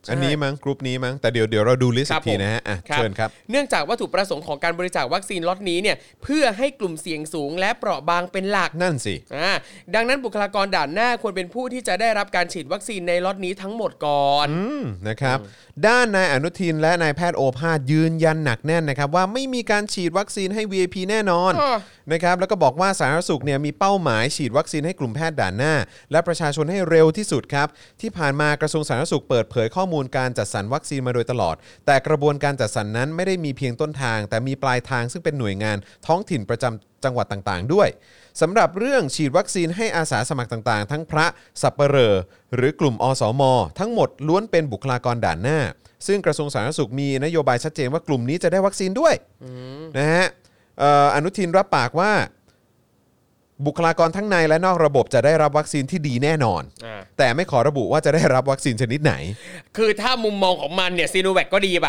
อันนี้มั้งกรุ๊ปนี้มั้งแต่เดี๋ยวเดี๋ยวเราดูลิสต์อีกทีนะฮะอ่ะเชิญครับเนื่องจากวัตถุประสงค์ของการบริจาควัคซีนล็อตนี้เนี่ยเพื่อให้กลุ่มเสี่ยงสูงและเปราะบางเป็นหลักนั่นสิอ่าดังนั้นบุคลากรด่านหน้าควรเป็นผู้ที่จะได้รับการฉีดวัคซีนในล็อตนี้ทั้งหมดก่อนอืมนะครับด้านนายอนุทินและนายแพทย์โอภาสยืนยันหนักแน่นนะครับว่าไม่มีการฉีดวัคซีนให้ วี ไอ พี แน่นอนนะครับแล้วก็บอกว่าสาธารณสุขเนี่ยมีเป้าหมายฉีดวัคซีนให้กลุ่มแพทย์ด่านหน้าและประชาชนให้เร็วที่สุดครับที่ผ่านมากระทรวงสาธารณสุขเปิดเผยข้อมูลการจัดสรรวัคซีนมาโดยตลอดแต่กระบวนการจัดสรรนั้นไม่ได้มีเพียงต้นทางแต่มีปลายทางซึ่งเป็นหน่วยงานท้องถิ่นประจำจังหวัดต่างๆด้วยสำหรับเรื่องฉีดวัคซีนให้อาสาสมัครต่างๆทั้งพระสัปเหร่อหรือกลุ่มอสม.ทั้งหมดล้วนเป็นบุคลากรด่านหน้าซึ่งกระทรวงสาธารณสุขมีนโยบายชัดเจนว่ากลุ่มนี้จะได้วัคซีนด้วยนะฮะอนุทินรับปากว่าบุคลากรทั้งในและนอกระบบจะได้รับวัคซีนที่ดีแน่นอนแต่ไม่ขอระบุว่าจะได้รับวัคซีนชนิดไหนคือถ้ามุมมองของมันเนี่ยซีโนแวคก็ดีป่ะ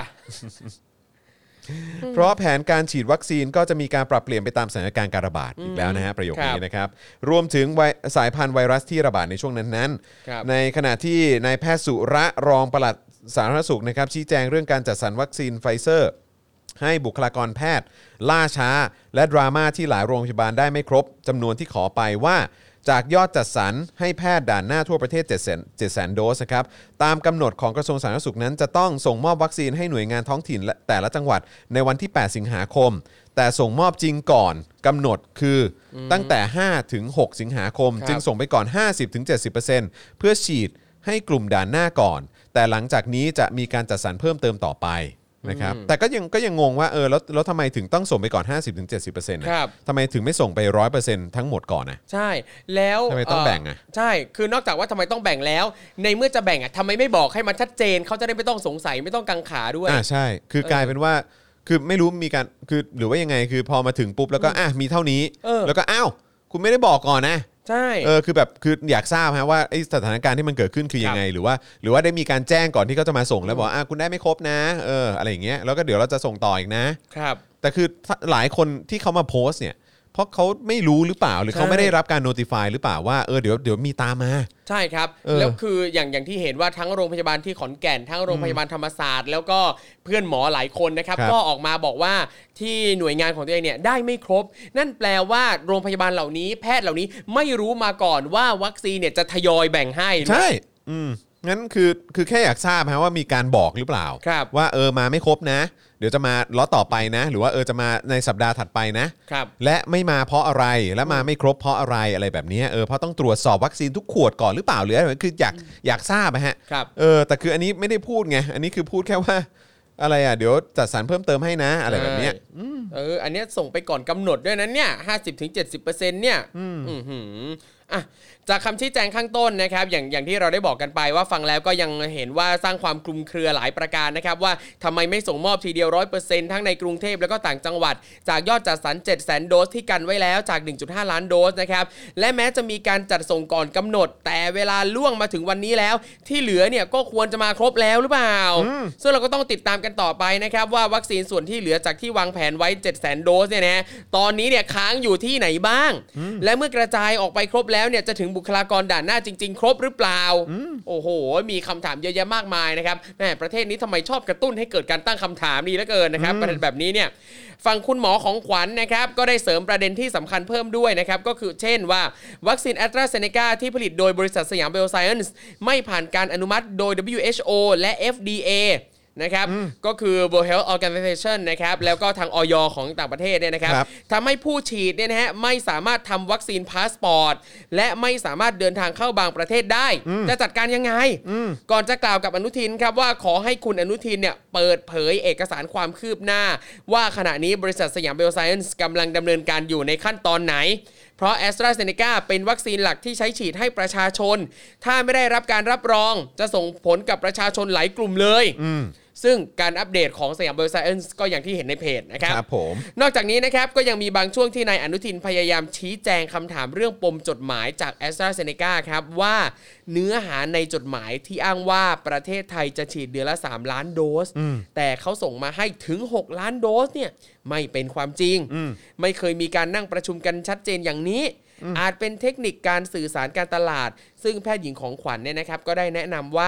เพราะแผนการฉีดวัคซีนก็จะมีการปรับเปลี่ยนไปตามสถานการณ์การระบาดอีกแล้วนะฮะประโยคนี้นะครับรวมถึงสายพันธุ์ไวรัสที่ระบาดในช่วงนั้นๆในขณะที่นายแพทย์สุระรองปลัดสาธารณสุขนะครับชี้แจงเรื่องการจัดสรรวัคซีนไฟเซอร์ให้บุคลากรแพทย์ล่าช้าและดราม่าที่หลายโรงพยาบาลได้ไม่ครบจำนวนที่ขอไปว่าจากยอดจัดสรรให้แพทย์ด่านหน้าทั่วประเทศ เจ็ดแสน โดสนะครับตามกำหนดของกระทรวงสาธารณสุขนั้นจะต้องส่งมอบวัคซีนให้หน่วยงานท้องถิ่นและแต่ละจังหวัดในวันที่แปดสิงหาคมแต่ส่งมอบจริงก่อนกำหนดคือตั้งแต่ห้าถึงหกสิงหาคมจึงส่งไปก่อน ห้าสิบถึงเจ็ดสิบเปอร์เซ็นต์ เพื่อฉีดให้กลุ่มด่านหน้าก่อนแต่หลังจากนี้จะมีการจัดสรรเพิ่มเติมต่อไปนะครับแต่ก็ยังก็ยังงงว่าเออแล้วแล้วทำไมถึงต้องส่งไปก่อน ห้าสิบถึงเจ็ดสิบเปอร์เซ็นต์ นะครับทำไมถึงไม่ส่งไป ร้อยเปอร์เซ็นต์ ทั้งหมดก่อนนะใช่แล้วทำไมต้องแบ่งอ่ะใช่คือนอกจากว่าทำไมต้องแบ่งแล้วในเมื่อจะแบ่งอ่ะทำไมไม่บอกให้มันชัดเจนเขาจะได้ไม่ต้องสงสัยไม่ต้องกังขาด้วยอ่าใช่คือกลายเป็นว่าคือไม่รู้มีการคือหรือว่ายังไงคือพอมาถึงปุ๊บแล้วก็อ่ะมีเท่านี้แล้วก็อ้าวคุณไม่ได้บอกก่อนนะใช่เออคือแบบคืออยากทราบฮะว่าไอ้สถานการณ์ที่มันเกิดขึ้นคือยังไงหรือว่าหรือว่าได้มีการแจ้งก่อนที่เขาจะมาส่งแล้วบอกอ่ะคุณได้ไม่ครบนะเอออะไรอย่างเงี้ยแล้วก็เดี๋ยวเราจะส่งต่ออีกนะครับแต่คือหลายคนที่เขามาโพสต์เนี่ยเพราะเขาไม่รู้หรือเปล่าหรือเขาไม่ได้รับการ notify หรือเปล่าว่าเออเดี๋ยวเดี๋ยวมีตามมาใช่ครับแล้วคืออย่างอย่างที่เห็นว่าทั้งโรงพยาบาลที่ขอนแก่นทั้งโรงพยาบาลธรรมศาสตร์แล้วก็เพื่อนหมอหลายคนนะครับก็ออกมาบอกว่าที่หน่วยงานของตัวเองเนี่ยได้ไม่ครบนั่นแปลว่าโรงพยาบาลเหล่านี้แพทย์เหล่านี้ไม่รู้มาก่อนว่าวัคซีนเนี่ยจะทยอยแบ่งให้ใช่อืมงั้นคือคือแค่อยากทราบฮะว่ามีการบอกหรือเปล่าว่าเออมาไม่ครบนะเดี๋ยวจะมาล็อตต่อไปนะหรือว่าเออจะมาในสัปดาห์ถัดไปนะและไม่มาเพราะอะไรและมาไม่ครบเพราะอะไรอะไรแบบนี้เออเพราะต้องตรวจสอบวัคซีนทุกขวดก่อนหรือเปล่าหรืออะไรคืออยากอยากทราบนะฮะเออแต่คืออันนี้ไม่ได้พูดไงอันนี้คือพูดแค่ว่าอะไรอ่ะเดี๋ยวจัดสรรเพิ่มเติมให้นะอะไรแบบนี้เอออันนี้ส่งไปก่อนกำหนดด้วยนะเนี่ย ห้าสิบถึงเจ็ดสิบเปอร์เซ็นต์ เนี่ยอืมหืออ่ะจากคำชี้แจงข้างต้นนะครับอย่างอย่างที่เราได้บอกกันไปว่าฟังแล้วก็ยังเห็นว่าสร้างความคลุมเครือหลายประการนะครับว่าทำไมไม่ส่งมอบทีเดียว ร้อยเปอร์เซ็นต์ ทั้งในกรุงเทพแล้วก็ต่างจังหวัดจากยอดจัดสรร เจ็ดแสน โดสที่กันไว้แล้วจาก หนึ่งจุดห้า ล้านโดสนะครับและแม้จะมีการจัดส่งก่อนกำหนดแต่เวลาล่วงมาถึงวันนี้แล้วที่เหลือเนี่ยก็ควรจะมาครบแล้วหรือเปล่าซึ่งเราก็ต้องติดตามกันต่อไปนะครับว่าวัคซีนส่วนที่เหลือจากที่วางแผนไว้ เจ็ดแสน โดสเนี่ยนะตอนนี้เนี่ยค้างอยู่ที่ไหนบ้างและเมื่อกระจายออกไปครบแล้วเนี่ยจะถึงบุคลากรด่านหน้าจริงๆครบหรือเปล่าโอ้โหมีคำถามเยอะแยะมากมายนะครับแหมประเทศนี้ทำไมชอบกระตุ้นให้เกิดการตั้งคำถามดีเหลือเกินนะครับประเด็นแบบนี้เนี่ยฝั่งคุณหมอของขวัญ นะครับก็ได้เสริมประเด็นที่สำคัญเพิ่มด้วยนะครับก็คือเช่นว่าวัคซีน AstraZeneca ที่ผลิตโดยบริษัทสยามไบโอไซเอนซ์ไม่ผ่านการอนุมัติโดย ดับเบิลยู เอช โอ และ เอฟ ดี เอนะครับก็คือ World Health Organization นะครับแล้วก็ทางอย.ของต่างประเทศเนี่ยนะครับทำให้ผู้ฉีดเนี่ยนะฮะไม่สามารถทำวัคซีนพาสปอร์ตและไม่สามารถเดินทางเข้าบางประเทศได้จะจัดการยังไงก่อนจะกล่าวกับอนุทินครับว่าขอให้คุณอนุทินเนี่ยเปิดเผยเอกสารความคืบหน้าว่าขณะนี้บริษัทสยามไบโอไซเอนซ์กำลังดำเนินการอยู่ในขั้นตอนไหนเพราะ AstraZeneca เป็นวัคซีนหลักที่ใช้ฉีดให้ประชาชนถ้าไม่ได้รับการรับรองจะส่งผลกับประชาชนหลายกลุ่มเลยซึ่งการอัปเดตของสยามไบโอไซเอนซ์ก็อย่างที่เห็นในเพจนะครับครับผมนอกจากนี้นะครับก็ยังมีบางช่วงที่นายอนุทินพยายามชี้แจงคำถามเรื่องปมจดหมายจาก AstraZeneca ครับว่าเนื้อหาในจดหมายที่อ้างว่าประเทศไทยจะฉีดเดือนละสามล้านโดสแต่เขาส่งมาให้ถึงหกล้านโดสเนี่ยไม่เป็นความจริงไม่เคยมีการนั่งประชุมกันชัดเจนอย่างนี้อาจเป็นเทคนิคการสื่อสารการตลาดซึ่งแพทย์หญิงของขวัญเนี่ยนะครับก็ได้แนะนำว่า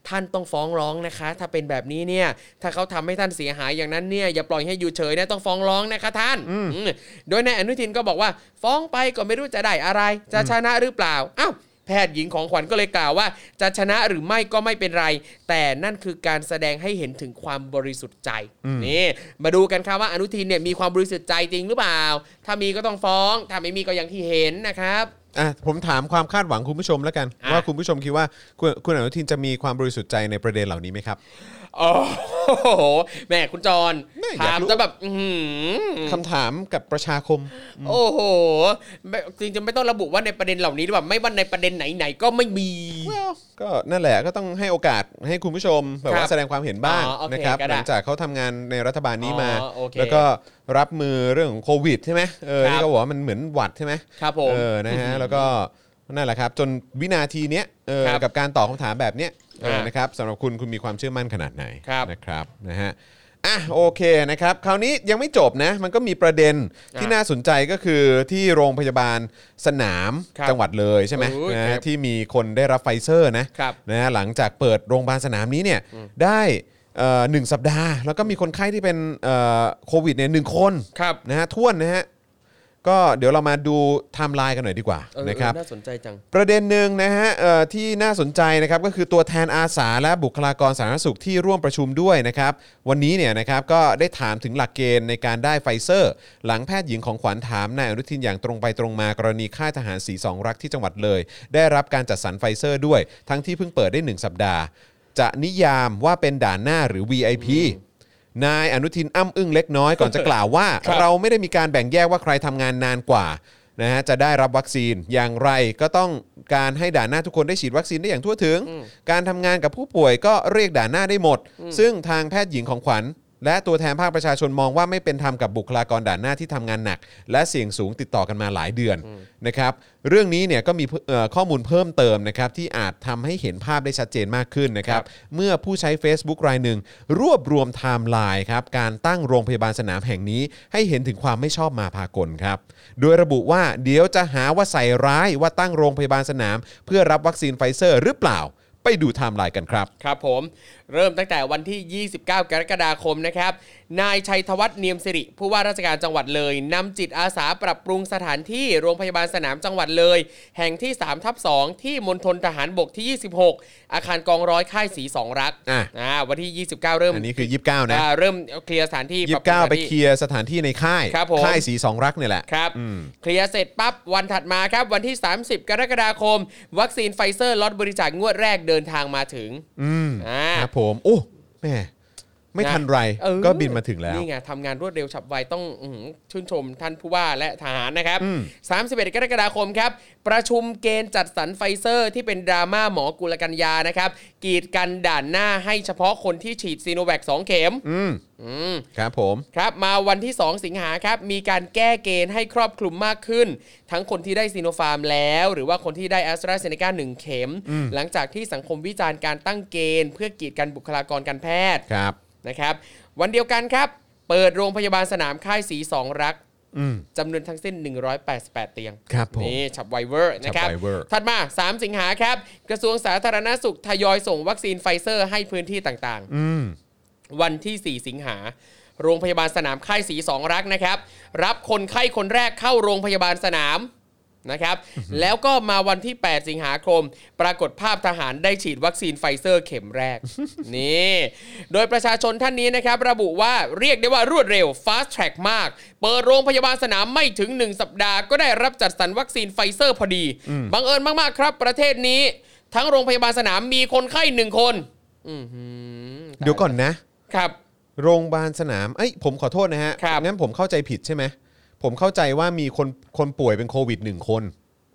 ท่านต้องฟ้องร้องนะคะถ้าเป็นแบบนี้เนี่ยถ้าเขาทำให้ท่านเสียหายอย่างนั้นเนี่ยอย่าปล่อยให้อยู่เฉยนะต้องฟ้องร้องนะคะท่านโดยนายอนุทินก็บอกว่าฟ้องไปก็ไม่รู้จะได้อะไรจะชนะหรือเปล่าอ้าวแพทย์หญิงของขวัญก็เลยกล่าวว่าจะชนะหรือไม่ก็ไม่เป็นไรแต่นั่นคือการแสดงให้เห็นถึงความบริสุทธิ์ใจนี่มาดูกันครับว่าอนุทินเนี่ยมีความบริสุทธิ์ใจจริงหรือเปล่าถ้ามีก็ต้องฟ้องถ้าไม่มีก็อย่างที่เห็นนะครับอ่ะผมถามความคาดหวังคุณผู้ชมแล้วกันว่าคุณผู้ชมคิดว่าคุณคุณอนุทินจะมีความบริสุทธิ์ใจในประเด็นเหล่านี้ไหมครับโอ้โหแม่คุณจรถามจะแบบคำถามกับประชาคมโอ้โหจริงๆไม่ต้องระบุว่าในประเด็นเหล่านี้หรือเปล่าไม่ว่าในประเด็นไหนๆก็ไม่มีก็นั่นแหละก็ต้องให้โอกาสให้คุณผู้ชมแบบว่าแสดงความเห็นบ้างนะครับหลังจากเขาทำงานในรัฐบาลนี้มาแล้วก็รับมือเรื่องของโควิดใช่ไหมเออที่เขาบอกว่ามันเหมือนหวัดใช่ไหมครับผมเออนะฮะแล้วก็นั่นแหละครับจนวินาทีเนี้ยเออกับการตอบคำถามแบบเนี้ยนะครับสำหรับคุณคุณมีความเชื่อมั่นขนาดไหนนะครับนะฮะอ่ะโอเคนะครับคราวนี้ยังไม่จบนะมันก็มีประเด็นที่น่าสนใจก็คือที่โรงพยาบาลสนามจังหวัดเลยใช่ไหมนะที่มีคนได้รับไฟเซอร์นะนะฮะหลังจากเปิดโรงพยาบาลสนามนี้เนี่ยได้หนึ่งสัปดาห์แล้วก็มีคนไข้ที่เป็นโควิดเนี่ยหนึ่งคนนะฮะท้วนนะฮะก็เดี๋ยวเรามาดูไทม์ไลน์กันหน่อยดีกว่านะครับน่าสนใจจังประเด็นหนึ่งนะฮะที่น่าสนใจนะครับก็คือตัวแทนอาสาและบุคลากรสาธารณสุขที่ร่วมประชุมด้วยนะครับวันนี้เนี่ยนะครับก็ได้ถามถึงหลักเกณฑ์ในการได้ไฟเซอร์หลังแพทย์หญิงของขวัญถามนายอนุทินอย่างตรงไปตรงมากรณีค่ายทหารศรีสองรักที่จังหวัดเลยได้รับการจัดสรรไฟเซอร์ด้วยทั้งที่เพิ่งเปิดได้หนึ่งสัปดาห์จะนิยามว่าเป็นด่านหน้าหรือ วี ไอ พี นายอนุทินอ้ำอึ้งเล็กน้อยก่อนจะกล่าวว่า เราไม่ได้มีการแบ่งแยกว่าใครทำงานนานกว่านะฮะจะได้รับวัคซีนอย่างไรก็ต้องการให้ด่านหน้าทุกคนได้ฉีดวัคซีนได้อย่างทั่วถึงการทำงานกับผู้ป่วยก็เรียกด่านหน้าได้หมดซึ่งทางแพทย์หญิงของขวัญและตัวแทนภาคประชาชนมองว่าไม่เป็นธรรมกับบุคลากรด่านหน้าที่ทำงานหนักและเสี่ยงสูงติดต่อกันมาหลายเดือนนะครับเรื่องนี้เนี่ยก็มีข้อมูลเพิ่มเติมนะครับที่อาจทำให้เห็นภาพได้ชัดเจนมากขึ้นนะครับเมื่อผู้ใช้ Facebook รายหนึ่งรวบรวมไทม์ไลน์ครับการตั้งโรงพยาบาลสนามแห่งนี้ให้เห็นถึงความไม่ชอบมาพากลครับโดยระบุว่าเดี๋ยวจะหาว่าใส่ร้ายว่าตั้งโรงพยาบาลสนามเพื่อรับวัคซีนไฟเซอร์หรือเปล่าไปดูไทม์ไลน์กันครับครับผมเริ่มตั้งแต่วันที่ยี่สิบเก้ากรกฎาคมนะครับนายชัยธวัฒน์เนียมสิริผู้ว่าราชการจังหวัดเลยนำจิตอาสาปรับปรุงสถานที่โรงพยาบาลสนามจังหวัดเลยแห่งที่ สามทับสอง ที่มณฑลทหารบกที่ยี่สิบหกอาคารกองร้อยค่ายศรีสองรักอ่าวันที่ยี่สิบเก้าเริ่มอันนี้คือยี่สิบเก้านะเริ่มเคลียร์สถานที่ยี่สิบเก้าไปเคลียร์สถานที่ในค่ายค่ายศรีสองรักเนี่ยแหละครับเคลียร์เสร็จปั๊บวันถัดมาครับวันที่สามสิบกรกฎาคมวัคซีนไฟเซอร์ล็อตบริจาคงวดแรกเดินทางมาถึงอืมครับผมโอ้แม่ไม่ทันไรก็บินมาถึงแล้วนี่ไงทำงานรวดเร็วฉับไวต้องชื่นชมท่านผู้ว่าและทหารนะครับสามสิบเอ็ดกรกฎาคมครับประชุมเกณฑ์จัดสรรไฟเซอร์ที่เป็นดราม่าหมอกุลกัญญานะครับกีดกันด่านหน้าให้เฉพาะคนที่ฉีดซีโนแวคสองเข็มอืมอืมครับผมครับมาวันที่สองสิงหาครับมีการแก้เกณฑ์ให้ครอบคลุมมากขึ้นทั้งคนที่ได้ซีโนฟาร์มแล้วหรือว่าคนที่ได้แอสตราเซเนกาหนึ่งเข็มหลังจากที่สังคมวิจารณ์การตั้งเกณฑ์เพื่อกีดกันบุคลากรการแพทย์ครับนะครับวันเดียวกันครับเปิดโรงพยาบาลสนามค่ายศรีสองรักจำนวนทั้งสิ้นหนึ่งร้อยแปดสิบแปดเตียงนี่ฉับไวเวอร์นะครับถัดมาสามสิงหาครับกระทรวงสาธารณสุขทยอยส่งวัคซีนไฟเซอร์ให้พื้นที่ต่างๆวันที่สี่สิงหาโรงพยาบาลสนามค่ายศรีสองรักนะครับรับคนไข้คนแรกเข้าโรงพยาบาลสนามนะครับแล้วก็มาวันที่แปดสิงหาคมปรากฏภาพทหารได้ฉีดวัคซีนไฟเซอร์เข็มแรก นี่โดยประชาชนท่านนี้นะครับระบุว่าเรียกได้ว่ารวดเร็ว fast track มากเปิดโรงพยาบาลสนามไม่ถึงหนึ่งสัปดาห์ก็ได้รับจัดสรรวัคซีนไฟเซอร์พอดีบังเอิญมากๆครับประเทศนี้ทั้งโรงพยาบาลสนามมีคนไข้หนึ่งคนเดี๋ยวก่อนนะครับโรงพยาบาลสนามเอ้ยผมขอโทษนะฮะงั้นผมเข้าใจผิดใช่ไหมผมเข้าใจว่ามีคนคนป่วยเป็นโควิดหนึ่งคน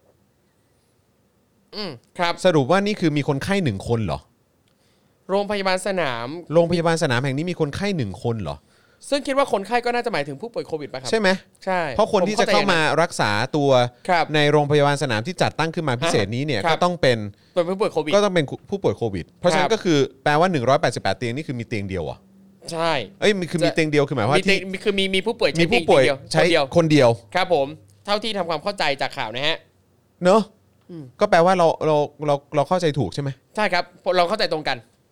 อืมครับสรุปว่านี่คือมีคนไข้หนึ่งคนเหรอโรงพยาบาลสนามโรงพยาบาลสนามแห่งนี้มีคนไข้หนึ่งคนเหรอซึ่งคิดว่าคนไข้ก็น่าจะหมายถึงผู้ป่วยโควิดป่ะครับใช่ไหมใช่เพราะคนที่จะเข้ามารักษาตัวในโรงพยาบาลสนามที่จัดตั้งขึ้นมาพิเศษนี้เนี่ยก็ต้องเป็นเป็นผู้ป่วยโควิดก็ต้องเป็นผู้ป่วยโควิดเพราะฉะนั้นก็คือแปลว่าหนึ่งร้อยแปดสิบแปดเตียงนี่คือมีเตียงเดียวอ่ะใช่เอ้ยคือมีเตียงเดียวคือหมายว่าที่คือมีมีผู้ป่วยมีผู้ป่วยใช้คนเดียวครับผมเท่าที่ทำความเข้าใจจากข่าวนะฮะเนอะก็แปลว่าเราเราเราเราเข้าใจถูกใช่ไหมใช่ครับเราเข้าใจตรงกัน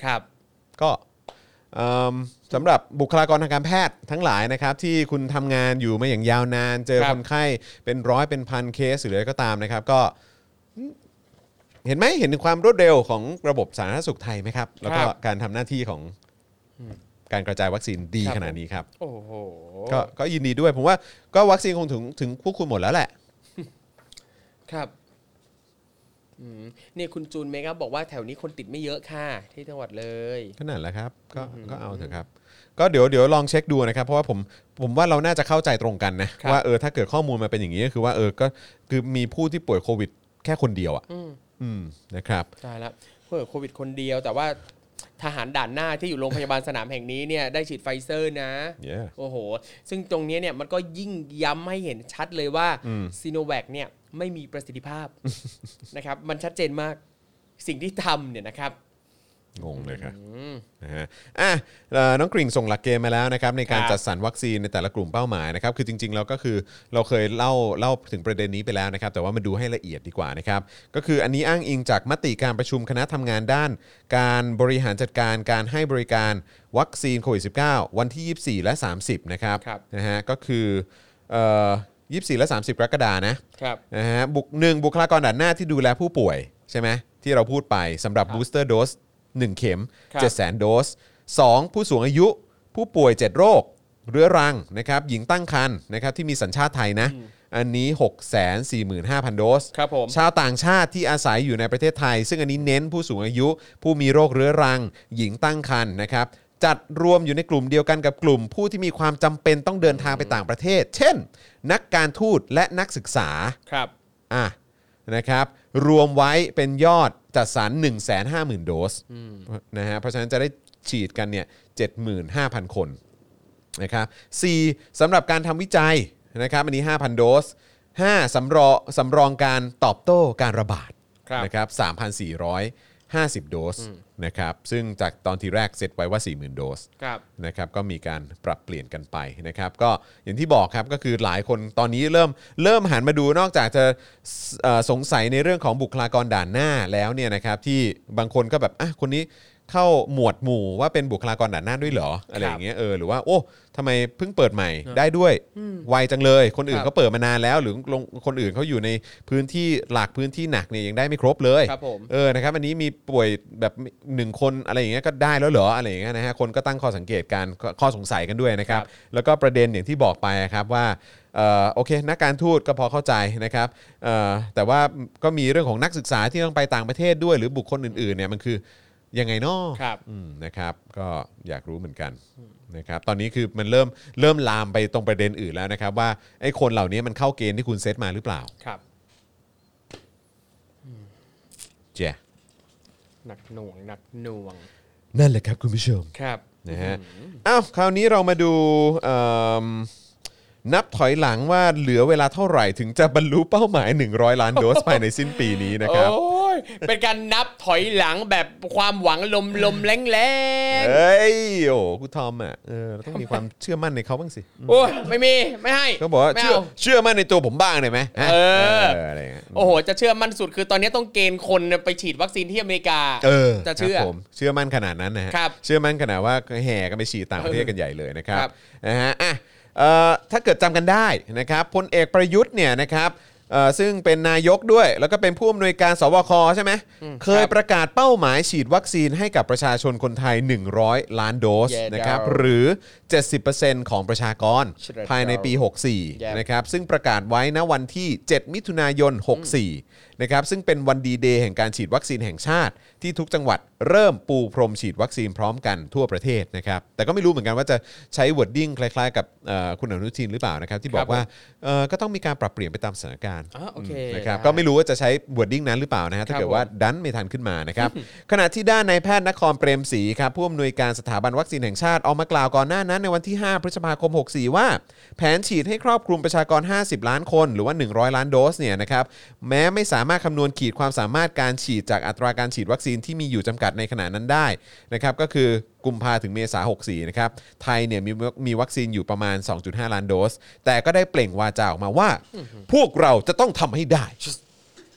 ครับก็เอิ่มสำหรับบุคลากรทางการแพทย์ทั้งหลายนะครับที่คุณทำงานอยู่มาอย่างยาวนานเจอครับคนไข้เป็นร้อยเป็นพันเคสหรืออะไรก็ตามนะครับก็เห็นไหมเห็นถึงความรวดเร็วของระบบสาธารณสุขไทยไหมครับแล้วก็การทำหน้าที่ของการกระจายวัคซีนดีขนาดนี้ครับโอ้โหก็ก็ยินดีด้วยผมว่าก็วัคซีนคงถึงถึงพวกคุณหมดแล้วแหละครับอืมนี่คุณจูนเมครับบอกว่าแถวนี้คนติดไม่เยอะค่ะที่จังหวัดเลยก็นั่นแหละครับก็ก็เอาเถอะครับก็เดี๋ยวเดี๋ยวลองเช็คดูนะครับเพราะว่าผมผมว่าเราน่าจะเข้าใจตรงกันนะว่าเออถ้าเกิดข้อมูลมาเป็นอย่างนี้ก็คือว่าเออก็คือมีผู้ที่ป่วยโควิดแค่คนเดียวอ่ะอืมนะครับใช่แล้วป่วยโควิดคนเดียวแต่ว่าทหารด่านหน้าที่อยู่โรงพยาบาลสนามแห่งนี้เนี่ยได้ฉีดไฟเซอร์นะ yeah. โอ้โหซึ่งตรงนี้เนี่ยมันก็ยิ่งย้ำให้เห็นชัดเลยว่าซีโนแวคเนี่ยไม่มีประสิทธิภาพ นะครับมันชัดเจนมากสิ่งที่ทำเนี่ยนะครับงงเลยครับนะฮะอ่ะเอ่อน้องกริ่งส่งหลักเกณฑ์มาแล้วนะครับในการครับจัดสรรวัคซีนในแต่ละกลุ่มเป้าหมายนะครับคือจริงๆเราก็คือเราเคยเล่าเล่าถึงประเด็นนี้ไปแล้วนะครับแต่ว่ามาดูให้ละเอียดดีกว่านะครับก็คืออันนี้อ้างอิงจากมติการประชุมคณะทำงานด้าน การบริหารจัดการการให้บริการวัคซีนโควิด สิบเก้า วันที่ยี่สิบสี่และสามสิบนะครับครับนะฮะก็คือเอ่อยี่สิบสี่และสามสิบกรกฎาคมนะครับ นะฮะบุกหนึ่งบุคลากรด่านหน้าที่ดูแลผู้ป่วยใช่ไหมที่เราพูดไปสำหรับ booster dose หนึ่งเข็มครับเจ็ดแสนโดสสองผู้สูงอายุผู้ป่วยเจ็ดโรคเรื้อรังนะครับหญิงตั้งครรภ์นะครับที่มีสัญชาติไทยนะอันนี้ หกแสนสี่หมื่นห้าพัน โดสครับผมชาวต่างชาติที่อาศัยอยู่ในประเทศไทย ซึ่งอันนี้เน้นผู้สูงอายุ ผู้มีโรคเรื้อรัง หญิงตั้งครรภ์นะครับจัดรวมอยู่ในกลุ่มเดียวกันกับกลุ่มผู้ที่มีความจำเป็นต้องเดินทางไปต่างประเทศ เช่น นักการทูตและนักศึกษาครับอ่ะนะครับรวมไว้เป็นยอดจัดสรร หนึ่งแสนห้าหมื่น โดสนะฮะเพราะฉะนั้นจะได้ฉีดกันเนี่ย เจ็ดหมื่นห้าพัน คนนะครับสี่สำหรับการทำวิจัยนะครับอันนี้ ห้าพัน โดสห้าสำรองสำรองการตอบโต้การระบาดครับนะครับ สามพันสี่ร้อยห้าสิบ โดสนะครับซึ่งจากตอนที่แรกเซตไว้ว่า สี่หมื่น โดสครับนะครับก็มีการปรับเปลี่ยนกันไปนะครับก็อย่างที่บอกครับก็คือหลายคนตอนนี้เริ่มเริ่มหันมาดูนอกจากจะเอ่อสงสัยในเรื่องของบุคลากรด่านหน้าแล้วเนี่ยนะครับที่บางคนก็แบบอ่ะคนนี้เข้าหมวดหมู่ว่าเป็นบุคลากรด่านหน้าด้วยเหรออะไรอย่างเงี้ยเออหรือว่าโอ้ทำไมเพิ่งเปิดใหม่ได้ด้วยไวจังเลยคนอื่นเขาเปิดมานานแล้วหรือลงคนอื่นเขาอยู่ในพื้นที่หลักพื้นที่หนักเนี่ยยังได้ไม่ครบเลยครับผมเออนะครับอันนี้มีป่วยแบบหนึ่งคนอะไรอย่างเงี้ยก็ได้แล้วเหรออะไรอย่างเงี้ยนะฮะคนก็ตั้งข้อสังเกตการข้อสงสัยกันด้วยนะครับแล้วก็ประเด็นอย่างที่บอกไปครับว่าเอ่อโอเคนักการทูตก็พอเข้าใจนะครับเอ่อแต่ว่าก็มีเรื่องของนักศึกษาที่ต้องไปต่างประเทศด้วยหรือบุคคลอื่นๆเนี่ยมันคือยังไงน้อครับอืมนะครับก็อยากรู้เหมือนกันนะครับตอนนี้คือมันเริ่มเริ่มลามไปตรงประเด็นอื่นแล้วนะครับว่าไอ้คนเหล่านี้มันเข้าเกณฑ์ที่คุณเซตมาหรือเปล่าครับเจ้หนักหน่วงหนักหน่วงนั่นแหละครับคุณผู้ชมครับนะฮะอ้าวคราวนี้เรามาดูเอิ่มนับถอยหลังว่าเหลือเวลาเท่าไหร่ถึงจะบรรลุเป้าหมายหนึ่งร้อยล้านโดสภายในสิ้นปีนี้นะครับโอ้ยเป็นการนับถอยหลังแบบความหวังลมลมแรงแรงเอ้ยโอ้คุณทอมอ่ะเออเราต้องมีความเชื่อมั่นในเขาบ้างสิโอ้ยไม่มีไม่ให้เขาบอกว่าไม่เชื่อเอาเชื่อมั่นในตัวผมบ้างได้ไหมฮะเอออะไรอย่างเงี้ยโอ้โหจะเชื่อมั่นสุดคือตอนนี้ต้องเกณฑ์คนไปฉีดวัคซีนที่อเมริกาเออจะเชื่อครับผมเชื่อมั่นขนาดนั้นนะฮะครับเชื่อมั่นขนาดว่าแห่กันไปฉีดต่างประเทศกันใหญ่เลยนะครับครับนะฮะอ่ะเอ่อถ้าเกิดจำกันได้นะครับพลเอกประยุทธ์เนี่ยนะครับเอ่อซึ่งเป็นนายกด้วยแล้วก็เป็นผู้อำนวยการสบคใช่ไหมเคยประกาศเป้าหมายฉีดวัคซีนให้กับประชาชนคนไทยหนึ่งร้อยล้านโดส Yeah, นะครับ dog. หรือ เจ็ดสิบเปอร์เซ็นต์ ของประชากร Shut up, ภายในปี หกสี่ Yeah. นะครับซึ่งประกาศไว้ณวันที่ เจ็ด มิถุนายน หกสี่ นะครับซึ่งเป็นวันดีเดย์แห่งการฉีดวัคซีนแห่งชาติที่ทุกจังหวัดเริ่มปูพรมฉีดวัคซีนพร้อมกันทั่วประเทศนะครับแต่ก็ไม่รู้เหมือนกันว่าจะใช้ wording คล้ายๆกับเอ่อคุณอนุทินหรือเปล่านะครับที่บอกว่าเอ่อก็ต้องมีการปรับเปลี่ยนไปตามสถานการณ์อ๋อโอเคนะครับได้ก็ไม่รู้ว่าจะใช้ wording นั้นหรือเปล่านะฮะถ้าเกิดว่าดันไม่ทันขึ้นมานะครับ ขณะที่ด้านนายแพทย์นครเปรมศรีครับผู้อำนวยการสถาบันวัคซีนแห่งชาติออกมากล่าวก่อนหน้านั้นในวันที่ ห้า พฤษภาคม หกสี่ ว่าแผนฉีดให้ครอบคลุมประชากร ห้าสิบ ล้านคนหรือว่า หนึ่งร้อย ล้านโดสเนี่ยนะครับแม้ไม่สามารถคำนวณขีดความสามารถการฉีดจากอัตราการฉีดวัคซีนที่มีอยู่จำกัดในขณะนั้นได้นะครับก็คือกุมภาถึงเมษาหกสี่นะครับไทยเนี่ยมีมีวัคซีนอยู่ประมาณ สองจุดห้า ล้านโดสแต่ก็ได้เปล่งวาจาออกมาว่าพวกเราจะต้องทำให้ได้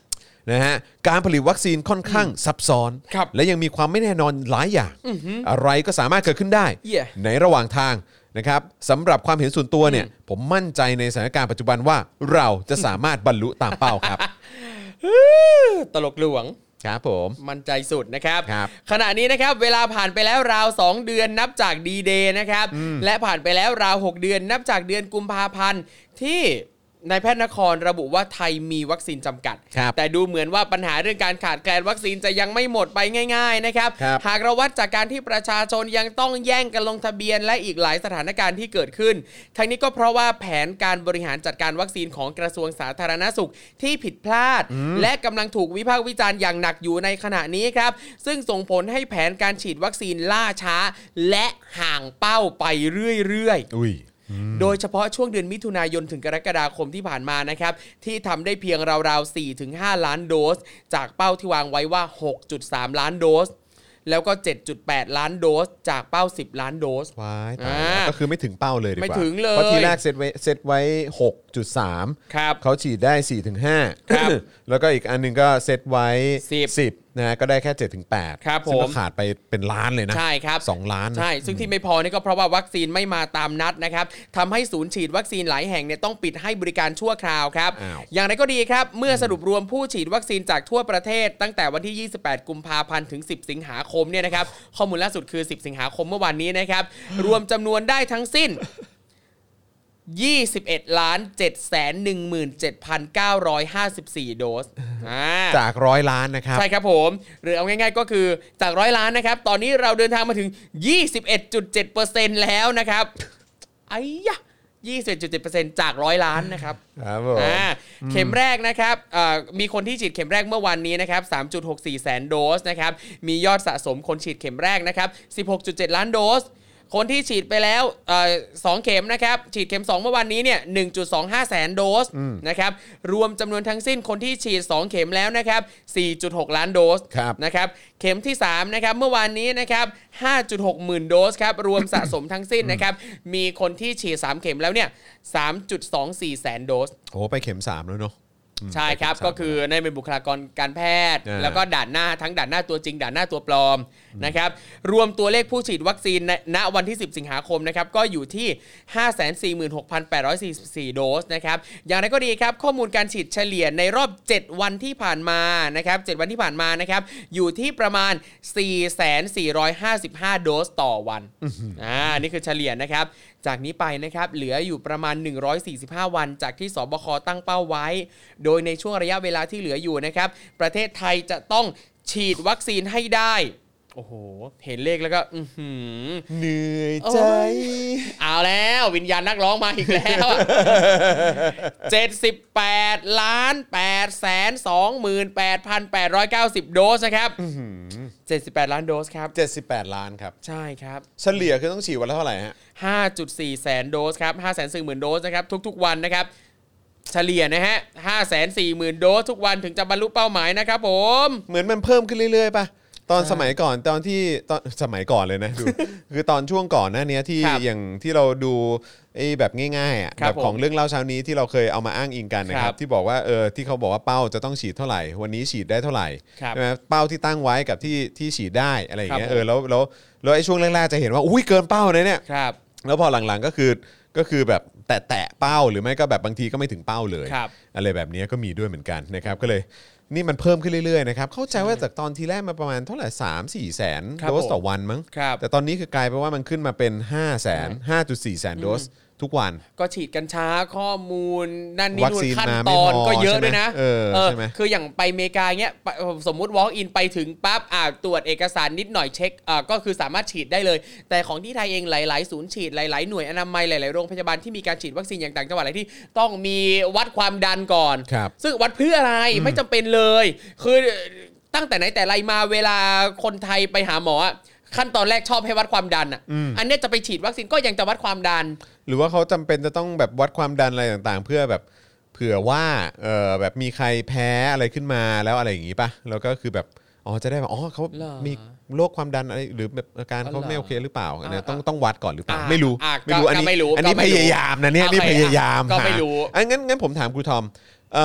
นะฮะการผลิตวัคซีนค่อนข้างซับซ้อนครับและยังมีความไม่แน่นอนหลายอย่างอะไรก็สามารถเกิดขึ้นได้ Yeah ในระหว่างทางนะครับสำหรับความเห็นส่วนตัวเนี่ยผมมั่นใจในสถานการณ์ปัจจุบันว่าเราจะสามารถบรรลุตามเป้าครับตลกหลวงครับผมมั่นใจสุดนะครับครับขณะนี้นะครับเวลาผ่านไปแล้วราวสองเดือนนับจากดีเดย์นะครับและผ่านไปแล้วราวหกเดือนนับจากเดือนกุมภาพันธ์ที่นายแพทย์นครระบุว่าไทยมีวัคซีนจำกัดครับแต่ดูเหมือนว่าปัญหาเรื่องการขาดแคลนวัคซีนจะยังไม่หมดไปง่ายๆนะครับครับหากเราวัดจากการที่ประชาชนยังต้องแย่งกันลงทะเบียนและอีกหลายสถานการณ์ที่เกิดขึ้น ทั้งนี้ก็เพราะว่าแผนการบริหารจัดการวัคซีนของกระทรวงสาธารณสุขที่ผิดพลาด และกำลังถูกวิพากษ์วิจารณ์อย่างหนักอยู่ในขณะนี้ครับซึ่งส่งผลให้แผนการฉีดวัคซีนล่าช้า และห่างเป้าไปเรื่อยๆอุ้ยโดยเฉพาะช่วงเดือนมิถุนายนถึงกรกฎาคมที่ผ่านมานะครับที่ทำได้เพียงราวๆ สี่ถึงห้า ล้านโดสจากเป้าที่วางไว้ว่า หกจุดสาม ล้านโดสแล้วก็ เจ็ดจุดแปด ล้านโดสจากเป้าสิบล้านโดสว้ายตายอ่าแล้วก็คือไม่ถึงเป้าเลยดีกว่าไม่ถึงเลยเพราะทีแรกเซตไว้เซตไว้ หกจุดสามครับเขาฉีดได้ สี่ถึงห้าครับแล้วก็อีกอันหนึงก็เซตไว้สิบสิบนะฮะก็ได้แค่ เจ็ดถึงแปดครับซึ่งผก็มขาดไปเป็นล้านเลยนะใช่ครับสองล้านนะใช่ซึ่งที่ไม่พอนี่ก็เพราะว่าวัคซีนไม่มาตามนัดนะครับทำให้ศูนย์ฉีดวัคซีนหลายแห่งเนี่ยต้องปิดให้บริการชั่วคราวครับอ้าวอย่างไรก็ดีครับเมื่อสรุปรวมผู้ฉีดวัคซีนจากทั่วประเทศตั้งแต่วันที่ ยี่สิบแปด กุมภาพันธ์ถึง สิบ สิงหาคมเนี่ยนะครับข้อมูลล่าสุดคือ สิบ สิงหาคมเมื่อวานนี้นะครับรวมจำนวนได้ทั้งสิ้น ยี่สิบเอ็ดล้าน เจ็ดแสนหนึ่งหมื่นเจ็ดพันเก้าร้อยห้าสิบสี่ โดสอ่าจากร้อยล้านนะครับใช่ครับผมหรือเอาง่ายๆก็คือจากร้อยล้านนะครับตอนนี้เราเดินทางมาถึง ยี่สิบเอ็ดจุดเจ็ดเปอร์เซ็นต์ แล้วนะครับไอ้ยะ ยี่สิบเอ็ดจุดเจ็ดเปอร์เซ็นต์ จากร้อยล้านนะครับครับผมอ่าเข็มแรกนะครับอ่ามีคนที่ฉีดเข็มแรกเมื่อวันนี้นะครับ สามจุดหกสี่ แสนโดสนะครับมียอดสะสมคนฉีดเข็มแรกนะครับ สิบหกจุดเจ็ด ล้านโดสคนที่ฉีดไปแล้วเอ่อสองเข็มนะครับฉีดเข็มสองเมื่อวันนี้เนี่ย หนึ่งจุดสองห้า แสนโดสนะครับรวมจำนวนทั้งสิ้นคนที่ฉีดสองเข็มแล้วนะครับ สี่จุดหก ล้านโดสครับนะครับเข็มที่สามนะครับเมื่อวานนี้นะครับ ห้าจุดหก หมื่นโดสครับรวมสะสมทั้งสิ้นนะครับมีคนที่ฉีดสามเข็มแล้วเนี่ย สามจุดสองสี่ แสนโดสโอ้ไปเข็มสามแล้วเนาะใช่ครับก็คือในเป็นบุคลากรการแพทย์อ่าแล้วก็ด่านหน้าทั้งด่านหน้าตัวจริงด่านหน้าตัวปลอมนะครับรวมตัวเลขผู้ฉีดวัคซีนณณวันที่ สิบ สิงหาคมนะครับก็อยู่ที่ ห้าแสนสี่หมื่นหกพันแปดร้อยสี่สิบสี่ โดสนะครับอย่างไรก็ดีครับข้อมูลการฉีดเฉลี่ยในรอบ เจ็ด วันที่ผ่านมานะครับเจ็ดวันที่ผ่านมานะครับอยู่ที่ประมาณ สี่แสนสี่ร้อยห้าสิบห้า โดสต่อวันอ่านี่คือเฉลี่ยนะครับจากนี้ไปนะครับเหลืออยู่ประมาณหนึ่งร้อยสี่สิบห้าวันจากที่สบคตั้งเป้าไว้โดยในช่วงระยะเวลาที่เหลืออยู่นะครับประเทศไทยจะต้องฉีดวัคซีนให้ได้โอ้โหเห็นเลขแล้วก็อื้อหือเหนื่อยใจเอาแล้ววิญญาณนักร้องมาอีกแล้วอะเจ็ดสิบแปดล้านแปดแสนสองหมื่นแปดพันแปดร้อยเก้าสิบโดสนะครับเจ็ดสิบแปดล้านโดสครับเจ็ดสิบแปดล้านครับใช่ครับเฉลี่ยคือต้องฉีดวันละเท่าไหร่ฮะห้าจุดสี่ แสนโดสครับ ห้าแสนสี่หมื่น โดสนะครับทุกๆวันนะครับเฉลี่ยนะฮะ ห้าแสนสี่หมื่น โดสทุกวันถึงจะบรรลุเป้าหมายนะครับผมเหมือนมันเพิ่มขึ้นเรื่อยๆป่ะตอนสมัยก่อนตอนที่ตอนสมัยก่อนเลยนะดู คือตอนช่วงก่อนหน้านี้ที่ครับอย่างที่เราดูไอ้แบบง่ายๆอ่ะครับแบบของผมเรื่องเล่าเช้านี้ที่เราเคยเอามาอ้างอิงกันนะคครัรับบ ที่บอกว่าเออที่เขาบอกว่าเป้าจะต้องฉีดเท่าไหร่วันนี้ฉีดได้เท่าไหร่ครับใช่ไหมเป้าที่ตั้งไว้กับที่ที่ฉีดได้อะไรอย่างเงี้ยครับเออแล้วแล้วแล้วไอ้ช่วงแรกๆจะเห็นว่าอุ้ยเกินเป้าเลยเนี่ยครับแล้วพอหลังๆก็คือก็คือแบบแตะแตะเป้าหรือไม่ก็แบบบางทีก็ไม่ถึงเป้าเลยครับอะไรแบบนี้ก็มีด้วยเหมือนกันนะครับก็เลยนี่มันเพิ่มขึ้นเรื่อยๆนะครับเข้าใจว่าจากตอนทีแรกมาประมาณเท่าไหร่สามสี่แสนครับโดสต่อผมวันมั้งครับแต่ตอนนี้คือกลายเป็นว่ามันขึ้นมาเป็นห้าแสนห้าจุดสี่แสนโดสทุกวันก็ฉีดกันช้าข้อมูลนั่นนี่วัคนู่นซีนขั้นมาตไม่อนพอก็เยอะใช่ไหมด้วยนะเออใช่ไหมคืออย่างไปอเมริกาเงี้ยไปสมมุติ walk in ไปถึงปั๊บอ่าตรวจเอกสารนิดหน่อยเช็คอ่าก็คือสามารถฉีดได้เลย แต่ของที่ไทยเองหลายๆศูนย์ฉีดหลายๆหน่วยอนามัยหลายๆโรงพยาบาลที่มีการฉีดวัคซีนอย่างต่างจังหวัดอะไรที่ต้องมีวัดความดันก่อนครับซึ่งวัดเพื่ออะไรไม่จำเป็นเลย คือตั้งแต่ไหนแต่ไรมาเวลาคนไทยไปหาหมออะขั้นตอนแรกชอบให้วัดความดันอ่ะอันเนี้ยจะไปฉีดวัคซีนก็ยังจะวัดความดันหรือว่าเขาจำเป็นจะต้องแบบวัดความดันอะไรต่างๆ เพื่อแบบเผื่อว่าเออแบบมีใครแพ้อะไรขึ้นมาแล้วอะไรอย่างงี้ป่ะแล้วก็คือแบบอ๋อจะได้แบบอ๋อเขาเหรอมีโรคความดันอะไรหรือแบบอาการเขาอ๋อเหรอไม่โอเคหรือเปล่าอันเนี้ยอ่าต้องต้องวัดก่อนหรือเปล่าอ่าไม่รู้อ่าไม่รู้ก็อันนี้ก็ไม่รู้อันนี้ก็ไม่พรู้ยายามนะเนี่ยนี่โอเคพยายามก็ไม่หารู้อันงั้นงั้นผมถามครูทอมเอ่อ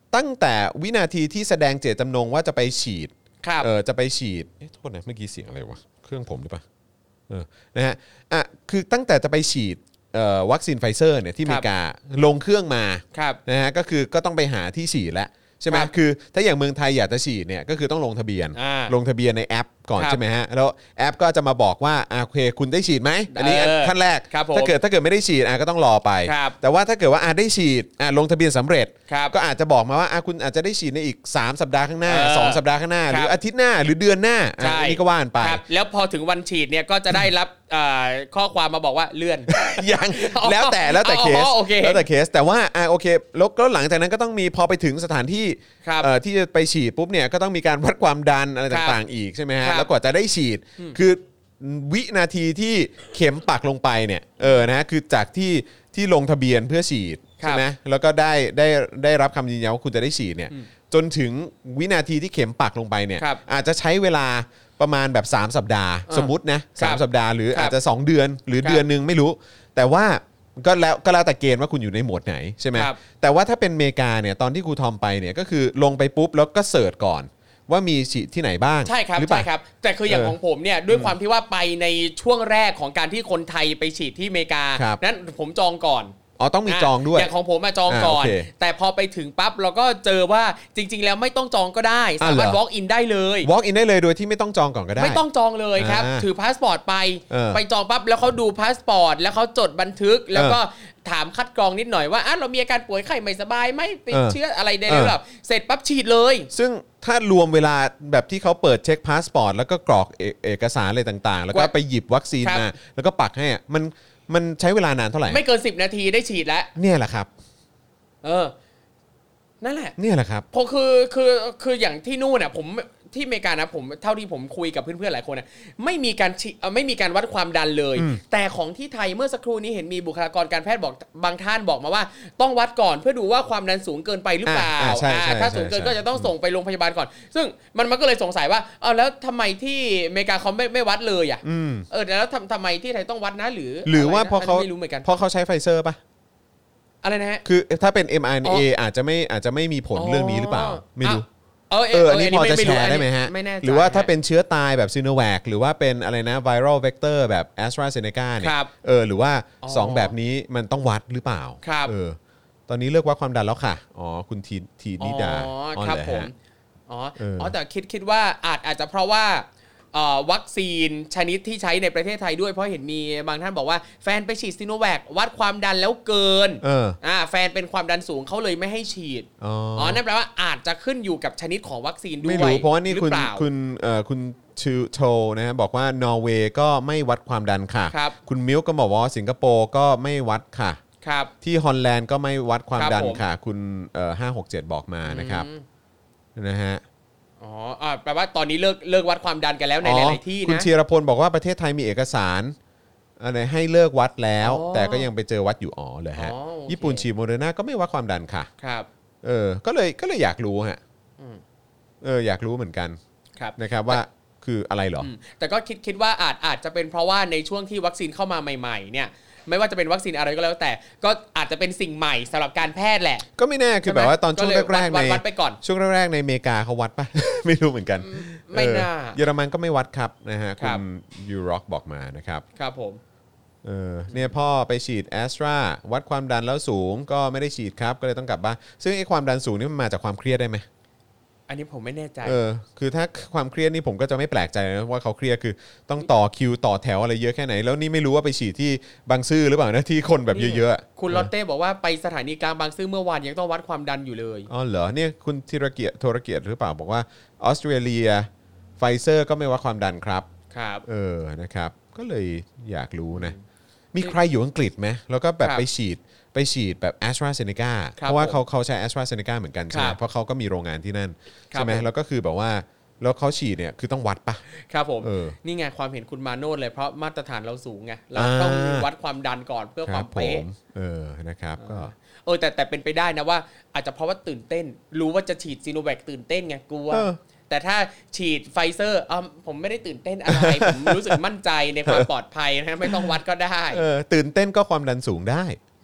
ตั้งแต่วินาทีที่แสดงเจตจำนงว่าจะไปฉีดครับเออจะไปฉีดเอ๊ะโทษนะเมื่อกี้เสียงอะไรวะเครื่องผมหรือเปล่าเออนะฮะอ่ะคือตั้งแต่จะไปฉีดเอ่อวัคซีนไฟเซอร์เนี่ยที่อเมริกาลงเครื่องมาครับนะฮะก็คือก็ต้องไปหาที่ฉีดแล้วใช่ไหมครับคือถ้าอย่างเมืองไทยอยากจะฉีดเนี่ยก็คือต้องลงทะเบียนอ่าลงทะเบียนในแอปก่อนครับใช่ไหมฮะแล้วแอปก็จะมาบอกว่าอ่าโอเคคุณได้ฉีดไหมอันนี้เออขั้นแรกครับผมถ้าเกิดถ้าเกิดไม่ได้ฉีดอ่ะก็ต้องรอไปครับแต่ว่าถ้าเกิดว่าอ่ะได้ฉีดอ่ะลงทะเบียนสำเร็จครับก็อาจจะบอกมาว่าอ่ะคุณอาจจะได้ฉีดในอีกสามสัปดาห์ข้างหน้าเออสองสัปดาห์ข้างหน้าหรือครับอาทิตย์หน้าหรือเดือนหน้าอ่ะใช่อันนี้ก็ว่านไปครับแล้วพอถึงวันฉีดเนี่ยก็จะได้รับเอ่อข้อความมาบอกว่าเลื่อนยังแล้วแต่แล้วแต่เคสอ๋อโอเคแล้วแต่เคสแต่ว่าอ่ะโอเคแล้วก็หลังจากนั้นก็ต้องมีพอไปถึงสถานที่ครับเอ่อที่จะไปฉีดปุ๊บเนี่ยก็ต้องมีการวัดความดันอะไรครับต่างๆอีกใช่ไหมฮะครับแล้วกว่าจะได้ฉีดคือวินาทีที่เข็มปักลงไปเนี่ยเออนะคือจากที่ที่ลงทะเบียนเพื่อฉีดครับใช่ไหมแล้วก็ได้ได้ได้รับคำยืนยันว่าคุณจะได้ฉีดเนี่ยจนถึงวินาทีที่เข็มปักลงไปเนี่ยครับอาจจะใช้เวลาประมาณแบบสามสัปดาห์อ่าสมมุตินะสามครับสัปดาห์หรือครับอาจจะสองเดือนหรือครับเดือนนึงไม่รู้ แต่ว่าก็แล้วก็แล้วแต่เกณฑ์ว่าคุณอยู่ในโหมดไหนใช่ไหมครับแต่ว่าถ้าเป็นอเมริกาเนี่ยตอนที่ครูทอมไปเนี่ยก็คือลงไปปุ๊บแล้วก็เสิร์ชก่อนว่ามีฉีดที่ไหนบ้างใช่ครับหรือเปใช่ล่าครับแต่คืออย่างเออของผมเนี่ยด้วยความที่ว่าไปในช่วงแรกของการที่คนไทยไปฉีดที่อเมริกาครับนั้นผมจองก่อนอ๋อต้องมีจองด้วยอย่างของผมมาจองก่อนอ่าโอเคแต่พอไปถึงปั๊บเราก็เจอว่าจริง ๆ แล้วไม่ต้องจองก็ได้อ่าสามารถเหรอ walk in ได้เลย walk in ได้เลยโดยที่ไม่ต้องจองก่อนก็ได้ไม่ต้องจองเลยครับอ่าถือพาสปอร์ตไปเออไปจองปั๊บแล้วเขาดูพาสปอร์ตแล้วเขาจดบันทึก แล้วก็ถามคัดกรองนิดหน่อยว่าอ่ะเรามีอาการป่วยไข้ไม่สบายไหม่ติดเออเชื้ออะไรได้เออหรือเปล่าเสร็จปั๊บฉีดเลยซึ่งถ้ารวมเวลาแบบที่เขาเปิดเช็คพาสปอร์ตแล้วก็กรอกเอเอกสารอะไรต่างๆ แล้วก็ว่าไปหยิบวัคซีนครับมาแล้วก็ปักให้อะมันมันใช้เวลานานเท่าไหร่ไม่เกินสิบนาทีได้ฉีดแล้วเนี่ยแหละครับเออนั่นแหละเนี่ยแหละครับพอคือคือคืออย่างที่นู่นน่ะผมที่อเมริกานะผมเท่าที่ผมคุยกับเพื่อนๆหลายคนน่ะไม่มีการฉีเอ่อไม่มีการวัดความดันเลย แต่ของที่ไทยเมื่อสักครู่นี้เห็นมีบุคลากรการแพทย์บอกบางท่านบอกมาว่าต้องวัดก่อนเพื่อดูว่าความดันสูงเกินไปหรือเปล่าอ่าใช่ใช่อ่าถ้าสูงเกินใช่ก็จะต้องส่งไปโรงพยาบาลก่อน ซึ่งมันมันก็เลยสงสัยว่าเอาแล้วทำไมที่อเมริกาเขาไม่ไม่วัดเลยอ่ะอืมเออแล้วทำทำไมที่ไทยต้องวัดนะหรือหรือว่าะไนะเพราะเขาไม่รู้เหมือนกันเพราะเขาใช้ไฟเซอร์ป่ะอะไรนะฮะคือถ้าเป็น เอ็ม อาร์ เอ็น เออ๋ออาจจะไม่อาจจะไม่มีผลเรื่องนี้หรือเปล่า ไม่รู้เออเอออันนี้พอจะม่แชรู้ร์ได้ไหมฮะไม่แน่ใจหรือว่าถ้าฮะเป็นเชื้อตายแบบซีโนแวคหรือว่าเป็นอะไรนะไวรัลเวกเตอร์แบบ AstraZeneca เนี่ยครับเออหรือว่าอ๋อสองแบบนี้มันต้องวัดหรือเปล่าครับเออตอนนี้เลิกวัดความดันแล้วค่ะอ๋อคุณทีทีนิดาอ๋ออ๋อครับเหอผมฮะอ๋อเอออ๋อ๋อแต่คิดคิดว่าอาจอาจจะเพราะว่าเอ่อวัคซีนชนิดที่ใช้ในประเทศไทยด้วยเพราะเห็นมีบางท่านบอกว่าแฟนไปฉีดซิโนแวควัดความดันแล้วเกินเอออ่าแฟนเป็นความดันสูงเขาเลยไม่ให้ฉีดอ๋ออ๋อนั่นแปลว่าอาจจะขึ้นอยู่กับชนิดของวัคซีนด้วยไม่รู้เพราะว่านี่หรือคุณเปล่าคุณเอ่อคุณชูโชนะฮะบอกว่านอร์เวย์ก็ไม่วัดความดันค่ะครับคุณมิลก็บอกว่าสิงคโปร์ก็ไม่วัดค่ะครับที่ฮอลแลนด์ก็ไม่วัดความครับดันผมค่ะ คุณเอ่อห้าหกเจ็ดบอกมานะครับอืมนะฮะอ๋ออ่าแปลว่าตอนนี้เลิกเลิกวัดความดันกันแล้วในอ๋อหลายๆที่คุณนะธีรพลบอกว่าประเทศไทยมีเอกสารอะไรให้เลิกวัดแล้วอ๋อแต่ก็ยังไปเจอวัดอยู่อ๋อเลยฮะอ๋อโอเคญี่ปุ่นฉีดโมเดอร์นาก็ไม่วัดความดันค่ะครับเออก็เลยก็เลยอยากรู้ฮะอืมเอออยากรู้เหมือนกันครับนะครับว่าคืออะไรเหรออืมแต่ก็คิดคิดว่าอาจอาจจะเป็นเพราะว่าในช่วงที่วัคซีนเข้ามาใหม่ๆเนี่ยไม่ว่าจะเป็นวัคซีนอะไรก็แล้วแต่ก็อาจจะเป็นสิ่งใหม่สำหรับการแพทย์แหละก็ไม่แน่คือแบบว่าตอนช่วงแรกๆวัในดวัดไปก่อนช่วงแรกๆในอเมริกาเขาวัดปะ ไม่รู้เหมือนกันไม่น่าเออเยอรมันก็ไม่วัดครับนะฮะคคุรัณบยูร็อกบอกมานะครับครับผมเออเนี่ยพ่อไปฉีดแอสตราวัดความดันแล้วสูงก็ไม่ได้ฉีดครับก็เลยต้องกลับบ้านซึ่งไอ้ความดันสูงนี่มันมาจากความเครียดได้ไหมอันนี้ผมไม่แน่ใจเออคือถ้าความเครียดนี่ผมก็จะไม่แปลกใจนะว่าเขาเครียดคือต้องต่อคิวต่อแถวอะไรเยอะแค่ไหนแล้วนี่ไม่รู้ว่าไปฉีดที่บางซื่อหรือเปล่านะที่คนแบบเยอะๆคุณลอตเต้บอกว่าไปสถานีกลางบางซื่อเมื่อวานยังต้องวัดความดันอยู่เลยอ๋อเหรอเนี่ยคุณธีรเกียรติโทรเกียรติหรือเปล่าบอกว่าออสเตรเลียไฟเซอร์ก็ไม่วัดความดันครับครับเออนะครับก็เลยอยากรู้นะมีใครอยู่อังกฤษไหมแล้วก็แบบครับไปฉีดไปฉีดแบบ AstraZeneca ครับเพราะว่าผมเขาเขาใช้ AstraZeneca เหมือนกันใช่ไหมครับเพราะเขาก็มีโรงงานที่นั่นครับใช่ไหมผมแล้วก็คือแบบว่าแล้วเขาฉีดเนี่ยคือต้องวัดปะครับผมเออนี่ไงความเห็นคุณมาโนดเลยเพราะมาตรฐานเราสูงไงเราต้องอ่าวัดความดันก่อนเพื่อคครัวาบมผเป๊ะมเออนะครับก็เออแต่แต่เป็นไปได้นะว่า อาจจะเพราะว่าตื่นเต้น รู้ว่าจะฉีดซีโนแวคตื่นเต้นไงกลัวเออแต่ถ้าฉีดไฟเซอร์อ่าผมไม่ได้ตื่นเต้นอะไร ผมรู้สึกมั่นใจในความปลอดภัยนะไม่ต้องวัดก็ได้เออตื่นเต้นก็ความดันสูงได้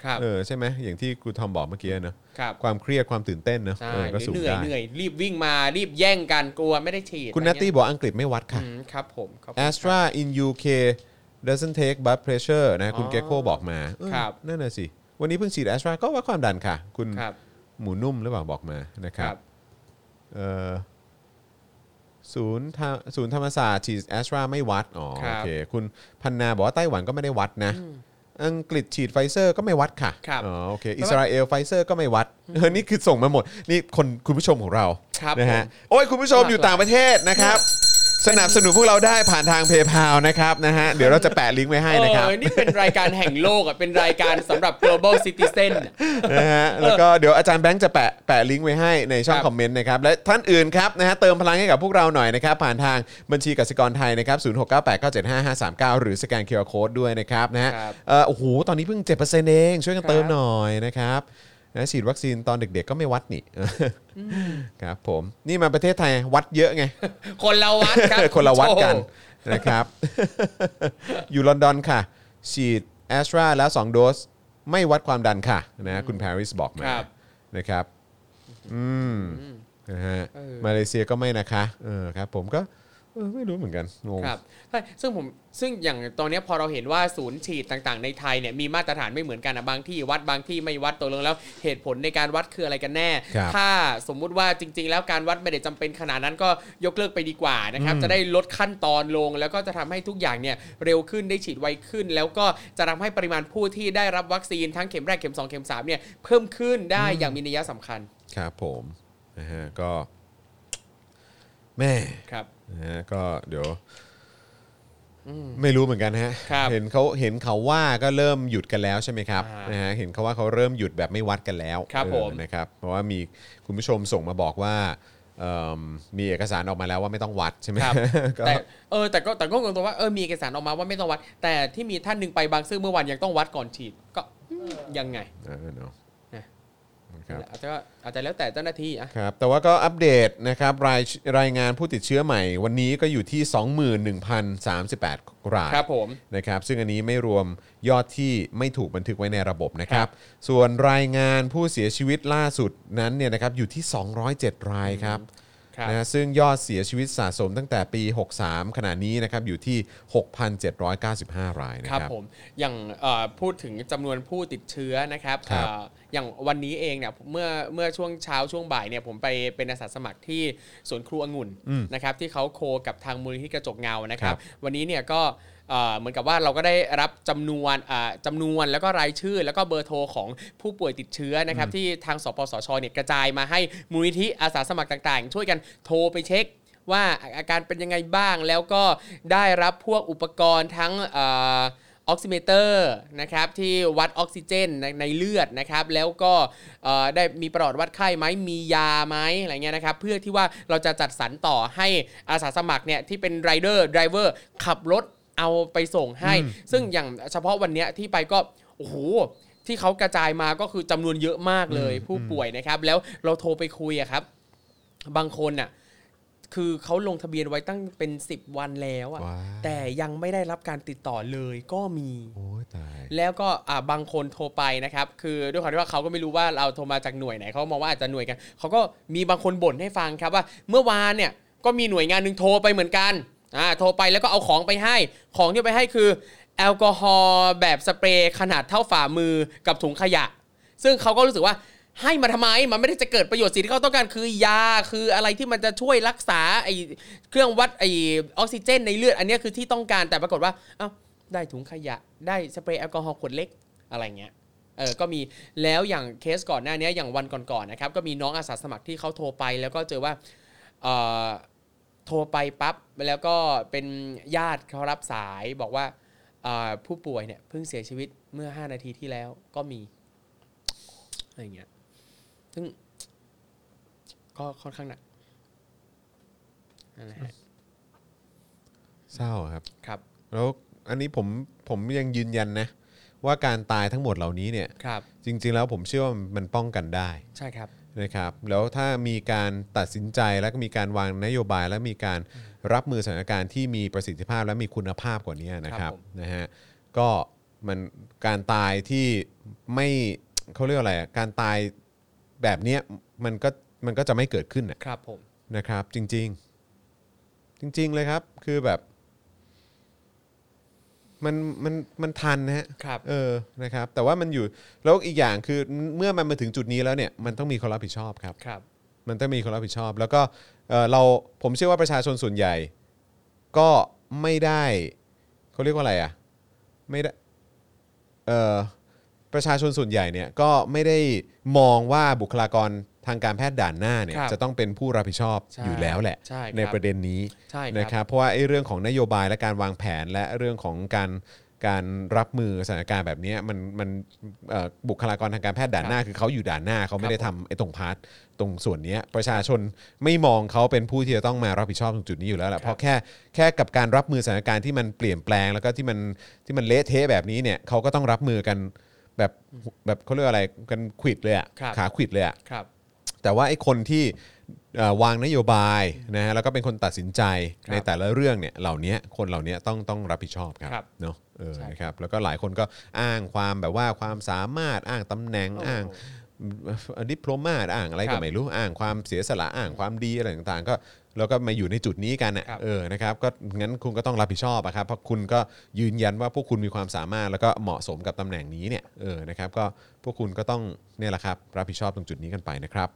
เออใช่ไหมอย่างที่ครูทอมบอกเมื่อกี้เนอะครับความเครียดความตื่นเต้นเนอะใช่เออก็สูงเหนื่อยได้เหนื่อยรีบวิ่งมารีบแย่งกันกลัวไม่ได้ฉีดคุณนัตตี้บอกอังกฤษไม่วัดค่ะอืมครับผมครับ Astra in ยู เค doesn't take blood pressure นะคุณอ๋อเกโก้บอกมาเออครับนั่นน่ะสิวันนี้เพิ่งฉีด Astra ก็วัดความดันค่ะ คุณครับหมูนุ่มหรือเปล่าบอกมานะครับเอ่อศูนย์ธรรศูนย์ธรรมศาสตร์ฉีด Astra ไม่วัดอ๋อครับโอเคคุณพันนาบอกว่าไต้หวันก็ไม่ได้วัดนะอังกฤษฉีดไฟเซอร์ก็ไม่วัดค่ะครับอ๋อโอเคอิสราเอลไฟเซอร์ก็ไม่วัดเออนี่คือส่งมาหมดนี่คนคุณผู้ชมของเราครับนะฮะผมโอ้ยคุณผู้ชมอยู่ต่างประเทศนะครับสนับสนุนพวกเราได้ผ่านทาง PayPal นะครับนะฮะเดี๋ยวเราจะแปะลิงก์ไว้ให้นะครับเออนี่เป็นรายการแห่งโลกอ่ะเป็นรายการสำหรับ global citizen อะนะฮะแล้วก็เดี๋ยวอาจารย์แบงค์จะแปะแปะลิงก์ไว้ให้ในช่องครับคอมเมนต์นะครับและท่านอื่นครับนะฮะเติมพลังให้กับพวกเราหน่อยนะครับผ่านทางบัญชีกสิกรไทยนะครับศูนย์ หก เก้า แปด เก้า เจ็ด ห้า ห้า สาม เก้าหรือสแกน คิว อาร์ Code ด้วยนะครับนะฮะครับเอ่อโอ้โหตอนนี้เพิ่ง เจ็ดเปอร์เซ็นต์ เองช่วยกันเติมครับหน่อยนะครับนะฉีดวัคซีนตอนเด็กๆก็ไม่วัดนี่ครับผมนี่มาประเทศไทยวัดเยอะไงคนละวัดครับคนละวัดกันโอ้นะครับ อยู่ลอนดอนค่ะ ฉีดแอสตราแล้วสองโดสไม่วัดความดันค่ะนะคุณ Paris บอกมาครับนะครับอืมนะฮะเออมาเลเซียก็ไม่นะคะเออครับผมก็เออไม่รู้เหมือนกันงงครับใช่ซึ่งผมซึ่งอย่างตอนเนี้ยพอเราเห็นว่าศูนย์ฉีดต่างๆในไทยเนี่ยมีมาตรฐานไม่เหมือนกันนะบางที่วัดบางที่ไม่วัดตัวลงแล้วเหตุผลในการวัดคืออะไรกันแน่ครับถ้าสมมุติว่าจริง ๆ แล้วการวัดไม่ได้จำเป็นขนาดนั้นก็ยกเลิกไปดีกว่านะครับจะได้ลดขั้นตอนลง แล้วก็จะทำให้ทุกอย่างเนี่ยเร็วขึ้นได้ฉีดไวขึ้น แล้วก็จะทำให้ปริมาณผู้ที่ได้รับวัคซีนทั้งเข็มแรกเข็มสองเข็มสามเนี่ยเพิ่มขึ้นได้อย่างมีนัยสำคัญครับผมนะฮะก็แม่ครับนะฮะก็เดี๋ยวไม่รู้เหมือนกันฮะครับเห็นเขาเห็นเขาว่าก็เริ่มหยุดกันแล้วใช่ไหมครับอ่านนะฮะเห็นเขาว่าเขาเริ่มหยุดแบบไม่วัดกันแล้วครับเออผมนะครับเพราะว่ามีคุณผู้ชมส่งมาบอกว่าเอิ่มมีเอกสารออกมาแล้วว่าไม่ต้องวัดใช่ไหมครับก็แต่เออแต่ก็แต่ก็งงตรงว่าเออมีเอกสารออกมาว่าไม่ต้องวัด แต่ที่มีท่านหนึ่งไปบางซื่อเมื่อวานยังต้องวัดก่อนฉีดก็อืมยังไงเออเนาะนะครับอาจจะอาจจะแล้วแต่เจ้าหน้าที่อะครับแต่ว่าก็อัปเดตนะครับรายรายงานผู้ติดเชื้อใหม่ วันนี้ก็อยู่ที่ สองหมื่นหนึ่งพันสามสิบแปด รายครับผมนะครับซึ่งอันนี้ไม่รวมยอดที่ไม่ถูกบันทึกไว้ในระบบนะครับส่วนรายงานผู้เสียชีวิตล่าสุดนั้นเนี่ยนะครับอยู่ที่สองร้อยเจ็ดรายครับครับนะฮะซึ่งยอดเสียชีวิตสะสมตั้งแต่ปีหกสิบสามขณะนี้นะครับอยู่ที่ หกพันเจ็ดร้อยเก้าสิบห้า รายนะคครัรับบ ผมอย่างเอ่อพูดถึงจำนวนผู้ติดเชื้อนะครับครับเอ่ออย่างวันนี้เองเนี่ยเมื่อเมื่อช่วงเช้าช่วงบ่ายเนี่ยผมไปเป็นอาสาสมัครที่สวนครูองุ่นนะครับที่เขาโคกับทางมูลนิธิกระจกเงานะครับ วันนี้เนี่ยก็เอ่อเหมือนกับว่าเราก็ได้รับจำนวนอ่าจำนวนแล้วก็รายชื่อ แล้วก็เบอร์โทรของผู้ป่วยติดเชื้อนะครับที่ทางสปสชเนี่ยกระจายมาให้มูลนิธิอาสาสมัครต่างๆ ช่วยกันโทรไปเช็คว่าอาการเป็นยังไงบ้าง แล้วก็ได้รับพวกอุปกรณ์ทั้งเอ่อออกซิเมเตอร์นะครับที่วัดออกซิเจนในในเลือดนะครับแล้วก็เอ่อได้มีประวัติวัดไข้ไหมมียาไหมอะไรเงี้ยนะครับเพื่อที่ว่าเราจะจัดสรรต่อให้อาสาสมัครเนี่ยที่เป็นไรเดอร์ไดรเวอร์ขับรถเอาไปส่งให้ ซึ่งอย่างเฉพาะวันเนี้ยที่ไปก็โอ้โหที่เขากระจายมาก็คือจำนวนเยอะมากเลยผู้ป่วยนะครับแล้วเราโทรไปคุยอะครับบางคนน่ะคือเขาลงทะเบียนไว้ตั้งเป็นสิบวันแล้วอะว้าวแต่ยังไม่ได้รับการติดต่อเลยก็มีโอ้ยตายแล้วก็อ่าบางคนโทรไปนะครับคือด้วยความที่ว่าเขาก็ไม่รู้ว่าเราโทรมาจากหน่วยไหนเขามองว่าอาจจะหน่วยกันเขาก็มีบางคนบ่นให้ฟังครับว่าเมื่อวานเนี่ยก็มีหน่วยงานหนึ่งโทรไปเหมือนกันอ่าโทรไปแล้วก็เอาของไปให้ของที่ไปให้คือแอลกอฮอล์แบบสเปรย์ขนาดเท่าฝ่ามือกับถุงขยะ ซึ่งเขาก็รู้สึกว่าให้มาทำไมมันไม่ได้จะเกิดประโยชน์สิ่งที่เขาต้องการคือยาคืออะไรที่มันจะช่วยรักษาไอ้เครื่องวัดไอ้ออกซิเจนในเลือดอันนี้คือที่ต้องการแต่ปรากฏว่าเอ้าได้ถุงขยะได้สเปรย์แอลกอฮอล์ขวดเล็กอะไรเงี้ยเออก็มีแล้วอย่างเคสก่อนหน้านี้อย่างวันก่อนๆนะครับก็มีน้องอาสาสมัครที่เขาโทรไปแล้วก็เจอว่าเอ่อโทรไปปั๊บแล้วก็เป็นญาติเขารับสายบอกว่าเอ่อผู้ป่วยเนี่ยเพิ่งเสียชีวิตเมื่อห้านาทีที่แล้วก็มีอะไรเงี้ยซึ่งก็ค่อนข้างหนักนั่นแหละเศร้าครับครับแล้วอันนี้ผมผมยังยืนยันนะว่าการตายทั้งหมดเหล่านี้เนี่ยครับจริงๆแล้วผมเชื่อว่ามันป้องกันได้ใช่ครับนะครับแล้วถ้ามีการตัดสินใจแล้วก็มีการวางนโยบายและมีการรับมือสถานการณ์ที่มีประสิทธิภาพและมีคุณภาพกว่านี้นะครับครับผมนะฮะก็มันการตายที่ไม่เขาเรียกอะไรการตายแบบเนี้ยมันก็มันก็จะไม่เกิดขึ้นนะครับผมนะครับจริงๆจริงๆเลยครับคือแบบมันมันมันทันนะฮะเออนะครับแต่ว่ามันอยู่แล้วอีกอย่างคือเมื่อมันมาถึงจุดนี้แล้วเนี่ยมันต้องมีคนรับผิดชอบครับครับมันต้องมีคนรับผิดชอบแล้วก็เออเราผมเชื่อว่าประชาชนส่วนใหญ่ก็ไม่ได้เขาเรียกว่าอะไรอ่ะไม่ได้เออประชาชนส่วนใหญ่เนี่ยก็ไม่ได้มองว่าบุคลากรทางการแพทย์ด่านหน้าเนี่ยจะต้องเป็นผู้รับผิดชอบอยู่แล้วแหละใ, ในประเด็นนี้นะครับเพราะว่าไอ้เรื่องของนโยบายและการวางแผนและเรื่องของการการรับมือสถานการณ์แบบนี้มันมันบุคลากรทางการแพทย์ด่านหน้าคือเขาอยู่ด่านหน้าเขาไม่ได้ทำไอ้ตรงพาร์ทตรงส่วนนี้ประชาชนไม่มองเขาเป็นผู้ที่จะต้องมารับผิดชอบตรงจุดนี้อยู่แล้วแหละเพราะแค่แค่กับการรับมือสถานการณ์ที่มันเปลี่ยนแปลงแล้วก็ที่มันที่มันเละเทะแบบนี้เนี่ยเขาก็ต้องรับมือกันแบบแบบเขาเรียกอะไรกันขวิดเลยอ่ะขาขวิดเลยอ่ะแต่ว่าไอ้คนที่วางนโยบายนะฮะแล้วก็เป็นคนตัดสินใจในแต่ละเรื่องเนี่ยเหล่านี้คนเหล่านี้ต้องต้องรับผิดชอบครับเนาะเออนะครับแล้วก็หลายคนก็อ้างความแบบว่าความสามารถอ้างตำแหน่งอ้างดิปโลมาอ้างอะไรก็ไม่รู้อ้างความเสียสละอ้างความดีอะไรต่างๆก็แล้วก็มาอยู่ในจุดนี้กันอ่ะเออนะครับก็งั้นคุณก็ต้องรับผิดชอบอะครับเพราะคุณก็ยืนยันว่าพวกคุณมีความสามารถแล้วก็เหมาะสมกับตำแหน่งนี้เนี่ยเออนะครับก็พวกคุณก็ต้องเนี่ยแหละครับรับผิดชอบตรงจุดนี้กันไปนะครับ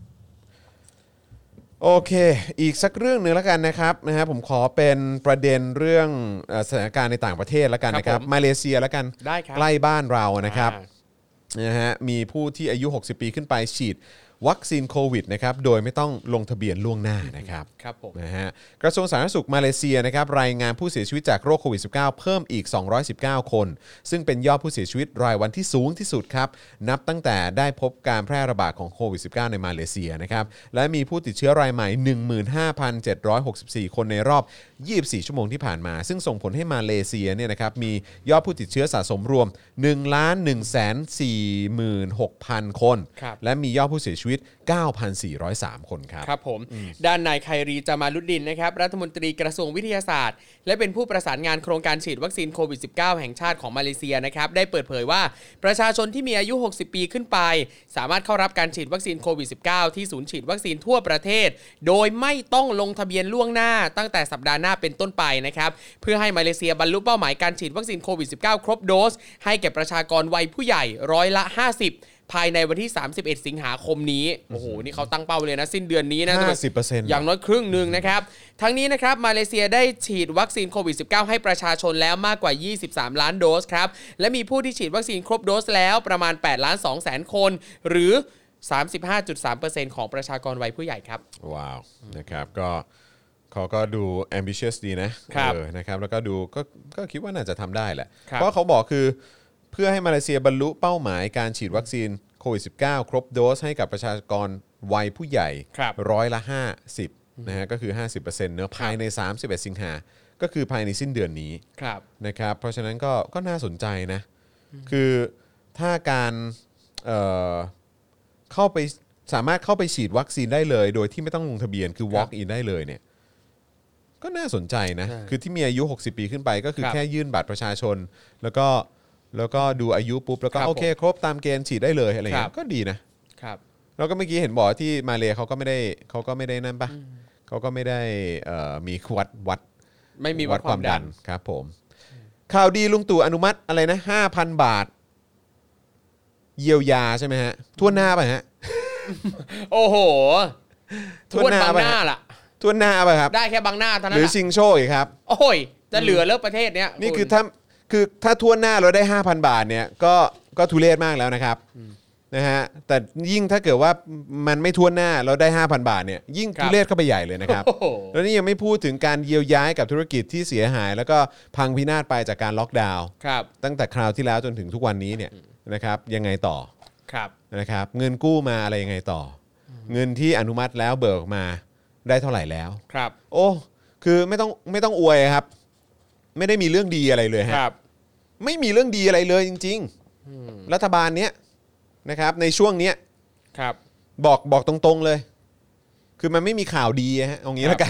โอเคอีกสักเรื่องหนึ่งแล้วกันนะครับนะฮะผมขอเป็นประเด็นเรื่องสถานการณ์ในต่างประเทศแล้วกันนะครับมาเลเซียแล้วกันใกล้บ้านเรานะครับนะฮะมีผู้ที่อายุหกสิบปีขึ้นไปฉีดวัคซีนโควิดนะครับโดยไม่ต้องลงทะเบียนล่วงหน้านะครับครับผมนะฮะกระทรวงสาธารณสุขมาเลเซียนะครับรายงานผู้เสียชีวิตจากโรคโควิด สิบเก้า เพิ่มอีกสองร้อยสิบเก้าคนซึ่งเป็นยอดผู้เสียชีวิตรายวันที่สูงที่สุดครับนับตั้งแต่ได้พบการแพร่ระบาดของโควิด สิบเก้า ในมาเลเซียนะครับและมีผู้ติดเชื้อรายใหม่ หนึ่งหมื่นห้าพันเจ็ดร้อยหกสิบสี่ คนในรอบยี่สิบสี่ชั่วโมงที่ผ่านมาซึ่งส่งผลให้มาเลเซียเนี่ยนะครับมียอดผู้ติดเชื้อสะสมรวม หนึ่งล้านหนึ่งแสนสี่หมื่นหกพัน คนและมียอดผู้เสียชีวิตเก้าพันสี่ร้อยสาม คนครับครับผมด้านนายไครีจามาลุดดินนะครับรัฐมนตรีกระทรวงวิทยาศาสตร์และเป็นผู้ประสานงานโครงการฉีดวัคซีนโควิด สิบเก้า แห่งชาติของมาเลเซียนะครับได้เปิดเผยว่าประชาชนที่มีอายุหกสิบปีขึ้นไปสามารถเข้ารับการฉีดวัคซีนโควิด สิบเก้า ที่ศูนย์ฉีดวัคซีนทั่วประเทศโดยไม่ต้องลงทะเบียนล่วงหน้าตั้งแต่สัปดาห์หน้าเป็นต้นไปนะครับเพื่อให้มาเลเซียบรรลุเป้าหมายการฉีดวัคซีนโควิด สิบเก้า ครบโดสให้แก่ประชากรวัยผู้ใหญ่ร้อยละห้าสิบภายในวันที่สามสิบเอ็ดสิงหาคมนี้โอ้โหนี่เขาตั้งเป้าเลยนะสิ้นเดือนนี้นะห้าสิบเปอร์เซ็นต์อย่างน้อยครึ่งนึงนะครับทั้งนี้นะครับมาเลเซียได้ฉีดวัคซีนโควิด สิบเก้า ให้ประชาชนแล้วมากกว่ายี่สิบสามล้านโดสครับและมีผู้ที่ฉีดวัคซีนครบโดสแล้วประมาณแปดล้านสองแสนคนหรือ สามสิบห้าจุดสามเปอร์เซ็นต์ ของประชากรวัยผู้ใหญ่ครับว้าวนะครับก็เขาก็ดู ambitious ดีนะเออนะครับแล้วก็ดูก็ก็คิดว่าน่าจะทำได้แหละเพราะเขาบอกคือเพื่อให้มาเลเซียบรรลุเป้าหมายการฉีดวัคซีนโควิด สิบเก้า ครบโดสให้กับประชากรวัยผู้ใหญ่ร้อยละห้าสิบนะฮะก็คือ ห้าสิบเปอร์เซ็นต์ เนอะภายในสามสิบเอ็ดสิงหาก็คือภายในสิ้นเดือนนี้นะครับเพราะฉะนั้นก็ก็น่าสนใจนะคือถ้าการเอ่อเข้าไปสามารถเข้าไปฉีดวัคซีนได้เลยโดยที่ไม่ต้องลงทะเบียนคือ walk in ได้เลยเนี่ยก็น่าสนใจนะคือที่มีอายุหกสิบปีขึ้นไปก็คือแค่ยื่นบัตรประชาชนแล้วก็แล้วก็ดูอายุปุ๊บแล้วก็โอเคครบตามเกณฑ์ฉีดได้เลยอะไรเงี้ยก็ดีนะครับแล้วก็เมื่อกี้เห็นบอกที่มาเลเขาก็ไม่ได้เขาก็ไม่ได้นั่นปะเขาก็ไม่ได้มีวัดวัดไม่มีวัดความดันครับผมข่าวดีลุงตู่อนุมัติอะไรนะ ห้าพัน บาทเยียวยาใช่ไหมฮะทั่วหน้าป่ะฮะโอ้โหทั่วหน้าบางหน้าล่ะทั่วหน้าป่ะครับได้แค่บางหน้าเท่านั้นหรือชิงโชคอีกครับโอ้ยจะเหลือเลิกประเทศเนี้ยนี่คือถ้าคือถ้าทั่วหน้าเราได้ ห้าพัน บาทเนี่ยก็ก็ทุเรศมากแล้วนะครับนะฮะแต่ยิ่งถ้าเกิดว่ามันไม่ทั่วหน้าเราได้ ห้าพัน บาทเนี่ยยิ่งทุเรศเข้าไปใหญ่เลยนะครับแล้วนี่ยังไม่พูดถึงการเยียวยากับธุรกิจที่เสียหายแล้วก็พังพินาศไปจากการล็อกดาวน์ตั้งแต่คราวที่แล้วจนถึงทุกวันนี้เนี่ยนะครับยังไงต่อนะครับเงินกู้มาอะไรยังไงต่อเงินที่อนุมัติแล้วเบิกมาได้เท่าไหร่แล้วครับโอ้คือไม่ต้องไม่ต้องอวยครับไม่ได้มีเรื่องดีอะไรเลยฮะไม่มีเรื่องดีอะไรเลยจริงๆรัฐบาลเนี้ยนะครับในช่วงเนี้ยบอกบอกตรงๆเลยคือมันไม่มีข่าวดีฮะเอางี้แล้วกัน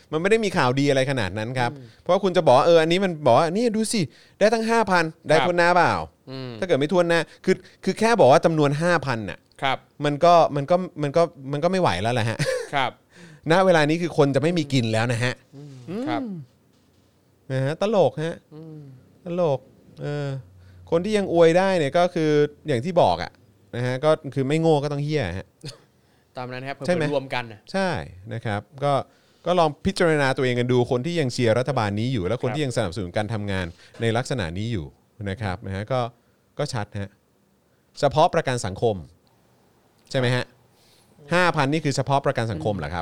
มันไม่ได้มีข่าวดีอะไรขนาดนั้นครับเพราะว่าคุณจะบอกเอออันนี้มันบอกว่านี่ดูสิได้ตั้ง ห้าพัน ได้ทวนหน้าเปล่าถ้าเกิดไม่ทวนหน้าคือคือแค่บอกว่าจำนวน ห้าพัน น่ะครับมันก็มันก็มันก็มันก็ไม่ไหวแล้วแหละฮะครับณเวลานี้คือคนจะไม่มีกินแล้วนะฮะครับนะฮะตลกฮะตลกเออคนที่ยังอวยได้เนี่ยก็คืออย่างที่บอกอ่ะนะฮะก็คือไม่โง่ก็ต้องเหี้ยฮะตามนั้นครับเพื่อรวมกันใช่นะครับก็ก็ลองพิจารณาตัวเองกันดูคนที่ยังเชียร์รัฐบาลนี้อยู่และคนที่ยังสนับสนุนการทำงานในลักษณะนี้อยู่นะครับนะฮะก็ก็ชัดฮะเฉพาะประกันสังคมใช่ไหมฮะห้าพันนี่คือเฉพาะประกันสังคมเหรอครับ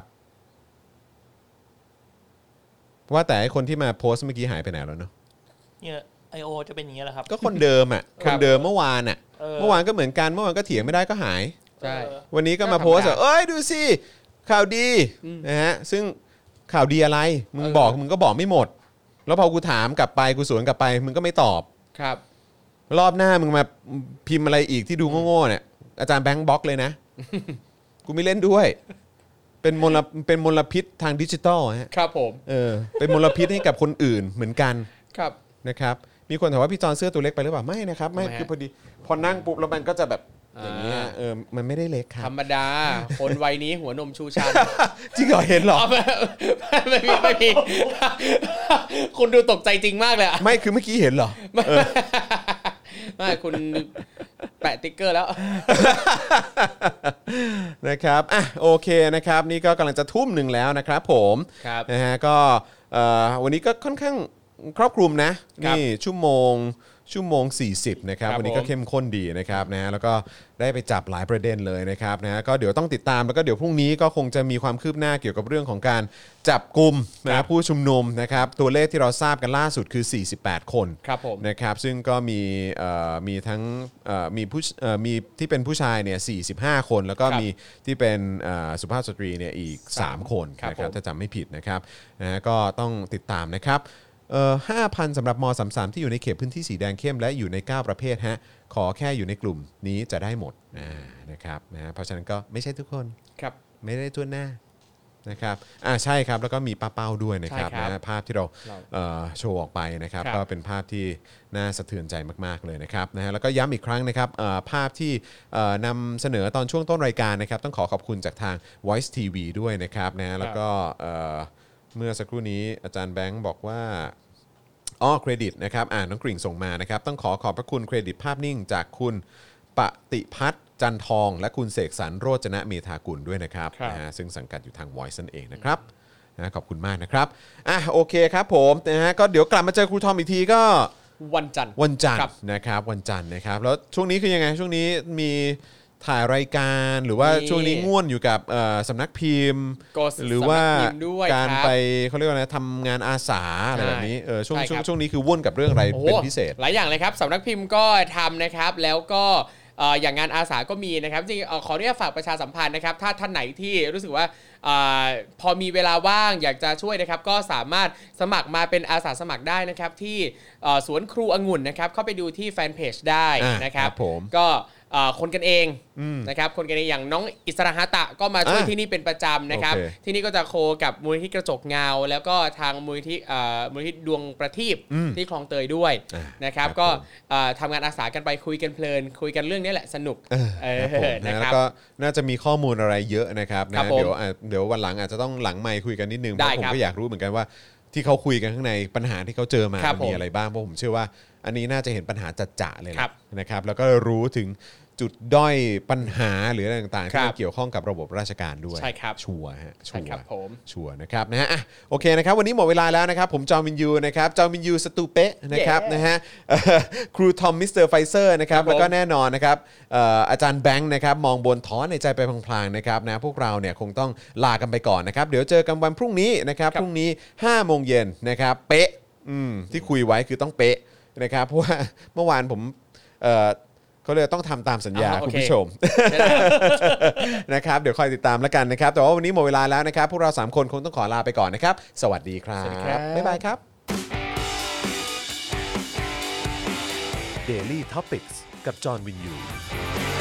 ว่าแต่คนที่มาโพสต์เมื่อกี้หายไปไหนแล้วเนาะเนี่ยไอโอจะเป็นอย่างนี้แหละครับก็คนเดิมอ่ะคนเดิมเมื่อวานอ่ะเมื่อวานก็เหมือนกันเมื่อวานก็เถียงไม่ได้ก็หายใช่วันนี้ก็มาโพสต์เอ้ยดูสิข่าวดีนะฮะซึ่งข่าวดีอะไรมึงบอกมึงก็บอกไม่หมดแล้วพอกูถามกลับไปกูสวนกลับไปมึงก็ไม่ตอบครับรอบหน้ามึงมาพิมพ์อะไรอีกที่ดูโง่ๆเนี่ยอาจารย์แบงค์บล็อกเลยนะกูไม่เล่นด้วยเป็นมลเป็นมลพิษทางดิจิตอลฮะครับผมเออเป็นมลพิษให้กับคนอื่นเหมือนกันครับนะครับมีคนถามว่าพี่จอนเสื้อตัวเล็กไปหรือเปล่าไม่นะครับไม่คือพอดีพอนั่งปุ๊บแล้วมันก็จะแบบอย่างนี้เออมันไม่ได้เล็กครับธรรมดาคนวัยนี้หัวนมชูชันจริงเหรอเห็นหรอไม่มีไม่มีคุณดูตกใจจริงมากเลยไม่คือเมื่อกี้เห็นเหรอไม่คุณแปะติ๊กเกอร์แล้วนะครับอ่ะโอเคนะครับนี่ก็กำลังจะทุ่มหนึ่งแล้วนะครับผมนะฮะก็วันนี้ก็ค่อนข้างครอบคลุมนะนี่ชั่วโมงชั่วโมงสี่สิบนะครับวันนี้ก็เข้มข้นดีนะครับนะฮะแล้วก็ได้ไปจับหลายประเด็นเลยนะครับนะฮะก็เดี๋ยวต้องติดตามแล้วก็เดี๋ยวพรุ่งนี้ก็คงจะมีความคืบหน้าเกี่ยวกับเรื่องของการจับกลุ่มนะผู้ชุมนุมนะครับตัวเลขที่เราทราบกันล่าสุดคือสี่สิบแปดคนนะครับซึ่งก็มีมีทั้งมีผู้มีที่เป็นผู้ชายเนี่ยสี่สิบห้าคนแล้วก็มีที่เป็นสุภาพสตรีเนี่ยอีกสามคนนะครับถ้าจำไม่ผิดนะครับนะก็ต้องติดตามนะครับเอ่อ ห้าพัน สำหรับมสามสิบสามที่อยู่ในเขตพื้นที่สีแดงเข้มและอยู่ในเก้าประเภทฮะขอแค่อยู่ในกลุ่มนี้จะได้หมดนะครับนะเพราะฉะนั้นก็ไม่ใช่ทุกคนครับไม่ได้ทั่วหน้านะครับอ่าใช่ครับแล้วก็มีป้าเป้าด้วยนะครับนะภาพที่เราเอ่อโชว์ออกไปนะครับก็เป็นภาพที่น่าสะเทือนใจมากๆเลยนะครับนะฮะแล้วก็ย้ำอีกครั้งนะครับเอ่อภาพที่เอ่อนำเสนอตอนช่วงต้นรายการนะครับต้องขอขอบคุณจากทาง Voice ที วี ด้วยนะครับนะแล้วก็เอ่อเมื่อสักครู่นี้อาจารย์แบงค์บอกว่าอ๋อเครดิตนะครับอ่าน้องกริ่งส่งมานะครับต้องขอขอบพระคุณเครดิตภาพนิ่งจากคุณปฏิพัฒน์จันทองและคุณเสกสรรโรจนะเมธากุลด้วยนะครับนะฮะซึ่งสังกัดอยู่ทาง Voice นั่นเองนะครับนะขอบคุณมากนะครับอ่ะโอเคครับผมนะฮะก็เดี๋ยวกลับมาเจอครูทอมอีกทีก็วันจันทร์วันจันทร์นะครับวันจันทร์นะครับแล้วช่วงนี้คือยังไงช่วงนี้มีถ่ายรายการหรือว่าช่วงนี้ง่วนอยู่กับสำนักพิมพ์หรือว่าการไปเขาเรียกว่าอะไรทำงานอาสาอะไรแบบนี้เออช่วงช่วงช่วงนี้คือว่นกับเรื่องอะไรเป็นพิเศษหลายอย่างเลยครับสำนักพิมพ์ก็ทำนะครับแล้วก็อย่างงานอาสาก็มีนะครับจริงขออนุญาตฝากประชาสัมพันธ์นะครับถ้าท่านไหนที่รู้สึกว่าพอมีเวลาว่างอยากจะช่วยนะครับก็สามารถสมัครมาเป็นอาสาสมัครได้นะครับที่สวนครูองุ่นนะครับเข้าไปดูที่แฟนเพจได้นะครับก็คนกันเองนะครับคนกันเองอย่างน้องอิสระหะตะก็มาช่วยที่นี่เป็นประจำนะครับที่นี่ก็จะโคกับมูลนิธิกระจกเงาแล้วก็ทางมูลนิธิมูลนิธิดวงประทีปที่คลองเตยด้วยนะครับก็ทำงานอาสากันไปคุยกันเพลินคุยกันเรื่องนี้แหละสนุกนะครับแล้วก็น่าจะมีข้อมูลอะไรเยอะนะครับนะเดี๋ยวเดี๋ยววันหลังอาจจะต้องหลังไมค์คุยกันนิดนึงเพราะผมก็อยากรู้เหมือนกันว่าที่เขาคุยกันข้างในปัญหาที่เขาเจอมามีอะไรบ้างเพราะผมเชื่อว่าอันนี้น่าจะเห็นปัญหาจัดจ่าเลยนะครับแล้วก็รู้ถึงจุดด้อยปัญหาหรืออะไรต่างๆที่เกี่ยวข้องกับระบบราชการด้วยใช่ครับชัวร์ฮะชัวร์ผมชัวร์นะครับนะฮะโอเคนะครับวันนี้หมดเวลาแล้วนะครับผมจอมินยูนะครับจอมินยูสตูเป๊ะนะครับนะฮะครูทอมมิสเตอร์ไฟเซอร์นะครับแล้วก็แน่นอนนะครับอาจารย์แบงค์นะครับมองบนถอนในใจไปพลางๆนะครับนะพวกเราเนี่ยคงต้องลากันไปก่อนนะครับเดี๋ยวเจอกันวันพรุ่งนี้นะครับพรุ่งนี้ห้าโมงเย็นนะครับเป๊ะที่คุยไว้คือต้องเป๊ะนะครับเพราะว่าเมื่อวานผมเขาเลยต้องทำตามสัญญาคุณผู้ชมนะครับเดี๋ยวคอยติดตามแล้วกันนะครับแต่ว่าวันนี้หมดเวลาแล้วนะครับพวกเราสามคนคงต้องขอลาไปก่อนนะครับสวัสดีครับบ๊ายบายครับ Daily Topics กับจอห์นวินยู